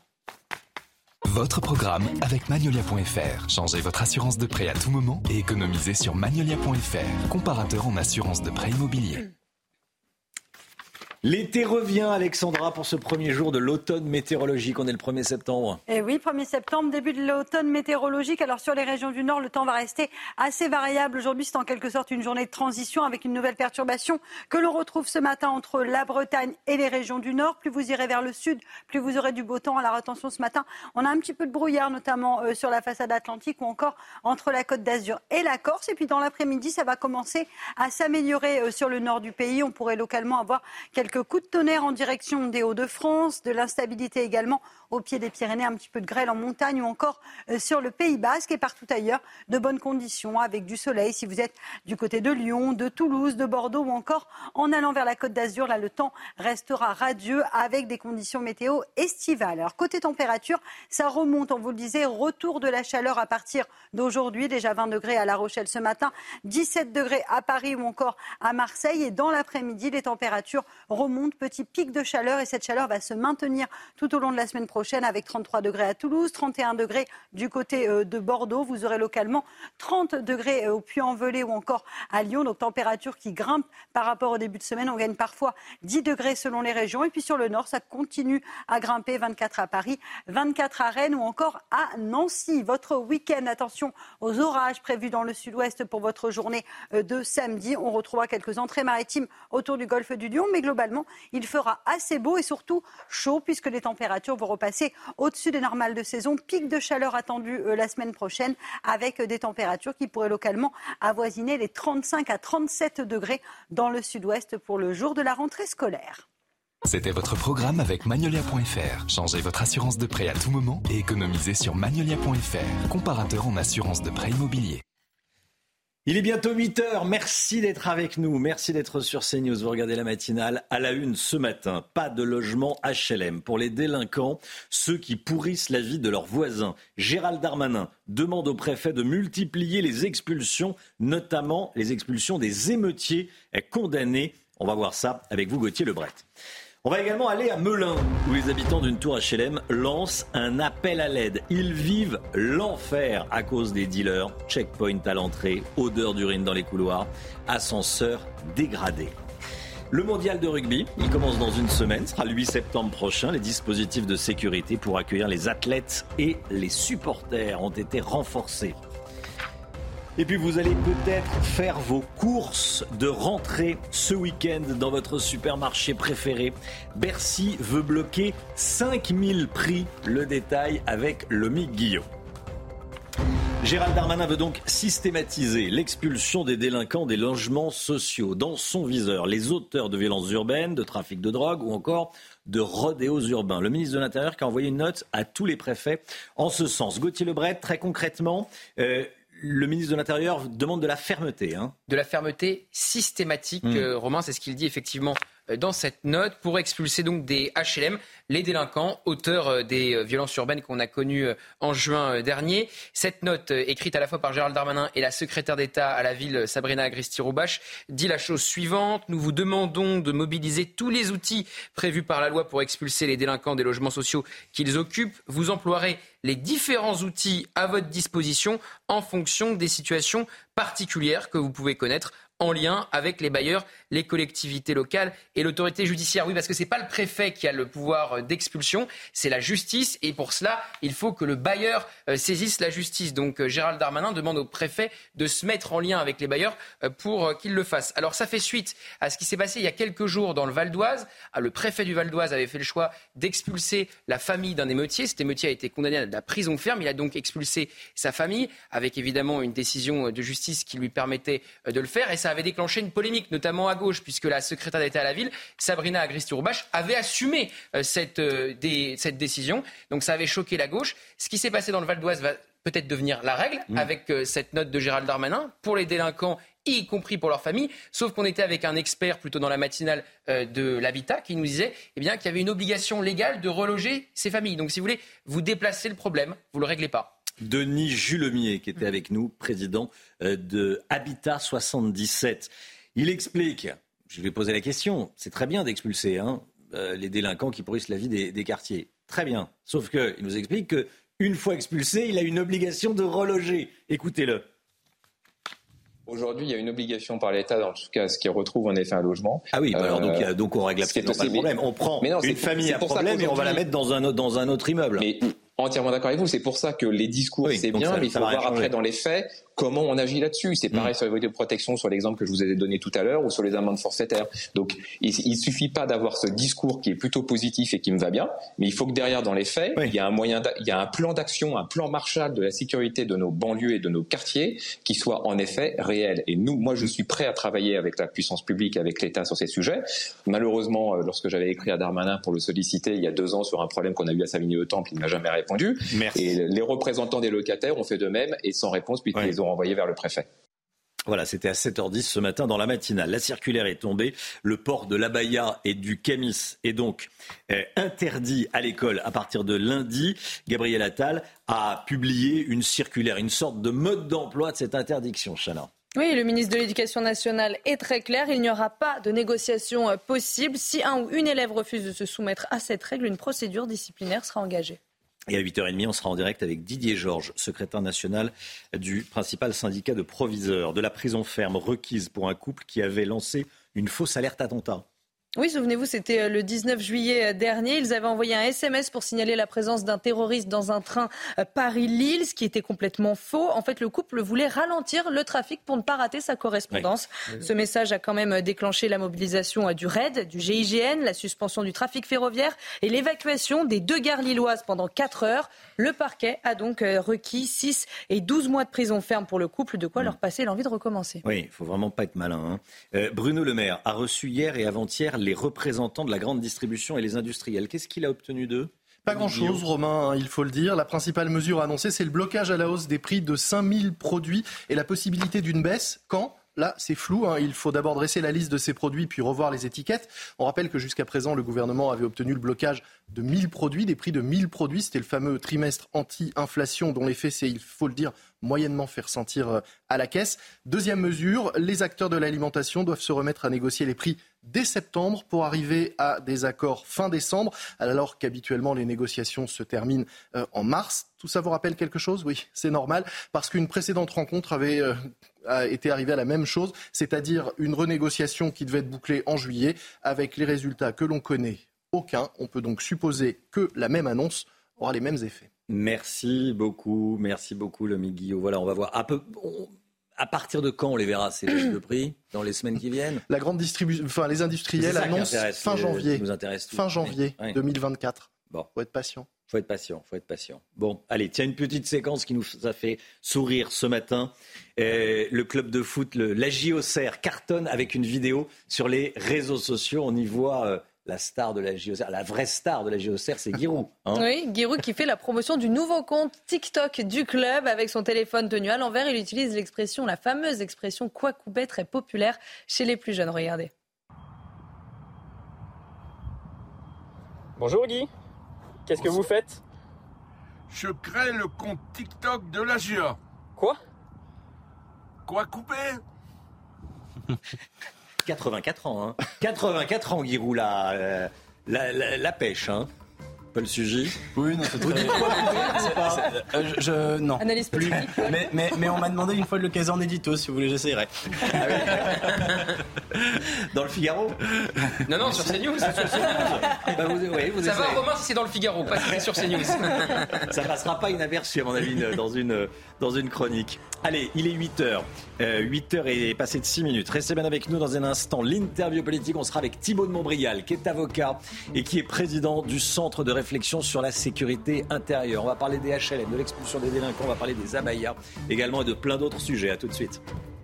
Votre programme avec Magnolia point F R. Changez votre assurance de prêt à tout moment et économisez sur Magnolia point F R, comparateur en assurance de prêt immobilier. L'été revient, Alexandra, pour ce premier jour de l'automne météorologique. On est le premier septembre. Et oui, premier septembre, début de l'automne météorologique. Alors sur les régions du Nord, le temps va rester assez variable. Aujourd'hui, c'est en quelque sorte une journée de transition avec une nouvelle perturbation que l'on retrouve ce matin entre la Bretagne et les régions du Nord. Plus vous irez vers le sud, plus vous aurez du beau temps. Alors attention, ce matin, on a un petit peu de brouillard, notamment euh, sur la façade atlantique ou encore entre la Côte d'Azur et la Corse. Et puis dans l'après-midi, ça va commencer à s'améliorer euh, sur le nord du pays. On pourrait localement avoir quelques Quelques coups de tonnerre en direction des Hauts-de-France, de l'instabilité également au pied des Pyrénées, un petit peu de grêle en montagne ou encore euh, sur le Pays Basque et partout ailleurs. De bonnes conditions avec du soleil si vous êtes du côté de Lyon, de Toulouse, de Bordeaux ou encore en allant vers la Côte d'Azur. Là, le temps restera radieux avec des conditions météo estivales. Alors côté température, ça remonte, on vous le disait, retour de la chaleur à partir d'aujourd'hui. Déjà vingt degrés à La Rochelle ce matin, dix-sept degrés à Paris ou encore à Marseille. Et dans l'après-midi, les températures remonte, petit pic de chaleur et cette chaleur va se maintenir tout au long de la semaine prochaine avec trente-trois degrés à Toulouse, trente et un degrés du côté de Bordeaux. Vous aurez localement trente degrés au Puy-en-Velay ou encore à Lyon. Donc température qui grimpe par rapport au début de semaine. On gagne parfois dix degrés selon les régions. Et puis sur le nord, ça continue à grimper. vingt-quatre à Paris, vingt-quatre à Rennes ou encore à Nancy. Votre week-end, attention aux orages prévus dans le sud-ouest pour votre journée de samedi. On retrouvera quelques entrées maritimes autour du golfe du Lion, mais globalement, il fera assez beau et surtout chaud puisque les températures vont repasser au-dessus des normales de saison. Pic de chaleur attendu la semaine prochaine avec des températures qui pourraient localement avoisiner les trente-cinq à trente-sept degrés dans le sud-ouest pour le jour de la rentrée scolaire. C'était votre programme avec Magnolia point F R. Changez votre assurance de prêt à tout moment et économisez sur Magnolia point F R, comparateur en assurance de prêt immobilier. Il est bientôt huit heures, merci d'être avec nous, merci d'être sur CNews. Vous regardez la matinale à la une ce matin. Pas de logement H L M pour les délinquants, ceux qui pourrissent la vie de leurs voisins. Gérald Darmanin demande au préfet de multiplier les expulsions, notamment les expulsions des émeutiers condamnés. On va voir ça avec vous, Gauthier Lebret. On va également aller à Melun, où les habitants d'une tour H L M lancent un appel à l'aide. Ils vivent l'enfer à cause des dealers. Checkpoint à l'entrée, odeur d'urine dans les couloirs, ascenseur dégradé. Le mondial de rugby, il commence dans une semaine, ce sera le huit septembre prochain. Les dispositifs de sécurité pour accueillir les athlètes et les supporters ont été renforcés. Et puis vous allez peut-être faire vos courses de rentrée ce week-end dans votre supermarché préféré. Bercy veut bloquer cinq mille prix. Le détail avec Lomique Guillot. Gérald Darmanin veut donc systématiser l'expulsion des délinquants des logements sociaux. Dans son viseur, les auteurs de violences urbaines, de trafic de drogue ou encore de rodéos urbains. Le ministre de l'Intérieur qui a envoyé une note à tous les préfets en ce sens. Gauthier Lebret, très concrètement... Euh, Le ministre de l'Intérieur demande de la fermeté. Hein. De la fermeté systématique, mmh. euh, Romain, c'est ce qu'il dit effectivement euh, dans cette note, pour expulser donc des H L M, les délinquants, auteurs euh, des euh, violences urbaines qu'on a connues euh, en juin euh, dernier. Cette note, euh, écrite à la fois par Gérald Darmanin et la secrétaire d'État à la ville, Sabrina Agresti-Roubache, dit la chose suivante. Nous vous demandons de mobiliser tous les outils prévus par la loi pour expulser les délinquants des logements sociaux qu'ils occupent. Vous emploierez les différents outils à votre disposition en fonction des situations particulières que vous pouvez connaître en lien avec les bailleurs, les collectivités locales et l'autorité judiciaire. Oui, parce que ce n'est pas le préfet qui a le pouvoir d'expulsion, c'est la justice. Et pour cela, il faut que le bailleur saisisse la justice. Donc Gérald Darmanin demande au préfet de se mettre en lien avec les bailleurs pour qu'il le fasse. Alors ça fait suite à ce qui s'est passé il y a quelques jours dans le Val d'Oise. Le préfet du Val d'Oise avait fait le choix d'expulser la famille d'un émeutier. Cet émeutier a été condamné à de la prison ferme. Il a donc expulsé sa famille avec évidemment une décision de justice qui lui permettait de le faire. Et ça avait déclenché une polémique, notamment à gauche, puisque la secrétaire d'État à la ville, Sabrina Agresti-Roubache, avait assumé euh, cette, euh, des, cette décision. Donc ça avait choqué la gauche. Ce qui s'est passé dans le Val d'Oise va peut-être devenir la règle, mmh. avec euh, cette note de Gérald Darmanin, pour les délinquants, y compris pour leur famille. Sauf qu'on était avec un expert, plutôt dans la matinale euh, de l'habitat, qui nous disait eh bien, qu'il y avait une obligation légale de reloger ces familles. Donc si vous voulez, vous déplacez le problème, vous ne le réglez pas. Denis Julemier, qui était avec nous, président de Habitat soixante-dix-sept. Il explique, je vais poser la question, c'est très bien d'expulser hein, euh, les délinquants qui pourrissent la vie des, des quartiers. Très bien. Sauf qu'il nous explique qu'une fois expulsé, il a une obligation de reloger. Écoutez-le. Aujourd'hui, il y a une obligation par l'État, en tout cas, ce qui retrouve en effet un logement. Ah oui, bah alors donc, euh, donc on règle absolument pas le problème. On prend mais non, une famille à problème et on va la mettre dans un autre, dans un autre immeuble. Mais entièrement d'accord avec vous. C'est pour ça que les discours, oui, c'est bien, ça, mais il faut voir après dans les faits comment on agit là-dessus. C'est pareil mmh. sur les voies de protection, sur l'exemple que je vous ai donné tout à l'heure, ou sur les amendes forfaitaires. Donc, il, il suffit pas d'avoir ce discours qui est plutôt positif et qui me va bien, mais il faut que derrière, dans les faits, oui. il y a un moyen, il y a un plan d'action, un plan Marshall de la sécurité de nos banlieues et de nos quartiers qui soit en effet réel. Et nous, moi, je suis prêt à travailler avec la puissance publique, avec l'État sur ces sujets. Malheureusement, lorsque j'avais écrit à Darmanin pour le solliciter il y a deux ans sur un problème qu'on a eu à Savigny-le-Temple, il ne m'a jamais répondu. Merci. Et les représentants des locataires ont fait de même et sans réponse puisqu'ils oui. les ont renvoyés vers le préfet. Voilà, c'était à sept heures dix ce matin dans la matinale. La circulaire est tombée. Le port de l'abaya et du camis est donc euh, interdit à l'école à partir de lundi. Gabriel Attal a publié une circulaire, une sorte de mode d'emploi de cette interdiction, Chana. Oui, le ministre de l'Éducation nationale est très clair. Il n'y aura pas de négociation possible. Si un ou une élève refuse de se soumettre à cette règle, une procédure disciplinaire sera engagée. Et à huit heures trente, on sera en direct avec Didier Georges, secrétaire national du principal syndicat de proviseurs, de la prison ferme requise pour un couple qui avait lancé une fausse alerte attentat. Oui, souvenez-vous, c'était le dix-neuf juillet dernier. Ils avaient envoyé un S M S pour signaler la présence d'un terroriste dans un train Paris-Lille, ce qui était complètement faux. En fait, le couple voulait ralentir le trafic pour ne pas rater sa correspondance. Oui. Ce message a quand même déclenché la mobilisation du R A I D, du G I G N, la suspension du trafic ferroviaire et l'évacuation des deux gares lilloises pendant quatre heures. Le parquet a donc requis six et douze mois de prison ferme pour le couple, de quoi mmh. leur passer l'envie de recommencer. Oui, il ne faut vraiment pas être malin. Hein. Euh, Bruno Le Maire a reçu hier et avant-hier les représentants de la grande distribution et les industriels. Qu'est-ce qu'il a obtenu d'eux ? Pas grand-chose, Romain, il faut le dire. La principale mesure annoncée, c'est le blocage à la hausse des prix de cinq mille produits et la possibilité d'une baisse. Quand ? Là, c'est flou. Hein. Il faut d'abord dresser la liste de ces produits, puis revoir les étiquettes. On rappelle que jusqu'à présent, le gouvernement avait obtenu le blocage de mille produits, des prix de mille produits. C'était le fameux trimestre anti-inflation dont l'effet, c'est, il faut le dire, moyennement fait ressentir à la caisse. Deuxième mesure, les acteurs de l'alimentation doivent se remettre à négocier les prix dès septembre pour arriver à des accords fin décembre, alors qu'habituellement les négociations se terminent euh, en mars. Tout ça vous rappelle quelque chose ? Oui, c'est normal, parce qu'une précédente rencontre avait euh, a été arrivée à la même chose, c'est-à-dire une renégociation qui devait être bouclée en juillet, avec les résultats que l'on connaît, aucun. On peut donc supposer que la même annonce aura les mêmes effets. Merci beaucoup, merci beaucoup, Lomi Guillot. Voilà, on va voir. À, peu, on, à partir de quand on les verra, ces baisses de prix ? Dans les semaines qui viennent ? La grande distribution, enfin les industriels annoncent fin les, janvier, nous intéresse fin janvier oui. deux mille vingt-quatre. Bon, faut être patient. Faut être patient, faut être patient. Bon, allez, tiens, une petite séquence qui nous a fait sourire ce matin. Euh, le club de foot, le, la J O C R, cartonne avec une vidéo sur les réseaux sociaux. On y voit euh, la star de la J O C R, la vraie star de la J O C R, c'est Giroud. Hein. Oui, Giroud qui fait la promotion du nouveau compte TikTok du club avec son téléphone tenu à l'envers. Il utilise l'expression, la fameuse expression Kwakubé, très populaire chez les plus jeunes. Regardez. Bonjour Guy. Qu'est-ce que vous faites ? Je crée le compte TikTok de la G A. Quoi ? Quoi couper ? quatre-vingt-quatre ans, hein. quatre-vingt-quatre ans, Giroud, la, euh, la, la, la pêche, hein. Paul Sugy. Oui, non, c'est très bien. euh, je, je, non. Analyse plus. mais, mais, mais on m'a demandé une fois de le caser en édito, si vous voulez, j'essayerai. Dans le Figaro ? Non, non, sur CNews. Sur CNews. Bah vous, oui, vous ça essayez. va, Romain, si c'est dans le Figaro, pas si c'est sur CNews. Ça passera pas inaperçu, à mon avis, dans une, dans une chronique. Allez, il est huit heures. Euh, huit heures et passé de six minutes. Restez bien avec nous dans un instant. L'interview politique, on sera avec Thibaut de Montbrial, qui est avocat et qui est président du Centre de réflexion sur la sécurité intérieure. On va parler des H L M, de l'expulsion des délinquants, on va parler des abayas également et de plein d'autres sujets. À tout de suite.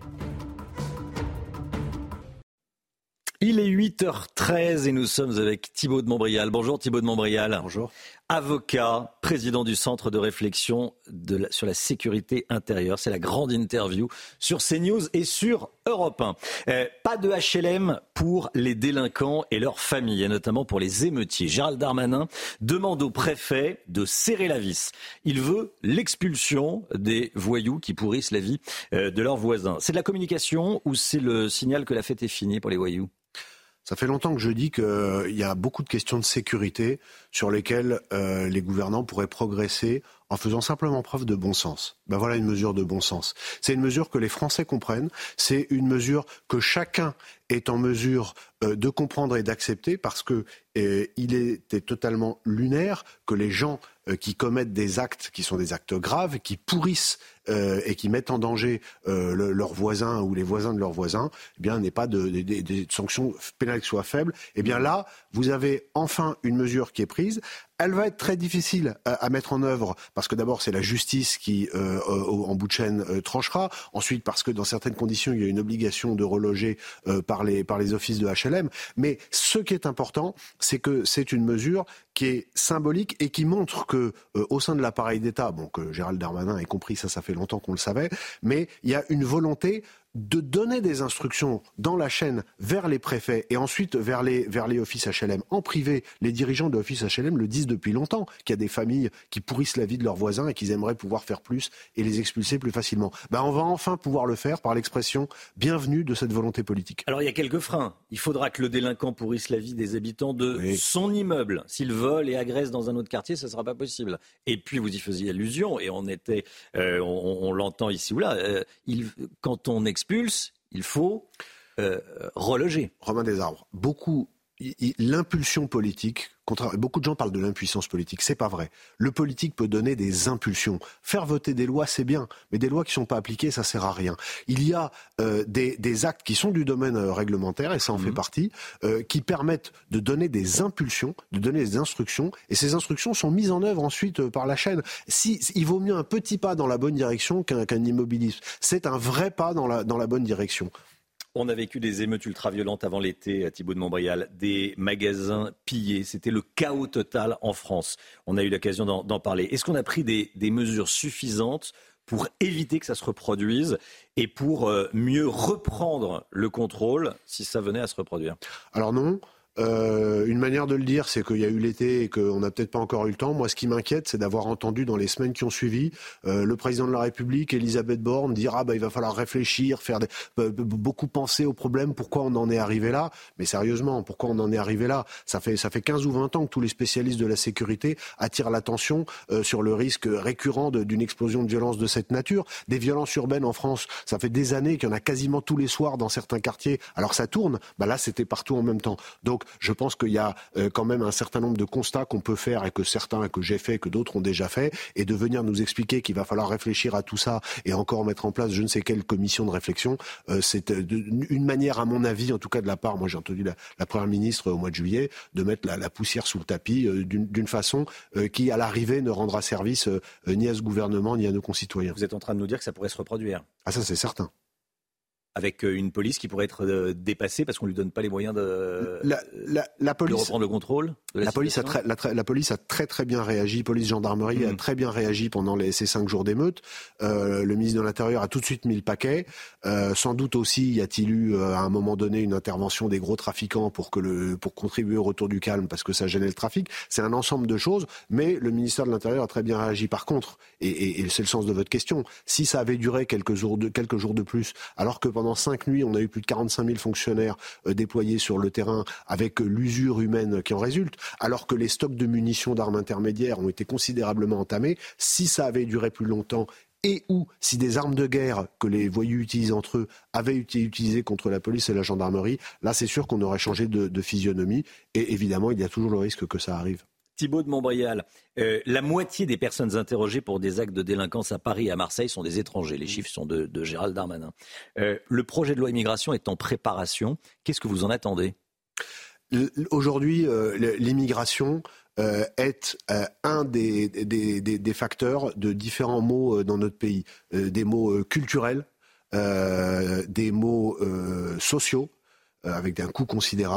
Il est huit heures treize et nous sommes avec Thibaut de Montbrial. Bonjour Thibaut de Montbrial. Bonjour. Avocat, président du Centre de réflexion de la, sur la sécurité intérieure. C'est la grande interview sur CNews et sur Europe un. Euh, pas de H L M pour les délinquants et leurs familles, et notamment pour les émeutiers. Gérald Darmanin demande au préfet de serrer la vis. Il veut l'expulsion des voyous qui pourrissent la vie euh, de leurs voisins. C'est de la communication ou c'est le signal que la fête est finie pour les voyous ? Ça fait longtemps que je dis qu'il euh, y a beaucoup de questions de sécurité sur lesquelles euh, les gouvernants pourraient progresser en faisant simplement preuve de bon sens. Ben voilà une mesure de bon sens. C'est une mesure que les Français comprennent, c'est une mesure que chacun est en mesure euh, de comprendre et d'accepter parce que euh, il était totalement lunaire que les gens euh, qui commettent des actes qui sont des actes graves, qui pourrissent euh, et qui mettent en danger euh, le, leurs voisins ou les voisins de leurs voisins, eh bien n'aient pas de, de, de, de sanctions pénales qui soient faibles. Eh bien là, vous avez enfin une mesure qui est prise. Elle va être très difficile à, à mettre en œuvre parce que d'abord c'est la justice qui, euh, euh, en bout de chaîne, euh, tranchera. Ensuite parce que dans certaines conditions il y a une obligation de reloger euh, par les par les offices de H L M. Mais ce qui est important, c'est que c'est une mesure qui est symbolique et qui montre que euh, au sein de l'appareil d'État, bon que Gérald Darmanin ait compris, ça, ça fait longtemps qu'on le savait, mais il y a une volonté de donner des instructions dans la chaîne vers les préfets et ensuite vers les, vers les offices H L M. En privé, les dirigeants de offices H L M le disent depuis longtemps, qu'il y a des familles qui pourrissent la vie de leurs voisins et qu'ils aimeraient pouvoir faire plus et les expulser plus facilement. Ben, on va enfin pouvoir le faire par l'expression bienvenue de cette volonté politique. Alors il y a quelques freins. Il faudra que le délinquant pourrisse la vie des habitants de oui. son immeuble. S'il vole et agresse dans un autre quartier, ça ne sera pas possible. Et puis vous y faisiez allusion et on, était, euh, on, on l'entend ici ou là. Euh, il, quand on expulse, Expulse, il faut euh, reloger. Romain Desarbres, beaucoup, y, y, l'impulsion politique, beaucoup de gens parlent de l'impuissance politique, c'est pas vrai. Le politique peut donner des impulsions. Faire voter des lois, c'est bien, mais des lois qui sont pas appliquées, ça sert à rien. Il y a euh, des, des actes qui sont du domaine euh, réglementaire, et ça en mmh. fait partie, euh, qui permettent de donner des impulsions, de donner des instructions, et ces instructions sont mises en œuvre ensuite euh, par la chaîne. Si, il vaut mieux un petit pas dans la bonne direction qu'un, qu'un immobilisme. C'est un vrai pas dans la, dans la bonne direction. On a vécu des émeutes ultra-violentes avant l'été à Thibaut de Montbrial, des magasins pillés. C'était le chaos total en France. On a eu l'occasion d'en, d'en parler. Est-ce qu'on a pris des, des mesures suffisantes pour éviter que ça se reproduise et pour euh, mieux reprendre le contrôle si ça venait à se reproduire ? Alors non. Euh, une manière de le dire, c'est qu'il y a eu l'été et qu'on n'a peut-être pas encore eu le temps. Moi, ce qui m'inquiète, c'est d'avoir entendu dans les semaines qui ont suivi euh, le président de la République, Elisabeth Borne, dire ah bah il va falloir réfléchir, faire des, euh, beaucoup penser au problème. Pourquoi on en est arrivé là ? Mais sérieusement, pourquoi on en est arrivé là ? Ça fait ça fait quinze ou vingt ans que tous les spécialistes de la sécurité attirent l'attention euh, sur le risque récurrent de, d'une explosion de violence de cette nature. Des violences urbaines en France, ça fait des années qu'il y en a quasiment tous les soirs dans certains quartiers. Alors ça tourne. Bah là, c'était partout en même temps. Donc je pense qu'il y a euh, quand même un certain nombre de constats qu'on peut faire et que certains, que j'ai fait, que d'autres ont déjà fait, et de venir nous expliquer qu'il va falloir réfléchir à tout ça et encore mettre en place je ne sais quelle commission de réflexion, euh, c'est de, une manière, à mon avis, en tout cas de la part, moi j'ai entendu la, la Première ministre au mois de juillet, de mettre la, la poussière sous le tapis euh, d'une, d'une façon euh, qui, à l'arrivée, ne rendra service euh, ni à ce gouvernement ni à nos concitoyens. Vous êtes en train de nous dire que ça pourrait se reproduire ? Ah ça c'est certain. Avec une police qui pourrait être dépassée parce qu'on ne lui donne pas les moyens de, la, la, la police, de reprendre le contrôle de la, la police a très, la, la police a très très bien réagi, police gendarmerie mmh. a très bien réagi pendant les, ces cinq jours d'émeute. Euh, le ministre de l'Intérieur a tout de suite mis le paquet. Euh, sans doute aussi y a-t-il eu euh, à un moment donné une intervention des gros trafiquants pour, que le, pour contribuer au retour du calme parce que ça gênait le trafic. C'est un ensemble de choses, mais le ministère de l'Intérieur a très bien réagi. Par contre, et, et, et c'est le sens de votre question, si ça avait duré quelques jours de, quelques jours de plus, alors que pendant cinq nuits, on a eu plus de quarante-cinq mille fonctionnaires euh, déployés sur le terrain avec euh, l'usure humaine qui en résulte, alors que les stocks de munitions d'armes intermédiaires ont été considérablement entamés, si ça avait duré plus longtemps et ou si des armes de guerre que les voyous utilisent entre eux avaient été utilisées contre la police et la gendarmerie, là c'est sûr qu'on aurait changé de, de physionomie et évidemment il y a toujours le risque que ça arrive. Thibaut de Montbrial, euh, la moitié des personnes interrogées pour des actes de délinquance à Paris et à Marseille sont des étrangers. Les chiffres sont de, de Gérald Darmanin. Euh, le projet de loi immigration est en préparation. Qu'est-ce que vous en attendez ? Aujourd'hui, euh, l'immigration euh, est euh, un des, des, des, des facteurs de différents maux euh, dans notre pays. Euh, des maux euh, culturels, euh, des maux euh, sociaux, avec un coût considérable,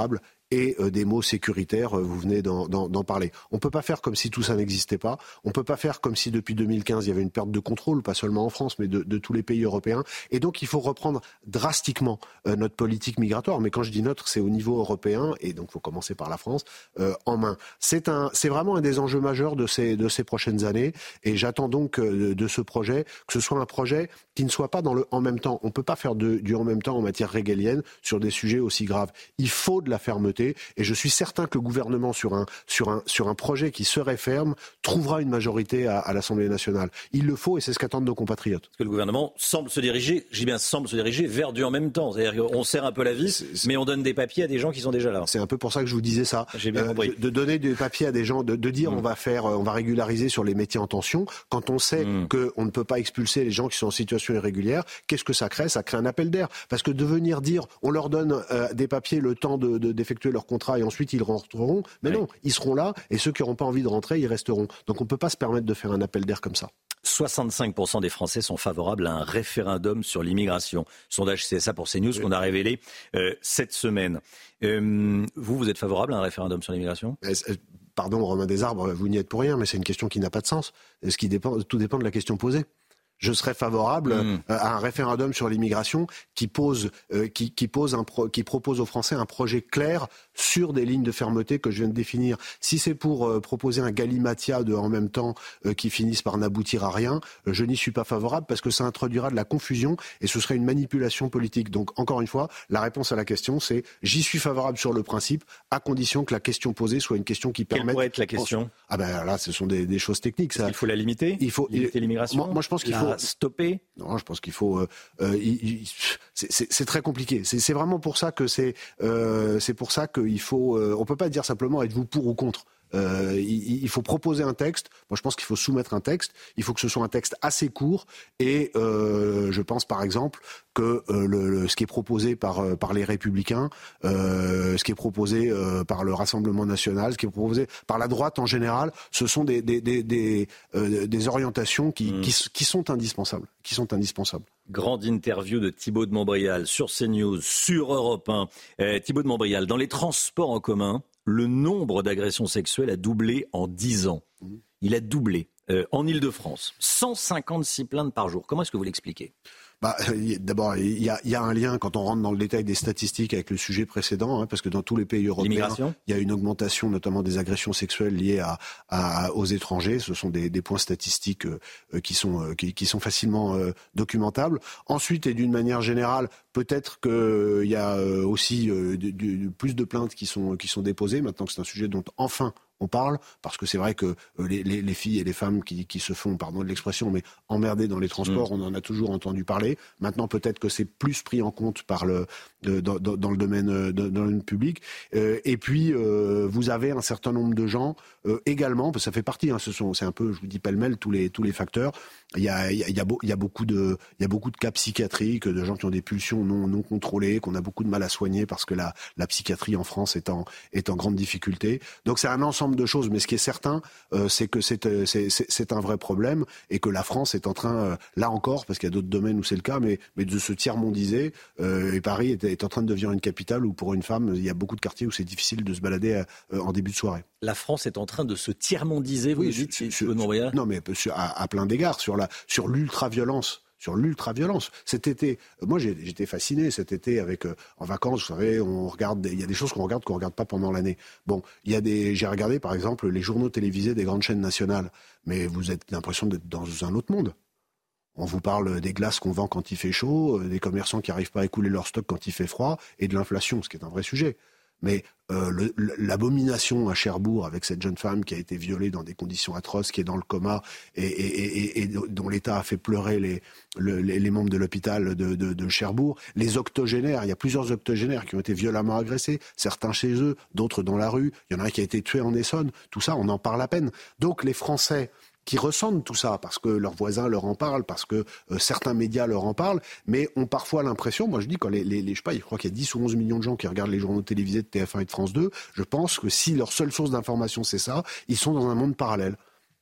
et euh, des mots sécuritaires, euh, vous venez d'en, d'en, d'en parler. On ne peut pas faire comme si tout ça n'existait pas. On ne peut pas faire comme si depuis deux mille quinze, il y avait une perte de contrôle, pas seulement en France, mais de, de tous les pays européens. Et donc, il faut reprendre drastiquement euh, notre politique migratoire. Mais quand je dis notre, c'est au niveau européen, et donc il faut commencer par la France, euh, en main. C'est, un, c'est vraiment un des enjeux majeurs de ces, de ces prochaines années. Et j'attends donc euh, de ce projet que ce soit un projet qui ne soit pas dans le en même temps. On ne peut pas faire de, du en même temps en matière régalienne sur des sujets aussi graves. Il faut de la fermeté. Et je suis certain que le gouvernement, sur un, sur un, sur un projet qui serait ferme, trouvera une majorité à, à l'Assemblée nationale. Il le faut et c'est ce qu'attendent nos compatriotes. Parce que le gouvernement semble se diriger, je dis bien semble se diriger vers du en même temps. C'est-à-dire qu'on serre un peu la vis, c'est, c'est... mais on donne des papiers à des gens qui sont déjà là. C'est un peu pour ça que je vous disais ça. J'ai bien euh, compris. De, de donner des papiers à des gens, de, de dire mmh. on va faire, on va régulariser sur les métiers en tension. Quand on sait mmh. qu'on ne peut pas expulser les gens qui sont en situation irrégulière, qu'est-ce que ça crée ? Ça crée un appel d'air. Parce que de venir dire on leur donne euh, des papiers le temps de, de, d'effectuer leur contrat et ensuite ils rentreront. Mais oui. non, ils seront là et ceux qui n'auront pas envie de rentrer, ils resteront. Donc on ne peut pas se permettre de faire un appel d'air comme ça. soixante-cinq pour cent des Français sont favorables à un référendum sur l'immigration. Sondage C S A pour CNews oui. qu'on a révélé euh, cette semaine. Euh, vous, vous êtes favorable à un référendum sur l'immigration ? Pardon, Romain Desarbres, vous n'y êtes pour rien, mais c'est une question qui n'a pas de sens. Ce qui dépend, tout dépend de la question posée. Je serais favorable mmh. à un référendum sur l'immigration qui pose, euh, qui, qui pose un pro, qui propose aux Français un projet clair sur des lignes de fermeté que je viens de définir. Si c'est pour euh, proposer un galimatia de en même temps euh, qui finissent par n'aboutir à rien, euh, je n'y suis pas favorable parce que ça introduira de la confusion et ce serait une manipulation politique. Donc encore une fois, la réponse à la question c'est j'y suis favorable sur le principe à condition que la question posée soit une question qui permette. Quelle pourrait être la question ? Ah ben là, ce sont des, des choses techniques. Ça. Il faut la limiter. Il faut limiter l'immigration. Moi, moi je pense qu'il faut stopper. Non, je pense qu'il faut. Euh, euh, il, il, c'est, c'est, c'est très compliqué. C'est, c'est vraiment pour ça que c'est. Euh, c'est pour ça qu'il faut. Euh, on peut pas dire simplement êtes-vous pour ou contre. Euh, il, il faut proposer un texte. Moi, je pense qu'il faut soumettre un texte. Il faut que ce soit un texte assez court. Et euh, je pense, par exemple, que euh, le, le, ce qui est proposé par, euh, par les Républicains, euh, ce qui est proposé euh, par le Rassemblement national, ce qui est proposé par la droite en général, ce sont des, des, des, des, euh, des orientations qui, mmh. qui, qui sont indispensables. Qui sont indispensables. Grande interview de Thibaut de Montbrial sur CNews, sur Europe un. Euh, Thibaut de Montbrial, dans les transports en commun, le nombre d'agressions sexuelles a doublé en dix ans. Il a doublé. Euh, en Ile-de-France, cent cinquante-six plaintes par jour. Comment est-ce que vous l'expliquez ? Bah, d'abord, il y a, y a un lien quand on rentre dans le détail des statistiques avec le sujet précédent, hein, parce que dans tous les pays européens, il y a une augmentation, notamment des agressions sexuelles liées à, à, aux étrangers. Ce sont des, des points statistiques euh, qui sont euh, qui, qui sont facilement euh, documentables. Ensuite, et d'une manière générale, peut-être qu'il euh, y a euh, aussi euh, du, du, plus de plaintes qui sont qui sont déposées maintenant que c'est un sujet dont enfin on parle, parce que c'est vrai que les, les, les filles et les femmes qui, qui se font, pardon de l'expression, mais emmerdées dans les transports, mmh. on en a toujours entendu parler. Maintenant, peut-être que c'est plus pris en compte par le, de, dans, dans le domaine, dans le domaine public. Euh, et puis, euh, vous avez un certain nombre de gens euh, également, parce que ça fait partie, hein, ce sont, c'est un peu, je vous dis pêle-mêle, tous les, tous les facteurs. Il y a, il y a, il y a, beau, il y a beaucoup de, il y a beaucoup de cas psychiatriques, de gens qui ont des pulsions non, non contrôlées, qu'on a beaucoup de mal à soigner parce que la, la psychiatrie en France est en, est en grande difficulté. Donc, c'est un ensemble de choses, mais ce qui est certain, euh, c'est que c'est, c'est, c'est, c'est un vrai problème et que la France est en train, euh, là encore, parce qu'il y a d'autres domaines où c'est le cas, mais, mais de se tiers-mondiser. Euh, et Paris est, est en train de devenir une capitale où, pour une femme, il y a beaucoup de quartiers où c'est difficile de se balader euh, en début de soirée. La France est en train de se tiers-mondiser, vous oui, dites, sur, sur, non, mais sur, à, à plein d'égards, sur, la, sur l'ultra-violence. Sur l'ultra-violence. Cet été, moi j'ai, j'étais fasciné cet été avec euh, en vacances, vous savez, on regarde, il y a des choses qu'on regarde qu'on regarde pas pendant l'année. Bon, il y a des, j'ai regardé par exemple les journaux télévisés des grandes chaînes nationales, mais vous avez l'impression d'être dans un autre monde. On vous parle des glaces qu'on vend quand il fait chaud, des commerçants qui n'arrivent pas à écouler leur stock quand il fait froid, et de l'inflation, ce qui est un vrai sujet. Mais euh, le, l'abomination à Cherbourg avec cette jeune femme qui a été violée dans des conditions atroces, qui est dans le coma et, et, et, et dont l'État a fait pleurer les, le, les, les membres de l'hôpital de, de, de Cherbourg. Les octogénaires, il y a plusieurs octogénaires qui ont été violemment agressés, certains chez eux, d'autres dans la rue. Il y en a un qui a été tué en Essonne. Tout ça, on en parle à peine. Donc les Français qui ressentent tout ça, parce que leurs voisins leur en parlent, parce que euh, certains médias leur en parlent, mais ont parfois l'impression, moi je dis, quand les, les, les je sais pas, je crois qu'il y a dix ou onze millions de gens qui regardent les journaux télévisés de T F un et de France deux, je pense que si leur seule source d'information c'est ça, ils sont dans un monde parallèle.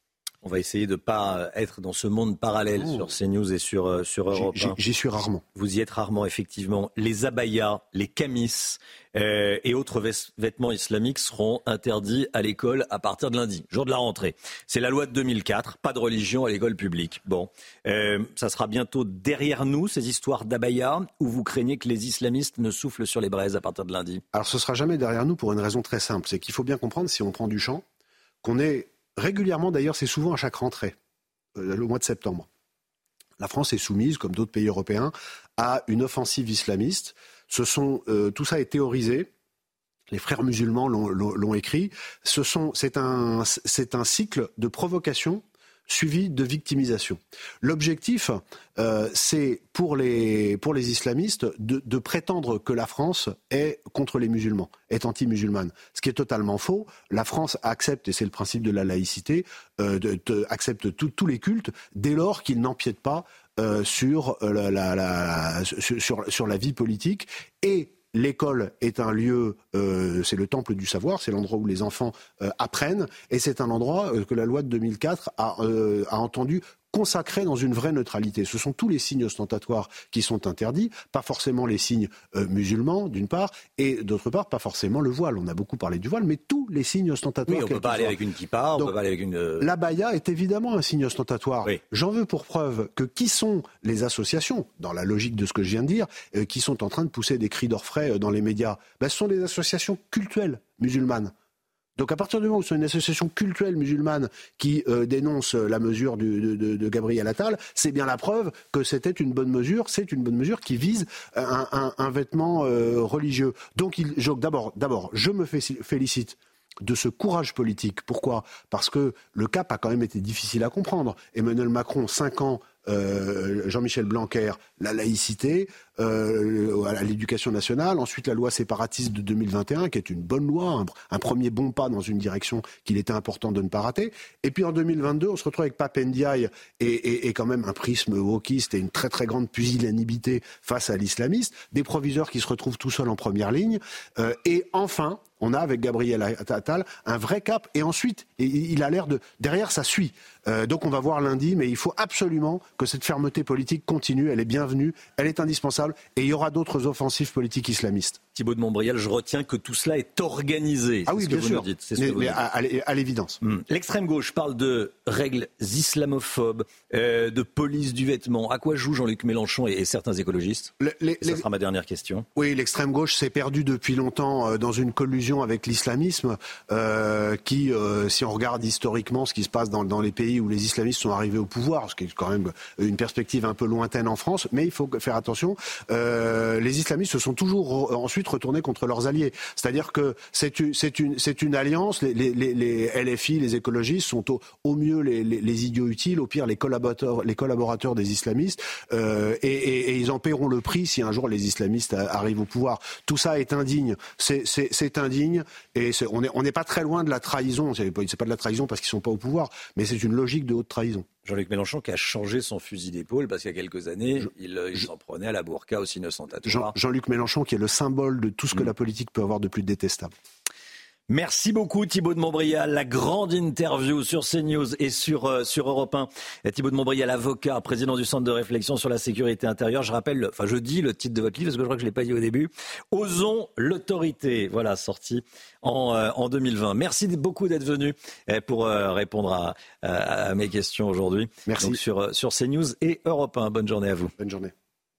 On va essayer de ne pas être dans ce monde parallèle oh. sur CNews et sur, sur Europe un. J'y suis rarement. Vous y êtes rarement, effectivement. Les abayas, les camis euh, et autres vêtements islamiques seront interdits à l'école à partir de lundi, jour de la rentrée. C'est la loi de deux mille quatre, pas de religion à l'école publique. Bon, euh, ça sera bientôt derrière nous, ces histoires d'abaya, ou vous craignez que les islamistes ne soufflent sur les braises à partir de lundi? Alors ce sera jamais derrière nous pour une raison très simple, c'est qu'il faut bien comprendre, si on prend du champ, qu'on est régulièrement, d'ailleurs c'est souvent à chaque rentrée, euh, le mois de septembre. La France est soumise, comme d'autres pays européens, à une offensive islamiste. Ce sont, euh, tout ça est théorisé. Les frères musulmans l'ont, l'ont, l'ont écrit. Ce sont, c'est un, c'est un cycle de provocation suivi de victimisation. L'objectif, euh, c'est pour les, pour les islamistes de, de prétendre que la France est contre les musulmans, est anti-musulmane. Ce qui est totalement faux. La France accepte, et c'est le principe de la laïcité, euh, de, de, accepte tout, tous les cultes dès lors qu'ils n'empiètent pas euh, sur, la, la, la, sur, sur la vie politique. Et l'école est un lieu, euh, c'est le temple du savoir, c'est l'endroit où les enfants euh, apprennent, et c'est un endroit euh, que la loi de deux mille quatre a, euh, a entendu consacré dans une vraie neutralité. Ce sont tous les signes ostentatoires qui sont interdits, pas forcément les signes euh, musulmans, d'une part, et d'autre part, pas forcément le voile. On a beaucoup parlé du voile, mais tous les signes ostentatoires. Oui, on ne peut pas aller avec une kippa, on Donc, peut pas aller avec une... L'abaya est évidemment un signe ostentatoire. Oui. J'en veux pour preuve que qui sont les associations, dans la logique de ce que je viens de dire, euh, qui sont en train de pousser des cris d'orfraie euh, dans les médias, ben, ce sont des associations cultuelles musulmanes. Donc à partir du moment où c'est une association cultuelle musulmane qui euh, dénonce la mesure du, de, de, de Gabriel Attal, c'est bien la preuve que c'était une bonne mesure, c'est une bonne mesure qui vise un, un, un vêtement euh, religieux. Donc il, je, d'abord, d'abord, je me félicite de ce courage politique. Pourquoi ? Parce que le cap a quand même été difficile à comprendre. Emmanuel Macron, cinq ans, euh, Jean-Michel Blanquer, la laïcité, euh, à l'éducation nationale, ensuite la loi séparatiste de deux mille vingt et un, qui est une bonne loi, un, un premier bon pas dans une direction qu'il était important de ne pas rater. Et puis en deux mille vingt-deux, on se retrouve avec Pape Ndiaye et, et, et quand même un prisme wokiste et une très très grande pusillanimité face à l'islamiste, des proviseurs qui se retrouvent tout seuls en première ligne, euh, et enfin, on a avec Gabriel Attal un vrai cap, et ensuite il a l'air de derrière ça suit. Euh, donc on va voir lundi, mais il faut absolument que cette fermeté politique continue. Elle est bienvenue, elle est indispensable, et il y aura d'autres offensives politiques islamistes. Thibault de Montbrial, je retiens que tout cela est organisé. Ah oui, c'est bien ce que sûr. vous nous dites. C'est ce mais que vous mais dites. À, à l'évidence. Mmh. L'extrême gauche parle de règles islamophobes, euh, de police du vêtement. À quoi joue Jean-Luc Mélenchon et, et certains écologistes ? le, les, Ça les... sera ma dernière question. Oui, l'extrême gauche s'est perdue depuis longtemps euh, dans une collusion avec l'islamisme euh, qui, euh, si on regarde historiquement ce qui se passe dans, dans les pays où les islamistes sont arrivés au pouvoir, ce qui est quand même une perspective un peu lointaine en France, mais il faut faire attention, euh, les islamistes se sont toujours re- ensuite retournés contre leurs alliés. C'est-à-dire que c'est une, c'est une, c'est une alliance, les, les, les L F I, les écologistes sont au, au mieux les, les, les idiots utiles, au pire les collaborateurs, les collaborateurs des islamistes, euh, et, et, et ils en paieront le prix si un jour les islamistes arrivent au pouvoir. Tout ça est indigne, c'est, c'est, c'est indigne, et c'est, on n'est on n'est pas très loin de la trahison. C'est, c'est pas de la trahison parce qu'ils sont pas au pouvoir, mais c'est une logique de haute trahison. Jean-Luc Mélenchon qui a changé son fusil d'épaule parce qu'il y a quelques années, je, il, il je, s'en prenait à la burqa aux signes ostentatoires. Jean, Jean-Luc Mélenchon qui est le symbole de tout ce que mmh. la politique peut avoir de plus détestable. Merci beaucoup Thibault de Montbrial. La grande interview sur CNews et sur, euh, sur Europe un. Thibault de Montbrial, avocat, président du Centre de réflexion sur la sécurité intérieure. Je rappelle, enfin je dis le titre de votre livre parce que je crois que je ne l'ai pas dit au début. Osons l'autorité. Voilà, sorti en, euh, en deux mille vingt. Merci beaucoup d'être venu pour euh, répondre à, à, à mes questions aujourd'hui. Merci. Donc sur, sur CNews et Europe un. Bonne journée à vous. Bonne journée.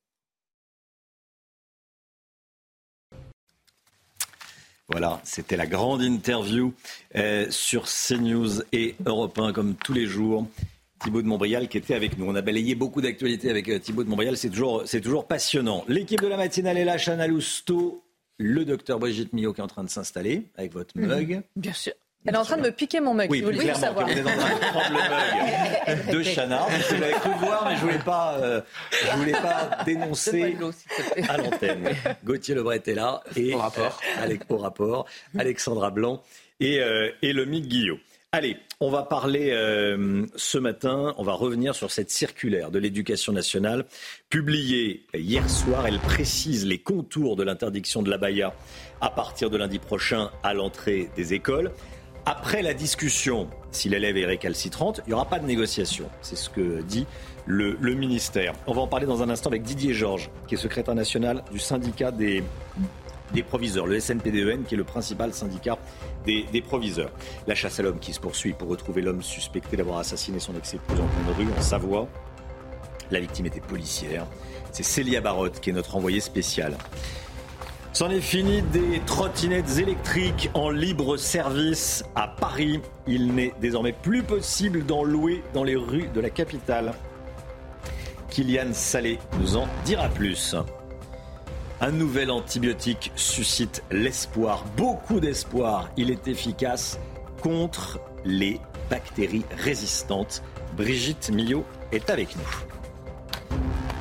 Voilà, c'était la grande interview euh, sur CNews et Europe un, comme tous les jours. Thibault de Montbrial qui était avec nous. On a balayé beaucoup d'actualités avec euh, Thibault de Montbrial, c'est toujours, c'est toujours passionnant. L'équipe de la matinale est là, Chana Lousteau, le docteur Brigitte Millot qui est en train de s'installer avec votre mug. Mmh, bien sûr. Elle est en train de me piquer mon mug, oui, si vous voulez savoir. Oui, clairement, vous êtes en train de prendre le mug de Chana. Vous l'avez cru voir, mais je ne voulais pas, euh, je voulais pas dénoncer à l'antenne. Gauthier Lebret est là. Et, au rapport. Euh, avec, au rapport. Alexandra Blanc et, euh, et Lomique Guillot. Allez, on va parler euh, ce matin, on va revenir sur cette circulaire de l'Éducation nationale publiée hier soir. Elle précise les contours de l'interdiction de l'abaya à partir de lundi prochain à l'entrée des écoles. après la discussion, si l'élève est récalcitrante, il n'y aura pas de négociation. C'est ce que dit le, le ministère. On va en parler dans un instant avec Didier Georges, qui est secrétaire national du syndicat des, des proviseurs, le S N P D E N, qui est le principal syndicat des, des proviseurs. La chasse à l'homme qui se poursuit pour retrouver l'homme suspecté d'avoir assassiné son ex-épouse en pleine rue, en Savoie. La victime était policière. C'est Célia Barotte qui est notre envoyée spéciale. C'en est fini des trottinettes électriques en libre service à Paris. Il n'est désormais plus possible d'en louer dans les rues de la capitale. Kylian Salé nous en dira plus. Un nouvel antibiotique suscite l'espoir, beaucoup d'espoir. Il est efficace contre les bactéries résistantes. Brigitte Millot est avec nous.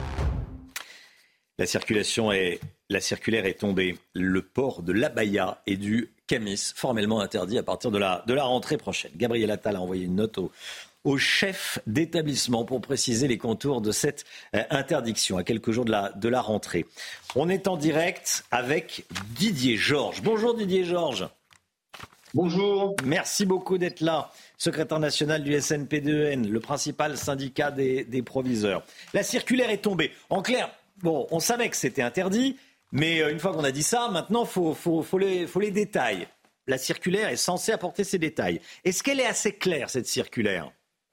La circulation est, la circulaire est tombée. Le port de l'abaya et du camis, formellement interdit à partir de la, de la rentrée prochaine. Gabriel Attal a envoyé une note au, au chef d'établissement pour préciser les contours de cette euh, interdiction à quelques jours de la, de la rentrée. On est en direct avec Didier Georges. Bonjour Didier Georges. Bonjour. Merci beaucoup d'être là. Secrétaire national du S N P D E N, le principal syndicat des, des proviseurs. La circulaire est tombée. En clair, bon, on savait que c'était interdit, mais une fois qu'on a dit ça, maintenant, il faut, faut, faut, les, faut les détails. La circulaire est censée apporter ces détails. Est-ce qu'elle est assez claire, cette circulaire ?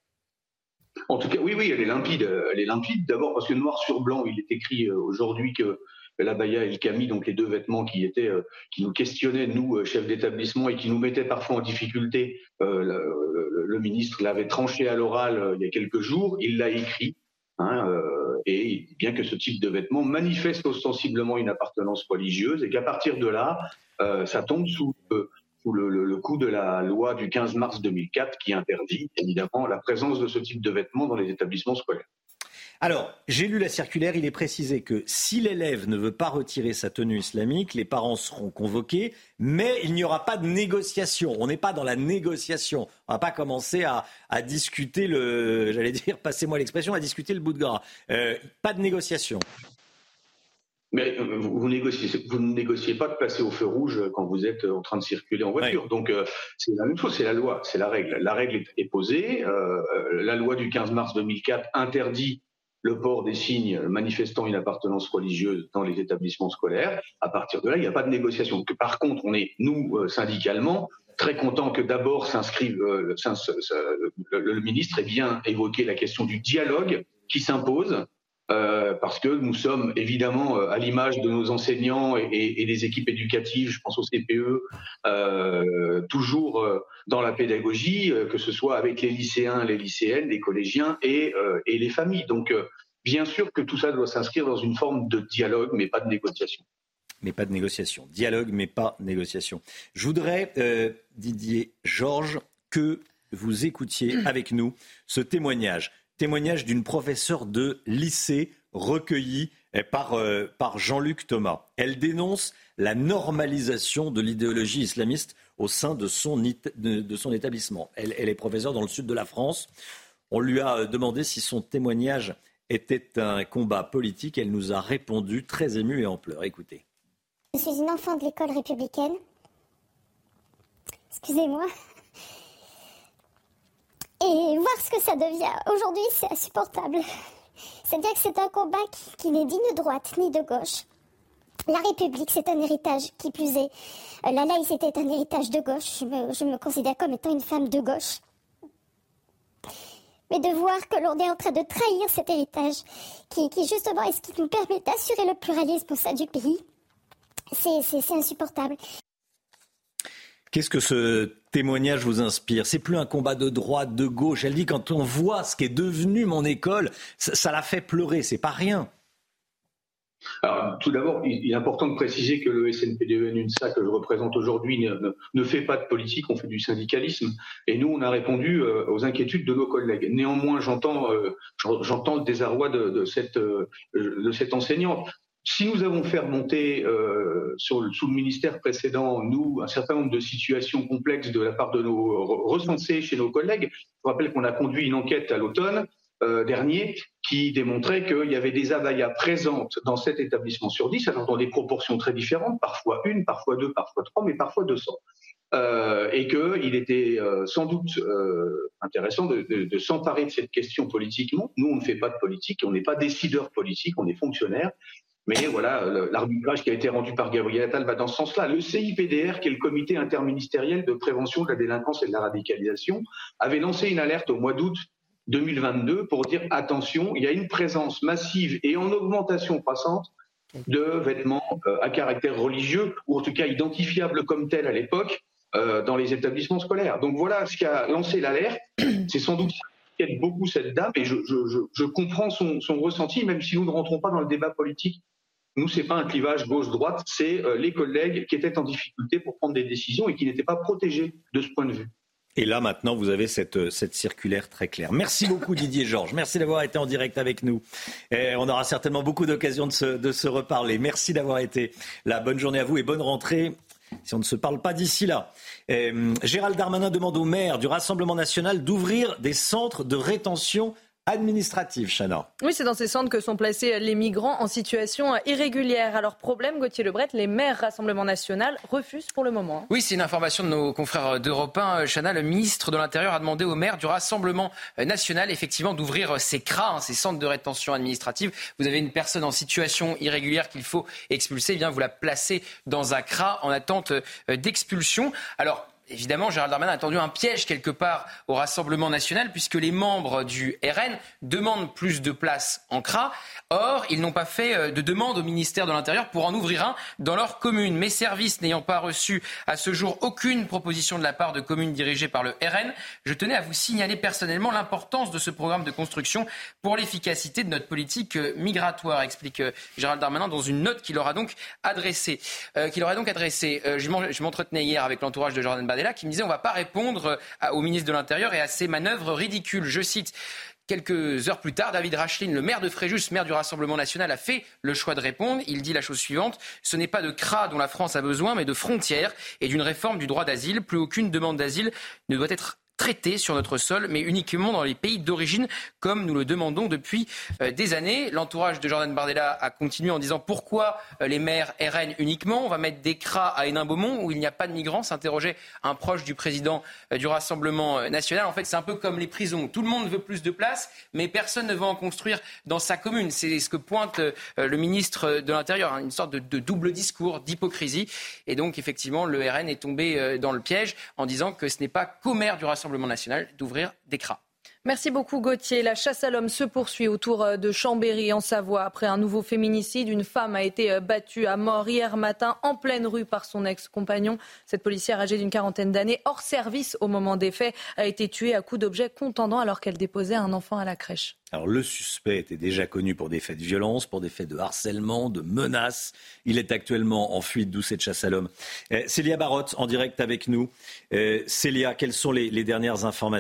En tout cas, oui, oui, elle est limpide. Elle est limpide d'abord parce que noir sur blanc, il est écrit aujourd'hui que l'abaya et le camis, donc les deux vêtements qui étaient, qui nous questionnaient, nous, chefs d'établissement, et qui nous mettaient parfois en difficulté. Euh, le, le, le ministre l'avait tranché à l'oral euh, il y a quelques jours, il l'a écrit. Hein, euh, et bien que ce type de vêtements manifeste ostensiblement une appartenance religieuse et qu'à partir de là, euh, ça tombe sous, euh, sous le, le, le coup de la loi du quinze mars deux mille quatre qui interdit évidemment la présence de ce type de vêtements dans les établissements scolaires. Alors, j'ai lu la circulaire, il est précisé que si l'élève ne veut pas retirer sa tenue islamique, les parents seront convoqués, mais il n'y aura pas de négociation. On n'est pas dans la négociation. On ne va pas commencer à, à discuter le, j'allais dire, passez-moi l'expression, à discuter le bout de gras. Euh, pas de négociation. Mais vous, vous, négociez, vous ne négociez pas de passer au feu rouge quand vous êtes en train de circuler en voiture. Ouais. Donc euh, c'est la même chose, c'est la loi, c'est la règle. La règle est, est posée. Euh, la loi du quinze mars deux mille quatre interdit le port des signes manifestant une appartenance religieuse dans les établissements scolaires. À partir de là, il n'y a pas de négociation. Que, par contre, on est, nous, euh, syndicalement, très contents que d'abord s'inscrive, euh, le, le ministre ait bien évoqué la question du dialogue qui s'impose, euh, parce que nous sommes évidemment euh, à l'image de nos enseignants et, et, et des équipes éducatives, je pense au C P E, euh, toujours euh, dans la pédagogie, euh, que ce soit avec les lycéens, les lycéennes, les collégiens et, euh, et les familles. Donc, euh, bien sûr que tout ça doit s'inscrire dans une forme de dialogue, mais pas de négociation. Mais pas de négociation. Dialogue, mais pas négociation. Je voudrais, euh, Didier Georges, que vous écoutiez avec nous ce témoignage. Témoignage d'une professeure de lycée recueillie par, euh, par Jean-Luc Thomas. Elle dénonce la normalisation de l'idéologie islamiste au sein de son, de, de son établissement. Elle, elle est professeure dans le sud de la France. On lui a demandé si son témoignage était un combat politique. Elle nous a répondu très émue et en pleurs. Écoutez. Je suis une enfant de l'école républicaine. Excusez-moi. Et voir ce que ça devient aujourd'hui, c'est insupportable. C'est-à-dire que c'est un combat qui, qui n'est ni de droite ni de gauche. La République, c'est un héritage, qui plus est. La laïcité est un héritage de gauche. Je me, je me considère comme étant une femme de gauche. Mais de voir que l'on est en train de trahir cet héritage, qui, qui justement est ce qui nous permet d'assurer le pluralisme au sein du pays, c'est, c'est, c'est insupportable. Qu'est-ce que ce témoignage vous inspire ? C'est plus un combat de droite, de gauche. Elle dit quand on voit ce qu'est devenu mon école, ça, ça la fait pleurer. C'est pas rien. Alors, tout d'abord, il est important de préciser que le S N P D E N UNSA que je représente aujourd'hui ne, ne, ne fait pas de politique, on fait du syndicalisme. Et nous, on a répondu euh, aux inquiétudes de nos collègues. Néanmoins, j'entends, euh, j'entends le désarroi de, de, cette, euh, de cette enseignante. Si nous avons fait remonter euh, sur le, sous le ministère précédent, nous, un certain nombre de situations complexes de la part de nos recensés chez nos collègues, je vous rappelle qu'on a conduit une enquête à l'automne euh, dernier qui démontrait qu'il y avait des abayas présentes dans cet établissement sur dix, alors dans des proportions très différentes, parfois une, parfois deux, parfois trois, mais parfois deux cents. euh, et qu'il était euh, sans doute euh, intéressant de, de, de s'emparer de cette question politiquement. Nous, on ne fait pas de politique, on n'est pas décideurs politiques, on est fonctionnaires. Mais voilà, l'arbitrage qui a été rendu par Gabriel Attal va dans ce sens-là. Le C I P D R, qui est le comité interministériel de prévention de la délinquance et de la radicalisation, avait lancé une alerte au mois d'août deux mille vingt-deux pour dire attention, il y a une présence massive et en augmentation croissante de vêtements euh, à caractère religieux, ou en tout cas identifiables comme tels à l'époque, euh, dans les établissements scolaires. Donc voilà ce qui a lancé l'alerte. C'est sans doute qui aide beaucoup cette dame, et je, je, je, je comprends son, son ressenti, même si nous ne rentrons pas dans le débat politique. Nous, c'est pas un clivage gauche-droite, c'est euh, les collègues qui étaient en difficulté pour prendre des décisions et qui n'étaient pas protégés de ce point de vue. Et là, maintenant, vous avez cette, cette circulaire très claire. Merci beaucoup, Didier Georges. Merci d'avoir été en direct avec nous. Et on aura certainement beaucoup d'occasions de se, de se reparler. Merci d'avoir été là. Bonne journée à vous et bonne rentrée, si on ne se parle pas d'ici là. Et, Gérald Darmanin demande au maire du Rassemblement national d'ouvrir des centres de rétention administrative, Chana. Oui, c'est dans ces centres que sont placés les migrants en situation irrégulière. Alors, problème, Gauthier Lebret, les maires Rassemblement national refusent pour le moment. Oui, c'est une information de nos confrères d'Europe un. Chana, le ministre de l'Intérieur a demandé aux maires du Rassemblement national, effectivement, d'ouvrir ces C R A, hein, ces centres de rétention administrative. Vous avez une personne en situation irrégulière qu'il faut expulser, eh bien, vous la placez dans un C R A en attente d'expulsion. Alors, évidemment, Gérald Darmanin a tendu un piège quelque part au Rassemblement national, puisque les membres du R N demandent plus de places en C R A. Or, ils n'ont pas fait de demande au ministère de l'Intérieur pour en ouvrir un dans leur commune. Mes services n'ayant pas reçu à ce jour aucune proposition de la part de communes dirigées par le R N, je tenais à vous signaler personnellement l'importance de ce programme de construction pour l'efficacité de notre politique migratoire, explique Gérald Darmanin dans une note qu'il leur a donc adressée. Euh, qu'il leur a donc adressée. Euh, je m'entretenais hier avec l'entourage de Jordan Bardella qui me disait on ne va pas répondre à, au ministre de l'Intérieur et à ses manœuvres ridicules. Je cite. Quelques heures plus tard, David Racheline, le maire de Fréjus, maire du Rassemblement national, a fait le choix de répondre. Il dit la chose suivante. Ce n'est pas de C R A dont la France a besoin, mais de frontières et d'une réforme du droit d'asile. Plus aucune demande d'asile ne doit être traité sur notre sol, mais uniquement dans les pays d'origine, comme nous le demandons depuis euh, des années. L'entourage de Jordan Bardella a continué en disant pourquoi euh, les maires R N uniquement. On va mettre des C R A à Hénin-Beaumont où il n'y a pas de migrants, s'interrogeait un proche du président euh, du Rassemblement national. En fait, c'est un peu comme les prisons. Tout le monde veut plus de place, mais personne ne veut en construire dans sa commune. C'est ce que pointe euh, le ministre de l'Intérieur, hein, une sorte de, de double discours, d'hypocrisie. Et donc, effectivement, le R N est tombé euh, dans le piège en disant que ce n'est pas qu'au maire du Rassemblement national d'ouvrir des C R A. Merci beaucoup Gauthier. La chasse à l'homme se poursuit autour de Chambéry en Savoie. Après un nouveau féminicide, une femme a été battue à mort hier matin en pleine rue par son ex-compagnon. Cette policière âgée d'une quarantaine d'années, hors service au moment des faits, a été tuée à coups d'objets contondants alors qu'elle déposait un enfant à la crèche. Alors le suspect était déjà connu pour des faits de violence, pour des faits de harcèlement, de menaces. Il est actuellement en fuite, d'où cette chasse à l'homme. Euh, Célia Barotte en direct avec nous. Euh, Célia, quelles sont les, les dernières informations ?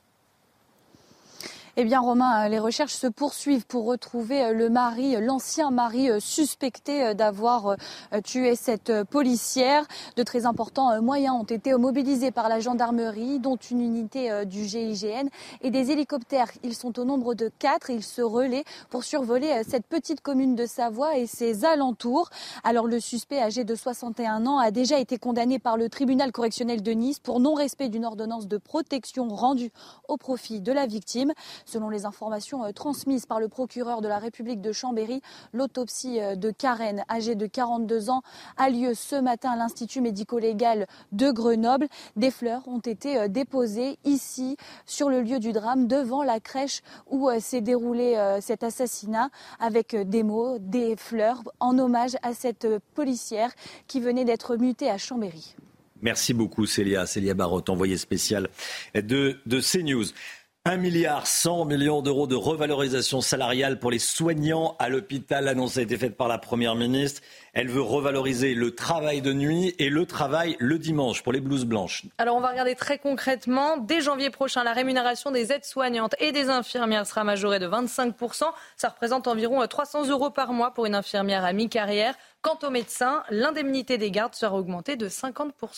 Eh bien, Romain, les recherches se poursuivent pour retrouver le mari, l'ancien mari suspecté d'avoir tué cette policière. De très importants moyens ont été mobilisés par la gendarmerie, dont une unité du G I G N et des hélicoptères. Ils sont au nombre de quatre. Ils se relaient pour survoler cette petite commune de Savoie et ses alentours. Alors, le suspect âgé de soixante et un ans a déjà été condamné par le tribunal correctionnel de Nice pour non-respect d'une ordonnance de protection rendue au profit de la victime. Selon les informations transmises par le procureur de la République de Chambéry, l'autopsie de Karen, âgée de quarante-deux ans, a lieu ce matin à l'Institut médico-légal de Grenoble. Des fleurs ont été déposées ici, sur le lieu du drame, devant la crèche où s'est déroulé cet assassinat, avec des mots, des fleurs, en hommage à cette policière qui venait d'être mutée à Chambéry. Merci beaucoup Célia, Célia Barotte, envoyée spéciale de, de CNews. un milliard cent millions d'euros de revalorisation salariale pour les soignants à l'hôpital. L'annonce a été faite par la Première ministre. Elle veut revaloriser le travail de nuit et le travail le dimanche pour les blouses blanches. Alors on va regarder très concrètement. Dès janvier prochain, la rémunération des aides-soignantes et des infirmières sera majorée de vingt-cinq pour cent. Ça représente environ trois cents euros par mois pour une infirmière à mi-carrière. Quant aux médecins, l'indemnité des gardes sera augmentée de cinquante pour cent.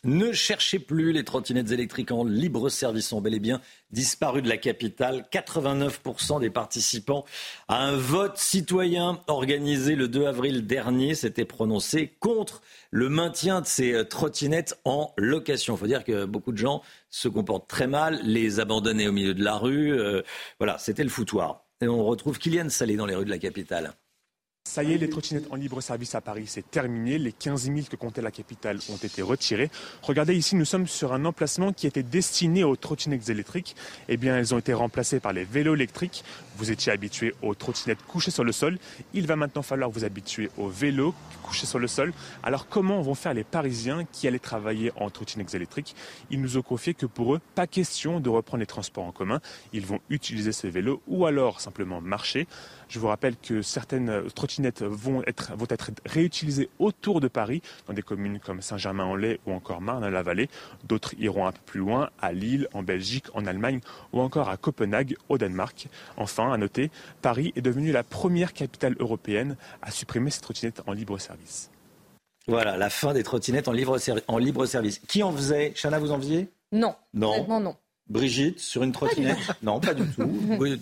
Ne cherchez plus, les trottinettes électriques en libre service ont bel et bien disparu de la capitale. quatre-vingt-neuf pour cent des participants à un vote citoyen organisé le deux avril dernier s'étaient prononcés contre le maintien de ces trottinettes en location. Il faut dire que beaucoup de gens se comportent très mal, les abandonner au milieu de la rue. Euh, voilà, c'était le foutoir. Et on retrouve Kylian Salé dans les rues de la capitale. Ça y est, les trottinettes en libre service à Paris, c'est terminé. Les quinze mille que comptait la capitale ont été retirées. Regardez ici, nous sommes sur un emplacement qui était destiné aux trottinettes électriques. Eh bien, elles ont été remplacées par les vélos électriques. Vous étiez habitué aux trottinettes couchées sur le sol. Il va maintenant falloir vous habituer aux vélos couchés sur le sol. Alors, comment vont faire les Parisiens qui allaient travailler en trottinettes électriques ? Ils nous ont confié que pour eux, pas question de reprendre les transports en commun. Ils vont utiliser ces vélos ou alors simplement marcher. Je vous rappelle que certaines trottinettes vont être, vont être réutilisées autour de Paris, dans des communes comme Saint-Germain-en-Laye ou encore Marne-la-Vallée. D'autres iront un peu plus loin, à Lille, en Belgique, en Allemagne ou encore à Copenhague, au Danemark. Enfin, à noter, Paris est devenue la première capitale européenne à supprimer ces trottinettes en libre service. Voilà, la fin des trottinettes en libre, servi- en libre service. Qui en faisait ? Chana, vous en faisiez ? Non, non. honnêtement non. Brigitte, sur une trottinette ? Non, pas du tout. Gauthier ?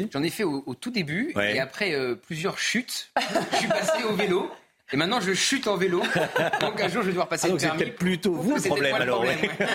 J'en ai fait au, au tout début, ouais. Et après euh, plusieurs chutes, je suis passé au vélo. Et maintenant, je chute en vélo. Donc, un jour, je vais devoir passer ah, le permis. Donc, c'est plutôt vous le problème, alors. Problème, ouais.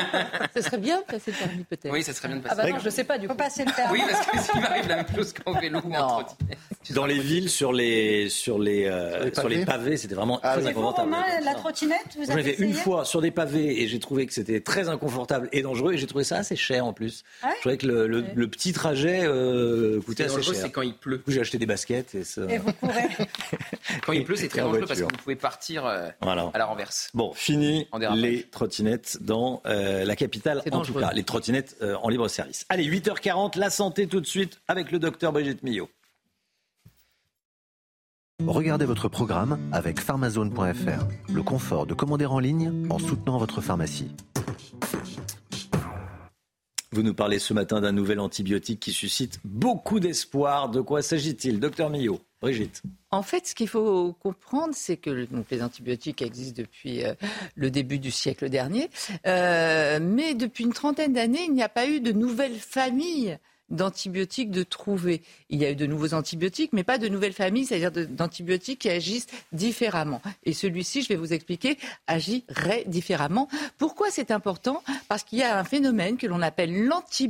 Ça serait bien de passer le permis, peut-être. Oui, ça serait bien de passer. Ah bah non, je sais pas, du coup. Faut passer le permis. Oui, parce que s'il m'arrive la même chose qu'en vélo ou en trottinette. Dans les villes, sur les, sur les, euh, sur les, sur pavés. les pavés, c'était vraiment ah, très c'est inconfortable. Vous, Romain, la trottinette, vous J'en avez ai fait essayé une fois sur des pavés et j'ai trouvé que c'était très inconfortable et dangereux et j'ai trouvé ça assez cher en plus. Ah ouais, je trouvais que le, le, le petit trajet euh, coûtait assez cher. C'est quand il pleut. Du coup, j'ai acheté des baskets et ça... Et vous courez. Quand il pleut, c'est très dangereux parce que vous pouvez partir euh, voilà. à la renverse. Bon, fini les trottinettes dans euh, la capitale, en tout cas, les trottinettes euh, en libre service. Allez, huit heures quarante, la santé tout de suite avec le docteur Brigitte Millot. Regardez votre programme avec pharmazone point f r. Le confort de commander en ligne en soutenant votre pharmacie. Vous nous parlez ce matin d'un nouvel antibiotique qui suscite beaucoup d'espoir. De quoi s'agit-il, docteur Millot ? Brigitte. En fait, ce qu'il faut comprendre, c'est que donc, les antibiotiques existent depuis euh, le début du siècle dernier. Euh, mais depuis une trentaine d'années, il n'y a pas eu de nouvelle famille d'antibiotiques de trouver. Il y a eu de nouveaux antibiotiques, mais pas de nouvelles familles, c'est-à-dire de, d'antibiotiques qui agissent différemment. Et celui-ci, je vais vous expliquer, agirait différemment. Pourquoi c'est important ? Parce qu'il y a un phénomène que l'on appelle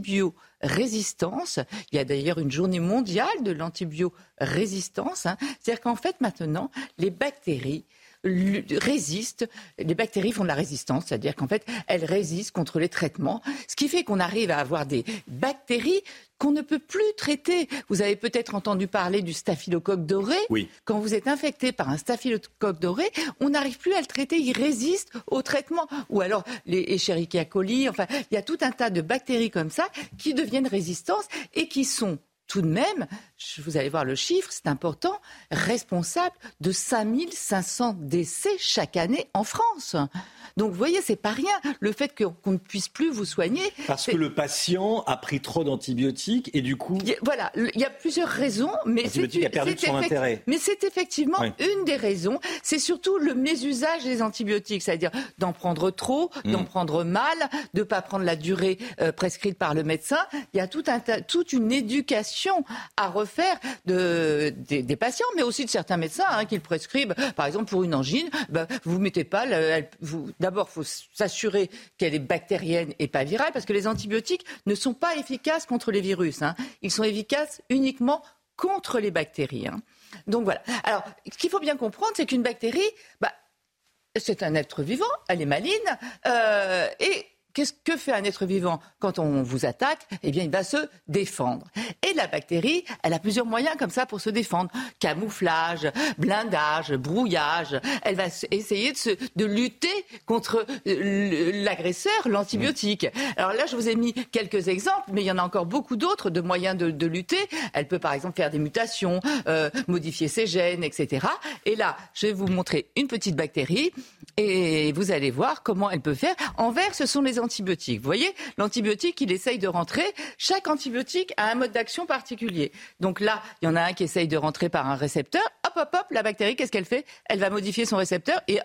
l'antibiorésistance. Il y a d'ailleurs une journée mondiale de l'antibiorésistance. Hein. C'est-à-dire qu'en fait, maintenant, les bactéries résistent, les bactéries font de la résistance, c'est-à-dire qu'en fait, elles résistent contre les traitements, ce qui fait qu'on arrive à avoir des bactéries qu'on ne peut plus traiter. Vous avez peut-être entendu parler du staphylocoque doré. Oui. Quand vous êtes infecté par un staphylocoque doré, on n'arrive plus à le traiter, il résiste au traitement. Ou alors les Escherichia coli, enfin, il y a tout un tas de bactéries comme ça qui deviennent résistantes et qui sont tout de même, vous allez voir le chiffre, c'est important, responsable de cinq mille cinq cents décès chaque année en France. Donc vous voyez, c'est pas rien. Le fait qu'on ne puisse plus vous soigner... Parce c'est... que le patient a pris trop d'antibiotiques et du coup... Il y a, voilà, il y a plusieurs raisons, mais c'est, a perdu c'est, son effect... intérêt. mais c'est effectivement oui. une des raisons. C'est surtout le mésusage des antibiotiques, c'est-à-dire d'en prendre trop, mmh. d'en prendre mal, de ne pas prendre la durée euh, prescrite par le médecin. Il y a tout un ta... toute une éducation à refaire de, des, des patients, mais aussi de certains médecins hein, qui le prescrivent. Par exemple, pour une angine, ben, vous mettez pas... La, vous, d'abord, il faut s'assurer qu'elle est bactérienne et pas virale, parce que les antibiotiques ne sont pas efficaces contre les virus. Hein. Ils sont efficaces uniquement contre les bactéries. Hein. Donc voilà. Alors, ce qu'il faut bien comprendre, c'est qu'une bactérie, bah, c'est un être vivant, elle est maligne, euh, et qu'est-ce que fait un être vivant quand on vous attaque ? Eh bien, il va se défendre. Et la bactérie, elle a plusieurs moyens comme ça pour se défendre. Camouflage, blindage, brouillage. Elle va essayer de, se, de lutter contre l'agresseur, l'antibiotique. Alors là, je vous ai mis quelques exemples, mais il y en a encore beaucoup d'autres de moyens de, de lutter. Elle peut par exemple faire des mutations, euh, modifier ses gènes, et cetera. Et là, je vais vous montrer une petite bactérie et vous allez voir comment elle peut faire. En vert, ce sont les antibiotiques. Vous voyez, l'antibiotique, il essaye de rentrer. Chaque antibiotique a un mode d'action particulier. Donc là, il y en a un qui essaye de rentrer par un récepteur. Hop, hop, hop, la bactérie, qu'est-ce qu'elle fait ? Elle va modifier son récepteur et hop,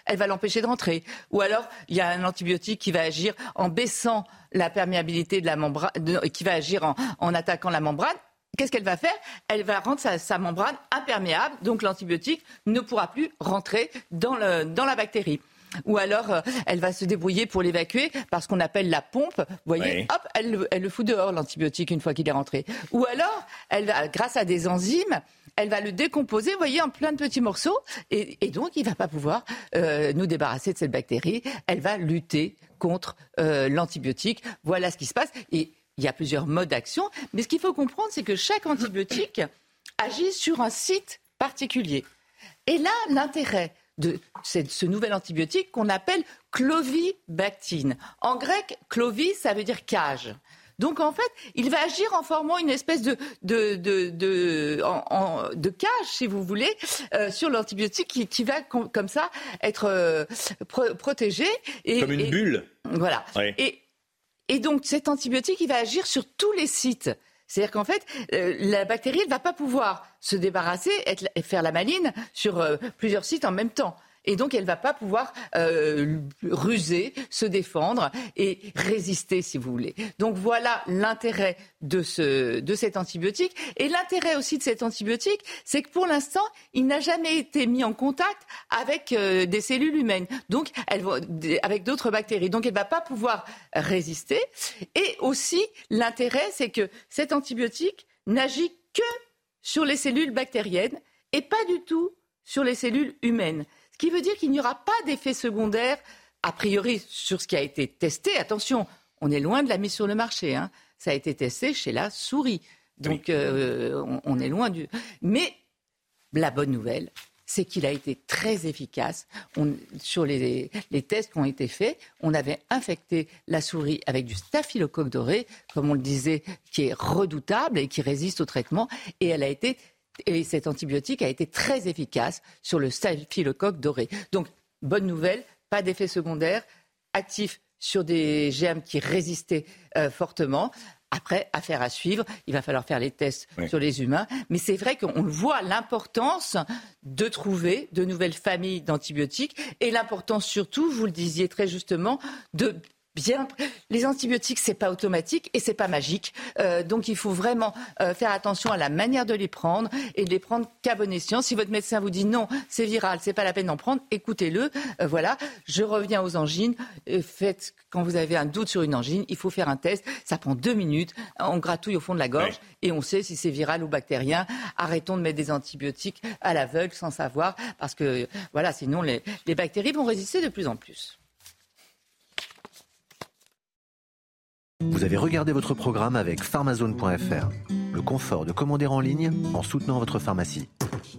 elle va l'empêcher de rentrer. Ou alors, il y a un antibiotique qui va agir en baissant la perméabilité de la membrane, de, qui va agir en, en attaquant la membrane. Qu'est-ce qu'elle va faire ? Elle va rendre sa, sa membrane imperméable, donc l'antibiotique ne pourra plus rentrer dans, le, dans la bactérie. Ou alors, euh, elle va se débrouiller pour l'évacuer par ce qu'on appelle la pompe. Vous voyez, oui. hop, elle, elle le fout dehors, l'antibiotique, une fois qu'il est rentré. Ou alors, elle va, grâce à des enzymes, elle va le décomposer, vous voyez, en plein de petits morceaux. Et, et donc, il ne va pas pouvoir euh, nous débarrasser de cette bactérie. Elle va lutter contre euh, l'antibiotique. Voilà ce qui se passe. Et il y a plusieurs modes d'action. Mais ce qu'il faut comprendre, c'est que chaque antibiotique agit sur un site particulier. Et là, l'intérêt de ce nouvel antibiotique qu'on appelle clovibactine. En grec, clovis, ça veut dire cage. Donc en fait, il va agir en formant une espèce de, de, de, de, en, en, de cage, si vous voulez, euh, sur l'antibiotique qui, qui va com- comme ça être euh, pro- protégé. Et, comme une et, bulle. Voilà. Oui. Et, et donc cet antibiotique, il va agir sur tous les sites. C'est-à-dire qu'en fait, euh, la bactérie ne va pas pouvoir se débarrasser et faire la maline sur euh, plusieurs sites en même temps. Et donc, elle ne va pas pouvoir euh, ruser, se défendre et résister, si vous voulez. Donc, voilà l'intérêt de, ce, de cet antibiotique. Et l'intérêt aussi de cet antibiotique, c'est que pour l'instant, il n'a jamais été mis en contact avec euh, des cellules humaines, donc elle va, avec d'autres bactéries. Donc, elle ne va pas pouvoir résister. Et aussi, l'intérêt, c'est que cet antibiotique n'agit que sur les cellules bactériennes et pas du tout sur les cellules humaines. Ce qui veut dire qu'il n'y aura pas d'effet secondaire, a priori, sur ce qui a été testé. Attention, on est loin de la mise sur le marché. Hein. Ça a été testé chez la souris. Donc, oui. euh, on, on est loin du... Mais la bonne nouvelle, c'est qu'il a été très efficace. On, sur les, les tests qui ont été faits, on avait infecté la souris avec du staphylocoque doré, comme on le disait, qui est redoutable et qui résiste au traitement. Et elle a été... Et cet antibiotique a été très efficace sur le staphylocoque doré. Donc, bonne nouvelle, pas d'effet secondaire, actif sur des germes qui résistaient euh, fortement. Après, affaire à suivre, il va falloir faire les tests oui. sur les humains. Mais c'est vrai qu'on le voit, l'importance de trouver de nouvelles familles d'antibiotiques et l'importance surtout, vous le disiez très justement, de... Bien, les antibiotiques, c'est pas automatique et c'est pas magique. Euh, donc, il faut vraiment euh, faire attention à la manière de les prendre et de les prendre qu'à bon escient. Si votre médecin vous dit non, c'est viral, c'est pas la peine d'en prendre, écoutez-le. Euh, voilà. Je reviens aux angines. Euh, faites, quand vous avez un doute sur une angine, il faut faire un test. Ça prend deux minutes. On gratouille au fond de la gorge oui. et on sait si c'est viral ou bactérien. Arrêtons de mettre des antibiotiques à l'aveugle sans savoir parce que, voilà, sinon les, les bactéries vont résister de plus en plus. Vous avez regardé votre programme avec pharmazone point f r. Le confort de commander en ligne en soutenant votre pharmacie.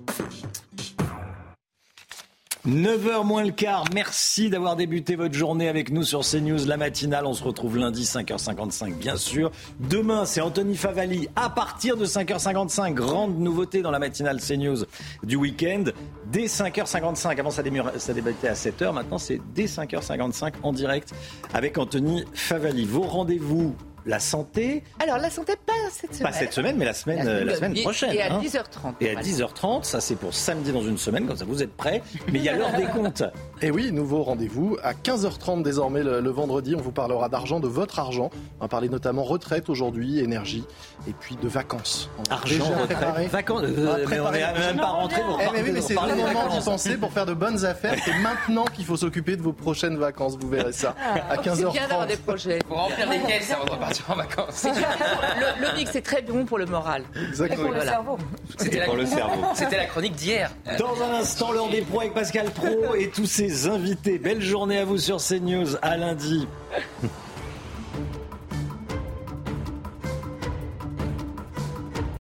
neuf heures moins le quart, merci d'avoir débuté votre journée avec nous sur CNews, la matinale. On se retrouve lundi cinq heures cinquante-cinq, bien sûr. Demain, c'est Anthony Favali à partir de cinq heures cinquante-cinq. Grande nouveauté dans la matinale CNews du week-end. Dès cinq heures cinquante-cinq, avant ça, ça débutait à sept heures, maintenant c'est dès cinq heures cinquante-cinq en direct avec Anthony Favali. Vos rendez-vous, la santé. Alors la santé, pas cette semaine. Pas cette semaine, mais la semaine, la, la semaine prochaine. Et à hein. dix heures trente. Et à dix heures trente, ça c'est pour samedi dans une semaine, comme ça vous êtes prêts. Mais il y a l'heure des comptes. Et oui, nouveau rendez-vous à quinze heures trente désormais le, le vendredi. On vous parlera d'argent, de votre argent. On va parler notamment retraite aujourd'hui, énergie et puis de vacances. Argent, retraite, vacances. Euh, mais on n'est même pas rentré pour eh mais oui, mais c'est le moment d'y penser pour faire de bonnes affaires. C'est maintenant qu'il faut s'occuper de vos prochaines vacances. Vous verrez ça à quinze heures trente. C'est bien d'avoir des projets. Pour remplir les caisses avant de repartir en vacances. Le, le mix, c'est très bon pour le moral. Exactement. Et pour le Voilà. cerveau. C'était la, pour le cerveau. C'était la chronique d'hier. Dans un instant, l'heure des pros avec Pascal Praud et tous ses invités. Belle journée à vous sur CNews. À lundi.